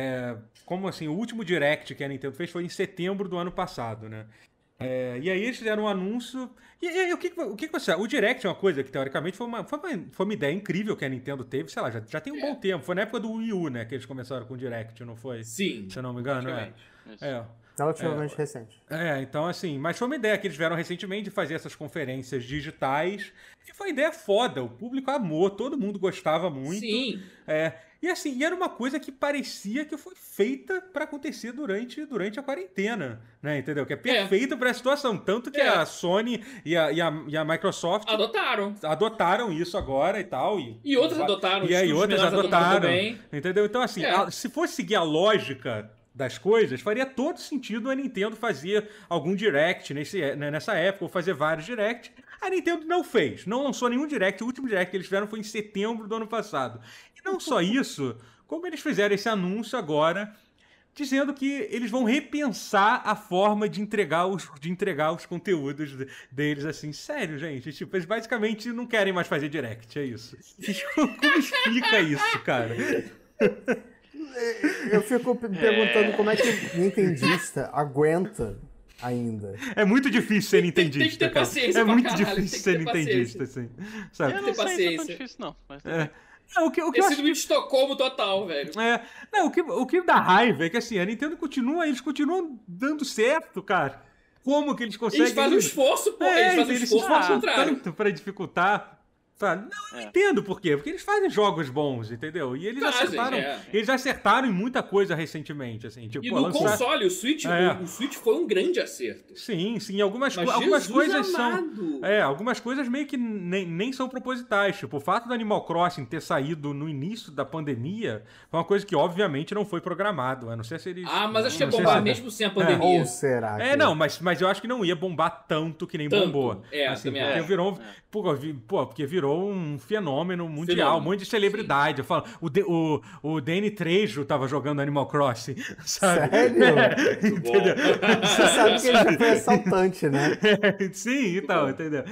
como assim, o último Direct que a Nintendo fez foi em setembro do ano passado, né? E aí eles fizeram um anúncio. E o que você acha? O Direct é uma coisa que, teoricamente, foi uma ideia incrível que a Nintendo teve, sei lá, já tem um bom tempo. Foi na época do Wii U, né, que eles começaram com o Direct, não foi? Sim. Se eu não me engano, praticamente. Relativamente recente. Então assim, mas foi uma ideia que eles tiveram recentemente de fazer essas conferências digitais. E foi uma ideia foda, o público amou, todo mundo gostava muito. Sim. E assim, era uma coisa que parecia que foi feita pra acontecer durante a quarentena, né? Entendeu? Que é perfeito pra situação. Tanto que a Sony e a Microsoft adotaram isso agora e tal. E outras adotaram. E aí os outras menores adotaram. também. Entendeu? Então assim, se fosse seguir a lógica das coisas, faria todo sentido a Nintendo fazer algum Direct nessa época, ou fazer vários Direct. A Nintendo não fez, não lançou nenhum Direct. O último Direct que eles fizeram foi em setembro do ano passado. E não só isso, como eles fizeram esse anúncio agora, dizendo que eles vão repensar a forma de entregar os conteúdos deles, assim. Sério, gente. Tipo, eles basicamente não querem mais fazer Direct, é isso. Como explica isso, cara? Eu fico perguntando como é que o nintendista aguenta ainda. É muito difícil ser nintendista. Tem que ter cara. paciência É pra muito caralho, difícil tem ser que ter nintendista, assim. Sabe? Eu não ter sei se é tão paciência. difícil, não. Mas O que eu Esse acho síndrome de Estocolmo total, velho. Não, o que dá raiva é que assim, a Nintendo eles continuam dando certo, cara. Como que eles conseguem? Eles fazem um esforço, pô. Eles fazem um se esforço ao esforçam contrário. tanto pra dificultar. Sabe? Não, eu entendo por quê. Porque eles fazem jogos bons, entendeu? E eles eles acertaram em muita coisa recentemente, assim. Tipo, E no console, o Switch foi um grande acerto. Sim, algumas coisas são. Algumas coisas meio que nem são propositais. Tipo, o fato do Animal Crossing ter saído no início da pandemia foi uma coisa que, obviamente, não foi programado. Eu não sei se eles. Mas acho que ia bombar mesmo sem a pandemia. Ou será que... Não, mas eu acho que não ia bombar tanto que nem bombou. Assim, também porque acho. Porque virou um fenômeno mundial, um monte de celebridade. Eu falo, o Danny Trejo tava jogando Animal Crossing, sabe? Sério? Entendeu? Você sabe que ele já foi assaltante, né? Sim, então, entendeu?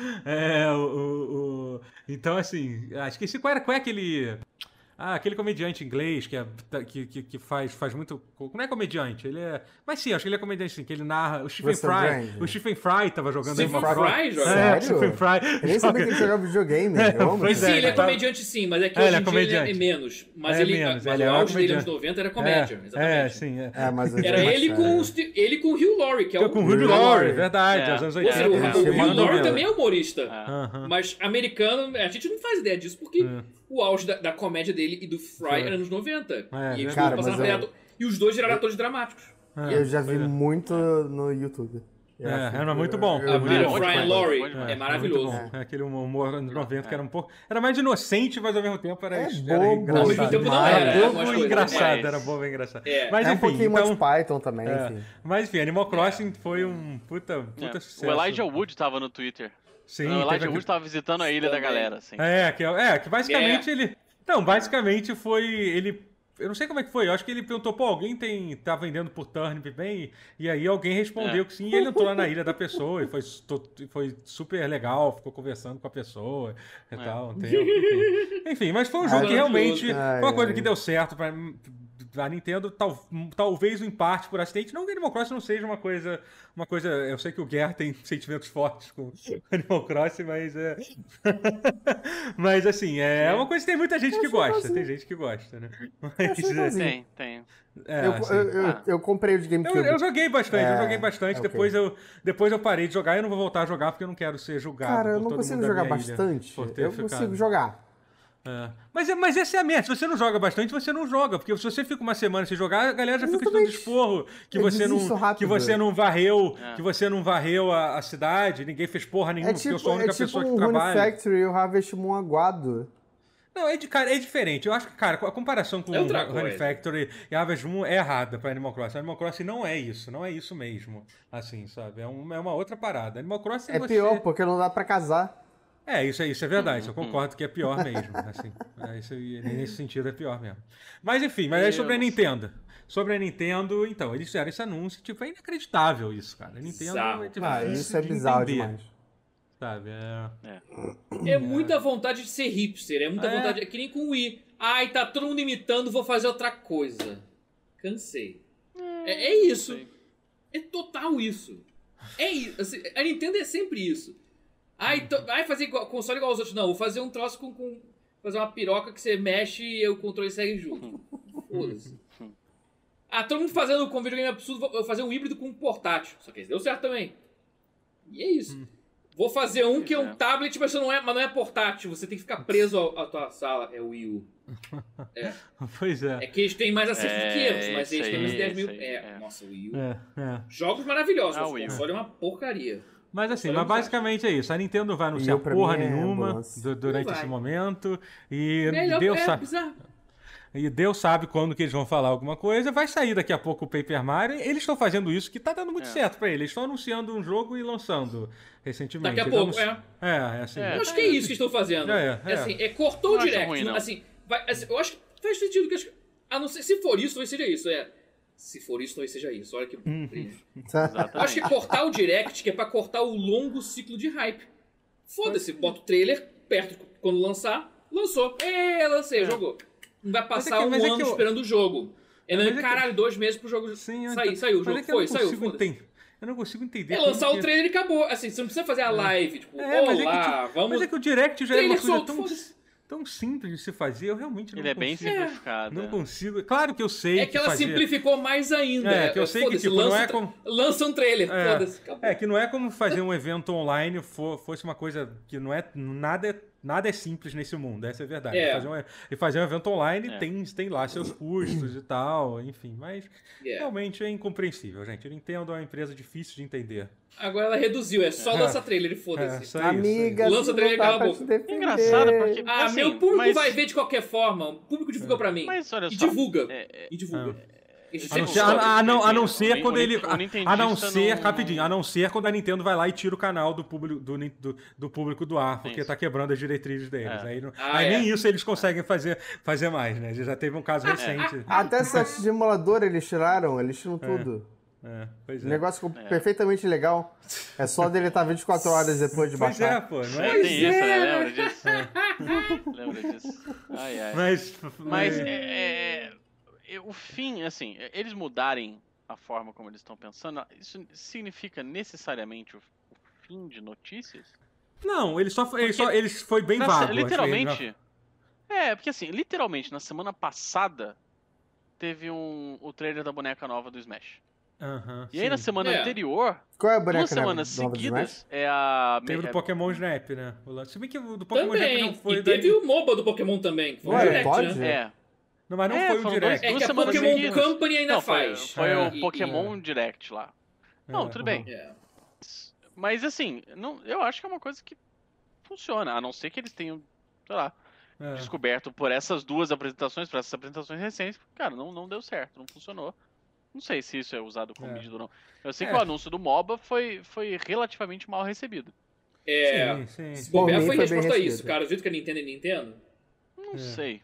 Então, assim, esqueci qual é aquele... aquele comediante inglês que faz muito... Não é comediante, ele é... Mas sim, acho que ele é comediante, sim, que ele narra... O Stephen Fry. O Stephen Fry tava jogando Stephen Animal Crossing. Fry joga? Sério? Stephen Fry. Eu nem sabia que ele jogava videogame. Eu amo Pois isso. Sim, ele é tá. comediante sim, mas é que hoje ele é em dia comediante. ele é menos. Mas Menos, mas ele o era auge dele nos comediante. 90 era comédia, exatamente. Sim. Mas eu Era tinha ele mais ele com o Hugh Laurie, que é o... Com o Hugh Laurie, verdade, É. aos anos Ou 80. seja, o Hugh Hugh Laurie Laurie também é humorista. Aham. Mas americano, a gente não faz ideia disso, porque o auge da comédia dele e do Fry era nos 90. E eles Cara, passaram mas pra e os dois viraram atores dramáticos. Eu já vi muito no YouTube. Era muito bom. A vida bom Fry demais, and Laurie bom demais. é maravilhoso. Muito bom. Aquele humor anos 90 que era um pouco... Era mais inocente, mas ao mesmo tempo era bobo. engraçado. Ao mesmo tempo não Era era, bobo algumas e coisas, engraçado. mas- Era bobo e engraçado. É. Mas É um enfim, pouquinho então... Monty Python também, enfim. Mas enfim, Animal Crossing foi um puta sucesso. O Elijah Wood tava no Twitter. Sim, O Elijah teve Wood tava visitando a ilha da galera, assim. que basicamente ele... Não, basicamente foi... Ele... Eu não sei como é que foi, eu acho que ele perguntou, alguém tá vendendo por turnip bem? E aí alguém respondeu que sim, e ele entrou lá na ilha da pessoa, e foi super legal, ficou conversando com a pessoa e tal, entendeu? Enfim, mas foi um jogo que realmente, foi uma coisa que deu certo, a Nintendo, talvez em parte por acidente, não que Animal Crossing não seja uma coisa... Eu sei que o Guerra tem sentimentos fortes com Animal Crossing, mas mas assim, é uma coisa que tem muita gente que gosta. Tem gente que gosta, né? Mas, Tem. Eu comprei o de GameCube. eu joguei bastante. Ok. Depois eu parei de jogar e eu não vou voltar a jogar porque eu não quero ser julgado Cara, eu por não todo consigo mundo da jogar minha ilha bastante. por ter Eu ficado. consigo jogar. Mas essa é a merda. Se você não joga bastante, você não joga. Porque se você fica uma semana sem jogar, a galera já fica te dando Exatamente. esporro que Eu você desisto não rápido. que você não varreu a cidade, ninguém fez porra nenhuma, porque eu sou a única pessoa que um trabalha. Rune Factory e o Harvest Moon aguado. Não, cara, é diferente. Eu acho que, cara, a comparação com É o outra Honey coisa. Factory e Harvest Moon é errada pra Animal Crossing. Animal Crossing não é isso mesmo. Assim, sabe? É uma outra parada. Animal Crossing É pior, porque não dá pra casar. Isso é verdade. Eu concordo que é pior mesmo. Assim, nesse sentido é pior mesmo. Mas enfim, aí sobre a Nintendo. Sobre a Nintendo, então, eles fizeram esse anúncio, tipo, é inacreditável isso, cara. A Nintendo Bizarro. é difícil Isso é de bizarro entender, demais. sabe? É muita vontade de ser hipster, é muita vontade. É que nem com o Wii. Ai, tá todo mundo imitando, vou fazer outra coisa. Cansei. É isso. É total isso. É isso. Assim, a Nintendo é sempre isso. Ai, vai fazer console igual aos outros. Não, vou fazer um troço com fazer uma piroca que você mexe e o controle segue junto. Foda-se. Todo mundo fazendo com videogame absurdo, vou fazer um híbrido com um portátil. Só que esse deu certo também. E é isso. Vou fazer um que é um tablet, mas não é portátil. Você tem que ficar preso à tua sala. É o Wii U. Pois é. É que eles têm mais acertos do que erros, mas eles isso têm uns aí, 10 mil. isso aí, Nossa, o Wii U. Jogos Jogos maravilhosos, Ah, mas o o Wii U. console é uma porcaria. Mas assim, Console é um basicamente é isso. A Nintendo não vai anunciar pra porra mim é nenhuma ambulância. durante Não vai. esse momento. E Melhor, Deus sabe. bizarro. E Deus sabe quando que eles vão falar alguma coisa. Vai sair daqui a pouco o Paper Mario. Eles estão fazendo isso que tá dando muito certo pra eles. Eles estão anunciando um jogo e lançando recentemente. Daqui a Eles pouco, assim. Eu acho que é isso que estão fazendo. Assim, cortou o Não acho direct. ruim, não. Assim, eu acho que faz sentido. A não ser, se for isso, talvez seja isso. Se for isso, talvez seja isso. Olha que brilho. Eu acho que cortar o direct, que é pra cortar o longo ciclo de hype. Foda-se, bota o trailer perto quando lançar. Lançou. Lancei, jogou. Não vai passar um ano esperando o jogo. Caralho, 2 meses pro jogo sair. Saiu o jogo. Saiu. Eu não consigo entender. Lançar o trailer e acabou. Assim, você não precisa fazer a live, tipo, vamos... Mas é que o direct já é uma coisa solto, tão simples de se fazer, eu realmente não Ele é bem consigo. simplificado. Não consigo. Claro que eu sei É que ela simplificou mais ainda. Que eu sei que tipo, não é como... Lança um trailer, foda-se, acabou. Que não é como fazer um evento online fosse uma coisa que não é... Nada é simples nesse mundo, essa é a verdade. Fazer um evento online tem lá seus custos e tal, enfim. Mas realmente é incompreensível, gente. Eu entendo, é uma empresa difícil de entender. Agora ela reduziu, só lança trailer e foda-se. Amiga, lança trailer e cala a boca. É engraçado porque... assim, meu público vai ver de qualquer forma. O público divulga pra mim. Mas olha só. E divulga. E divulga. A não ser quando ele. A não ser, não... rapidinho, a não ser quando a Nintendo vai lá e tira o canal do público do ar, porque tá quebrando as diretrizes deles. Aí nem isso eles conseguem fazer mais, né? Já teve um caso recente. Até sete de emulador eles tiram tudo. Pois é. O negócio ficou perfeitamente legal. É só deletar 24 horas depois de baixar. Pois é, pô. Não é tem isso, né? Lembra disso? Lembra disso. Ai. Mas o fim, assim, eles mudarem a forma como eles estão pensando, isso significa necessariamente o fim de notícias? Não, eles foi bem vago. Literalmente. Porque assim, literalmente, na semana passada, teve o trailer da boneca nova do Smash. E aí na semana anterior, qual é a boneca 2 semanas seguidas, teve do Pokémon Snap, né? Se bem que o do Pokémon também. Snap não foi... E teve o MOBA do Pokémon também, que foi um direct, né? Não, mas não foi um direct. É que a Pokémon Company ainda faz. Foi o Pokémon Direct lá. Não, tudo bem. Mas assim, eu acho que é uma coisa que funciona, a não ser que eles tenham, sei lá, descoberto por essas apresentações recentes, cara, não deu certo, não funcionou. Não sei se isso é usado como medida ou não. Eu sei que o anúncio do MOBA foi relativamente mal recebido. Se bobear foi em resposta a isso, cara. O jeito que a Nintendo é Nintendo. Não sei.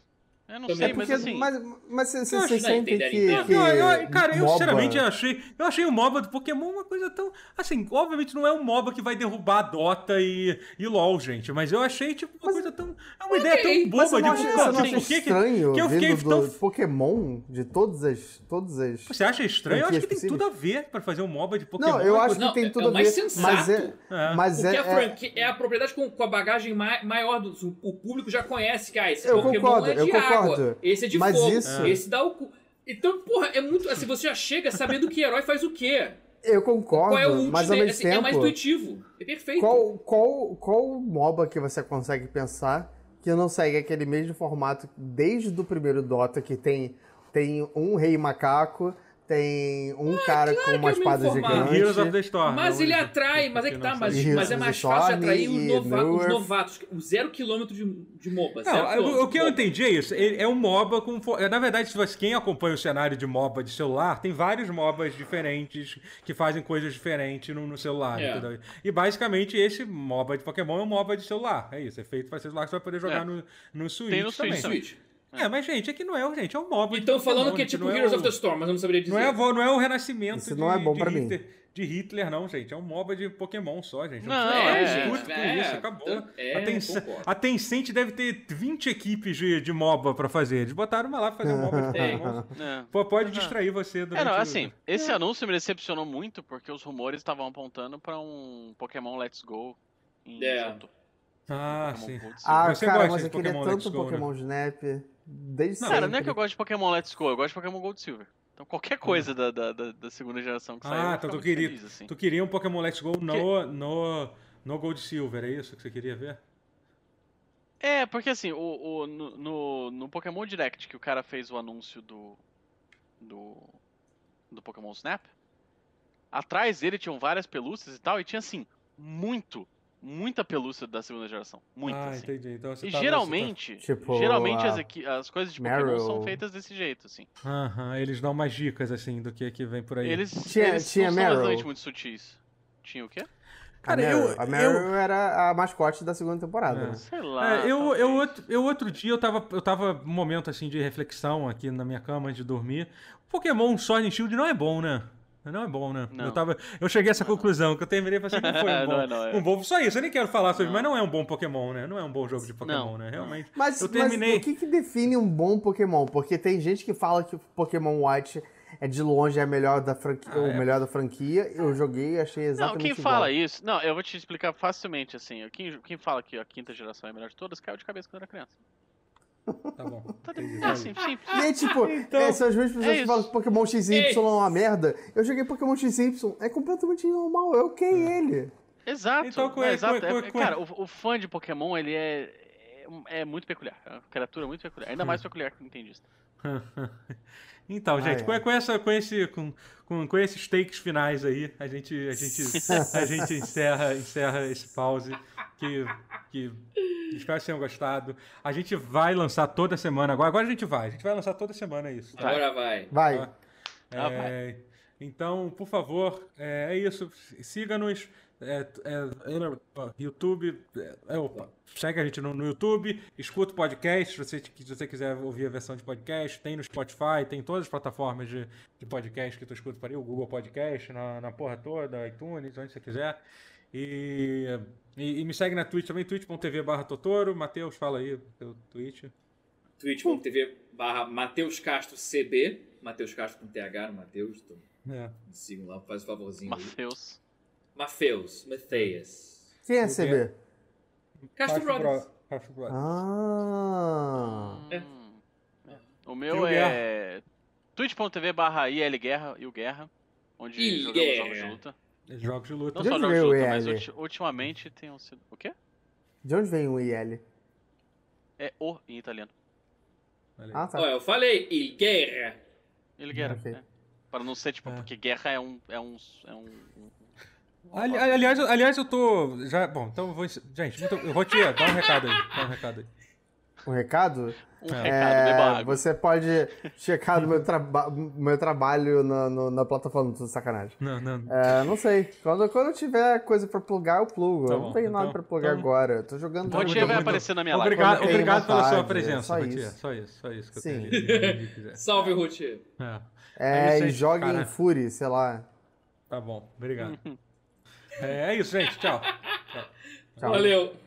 Eu não Também sei, É mas porque, assim... mas você Eu acho que sente não, que, Cara, eu MOBA- sinceramente achei o MOBA do Pokémon uma coisa tão. Assim, obviamente não é um MOBA que vai derrubar a Dota e LoL, gente, mas eu achei, tipo, uma coisa tão. É uma ideia tão Mas boba você não acha, de você não acha por que estranho que eu fiquei vindo tão. do Pokémon, de todas as... Você acha estranho? Eu acho que tem franquias tudo a ver pra fazer um MOBA de Pokémon. Não, eu uma acho coisa- que tem tudo é a o mais ver, sensato. mas Porque é... a franquia é a propriedade com a bagagem maior o público já conhece que esse Eu Pokémon concordo, é de eu concordo. água, esse é de Mas fogo, isso- esse dá o cu. Então, porra, é muito assim, você já chega sabendo que herói faz o quê? Eu concordo, Qual é o ult mas ao dele? mesmo Assim, tempo... é mais intuitivo. É perfeito. Qual MOBA que você consegue pensar que não segue aquele mesmo formato desde o primeiro Dota, que tem um rei macaco, tem um cara com que uma é o mesmo espada formato. gigante... Heroes of the Storm. Mas né, ele o- atrai, mas é que tá, não mas sei. é mais Storm fácil atrair e os Newerth. novatos. O 0 km de MOBA. Não, o que eu MOBA. entendi é isso. É um MOBA com. Na verdade, se você, quem acompanha o cenário de MOBA de celular, tem vários MOBAs diferentes que fazem coisas diferentes no celular. É. Entendeu? E basicamente esse MOBA de Pokémon é um MOBA de celular. É isso. É feito para celular que você vai poder jogar no Switch. Tem no Switch também. Switch. Mas, gente, aqui não é, gente, é um MOBA de Então Pokémon, falando que é gente, tipo não Heroes o- of the Storm, mas eu não saberia dizer. não é o renascimento Isso não é bom pra mim. De Hitler, não, gente. É um MOBA de Pokémon só, gente. Não, precisa é, ficar gente, puto com é, isso, acabou. concordo. A Tencent deve ter 20 equipes de MOBA pra fazer. Eles botaram uma lá pra fazer um MOBA de Pokémon. É. Pô, pode distrair você durante Não, o- assim, esse anúncio me decepcionou muito porque os rumores estavam apontando pra um Pokémon Let's Go em junto. Ah, Pokémon sim. Gold Silver. Ah, Você cara, gosta mas de eu queria Pokémon Let's tanto Go, Pokémon Snap desde Não, sempre. Cara, não é que eu gosto de Pokémon Let's Go, eu gosto de Pokémon Gold Silver. Então qualquer coisa da segunda geração que sair, eu vou Ah, ficar então muito feliz, assim. tu queria um Pokémon Let's Go no Gold Silver, é isso que você queria ver? É, porque assim, no Pokémon Direct que o cara fez o anúncio do Pokémon Snap, atrás dele tinham várias pelúcias e tal, e tinha assim, muita pelúcia da segunda geração. Muita, Ah, assim. entendi. Então você E tava- geralmente, Tipo, as coisas de Pokémon são Meryl. feitas desse jeito, assim. Aham, eles dão umas dicas, assim, do que vem por aí. Eles Tinha não são Meryl. exatamente muito sutis. Tinha o quê? Cara, a Meryl era a mascote da segunda temporada. É. né? Sei lá. Eu outro dia eu tava num momento assim de reflexão aqui na minha cama antes de dormir. O Pokémon Sword and Shield não é bom, né? Não é bom, né? Não. Eu cheguei a essa conclusão, que eu terminei e falei assim, não foi um bom. Não é. Um bom. Só isso, eu nem quero falar sobre, Não. mas não é um bom Pokémon, né? Não é um bom jogo de Pokémon, Não, né? não. Realmente. Mas, eu terminei. mas o que define um bom Pokémon? Porque tem gente que fala que o Pokémon White é de longe o melhor da melhor da franquia. Eu joguei e achei Não, exatamente quem igual. fala isso... Não, eu vou te explicar facilmente, assim. Quem fala que a quinta geração é a melhor de todas, caiu de cabeça quando era criança. Tá bom. Entendi, É tá assim, simples. E aí, tipo, são as mesmas pessoas é que falam que Pokémon XY Ei. é uma merda. Eu joguei Pokémon XY, é completamente normal, eu ok ele. Exato. Então, não, exato. com- Cara, o fã de Pokémon, ele é muito peculiar. É uma criatura muito peculiar. Ainda mais peculiar que o nintendista. Então, gente, ai. com esses takes finais aí, a gente encerra esse pause que espero que tenham gostado. A gente vai lançar toda semana agora a gente vai lançar toda semana isso. Tá? Agora vai. Vai. Tá? Então, por favor, é isso. Siga-nos. YouTube. Segue a gente no YouTube. Escuta o podcast. Se você quiser ouvir a versão de podcast, tem no Spotify, tem todas as plataformas de podcast que tu escuta por aí, o Google Podcast, na porra toda, iTunes, onde você quiser. E me segue na Twitch também, twitch.tv/Totoro. Matheus, fala aí, teu Twitch. twitch.tv/Matheus Castro CB. Matheus Castro com TH no Matheus. Então, É. me sigam lá, faz o favorzinho aí. Matheus. Matheus. Quem é CB? Castro Brothers. Castro Brothers. Ah. É. O E meu o é twitch.tv/ILGuerra, onde jogamos jogos de luta. Jogos de luta. Não De só onde jogos de veio o luta, mas IL? ultimamente tem sido... O quê? De onde vem o IL? É o em italiano. Olha aí. Ah, tá. Olha, eu falei, Il Guerra. Ele guerra. Ok. Para não ser tipo, É. porque guerra é um Aliás, eu tô. Já, bom, então eu vou. Gente, eu vou te dar um recado aí. Um recado? Um recado, beba água. Você pode checar no meu trabalho na plataforma, tudo sacanagem. Não. Não sei. Quando eu tiver coisa pra plugar, eu plugo. Tá Eu bom, não tenho nada então- pra plugar então- agora. Eu tô jogando O Rotier vai aparecer na minha live. Obrigado, Quando tem obrigado pela sua vontade, presença, só Rotier. isso. Só isso que eu Sim. queria. Salve, Rotier. É isso aí, E jogue cara. em Fury, sei lá. Tá bom, obrigado. É isso, gente. Tchau. Tchau. Valeu.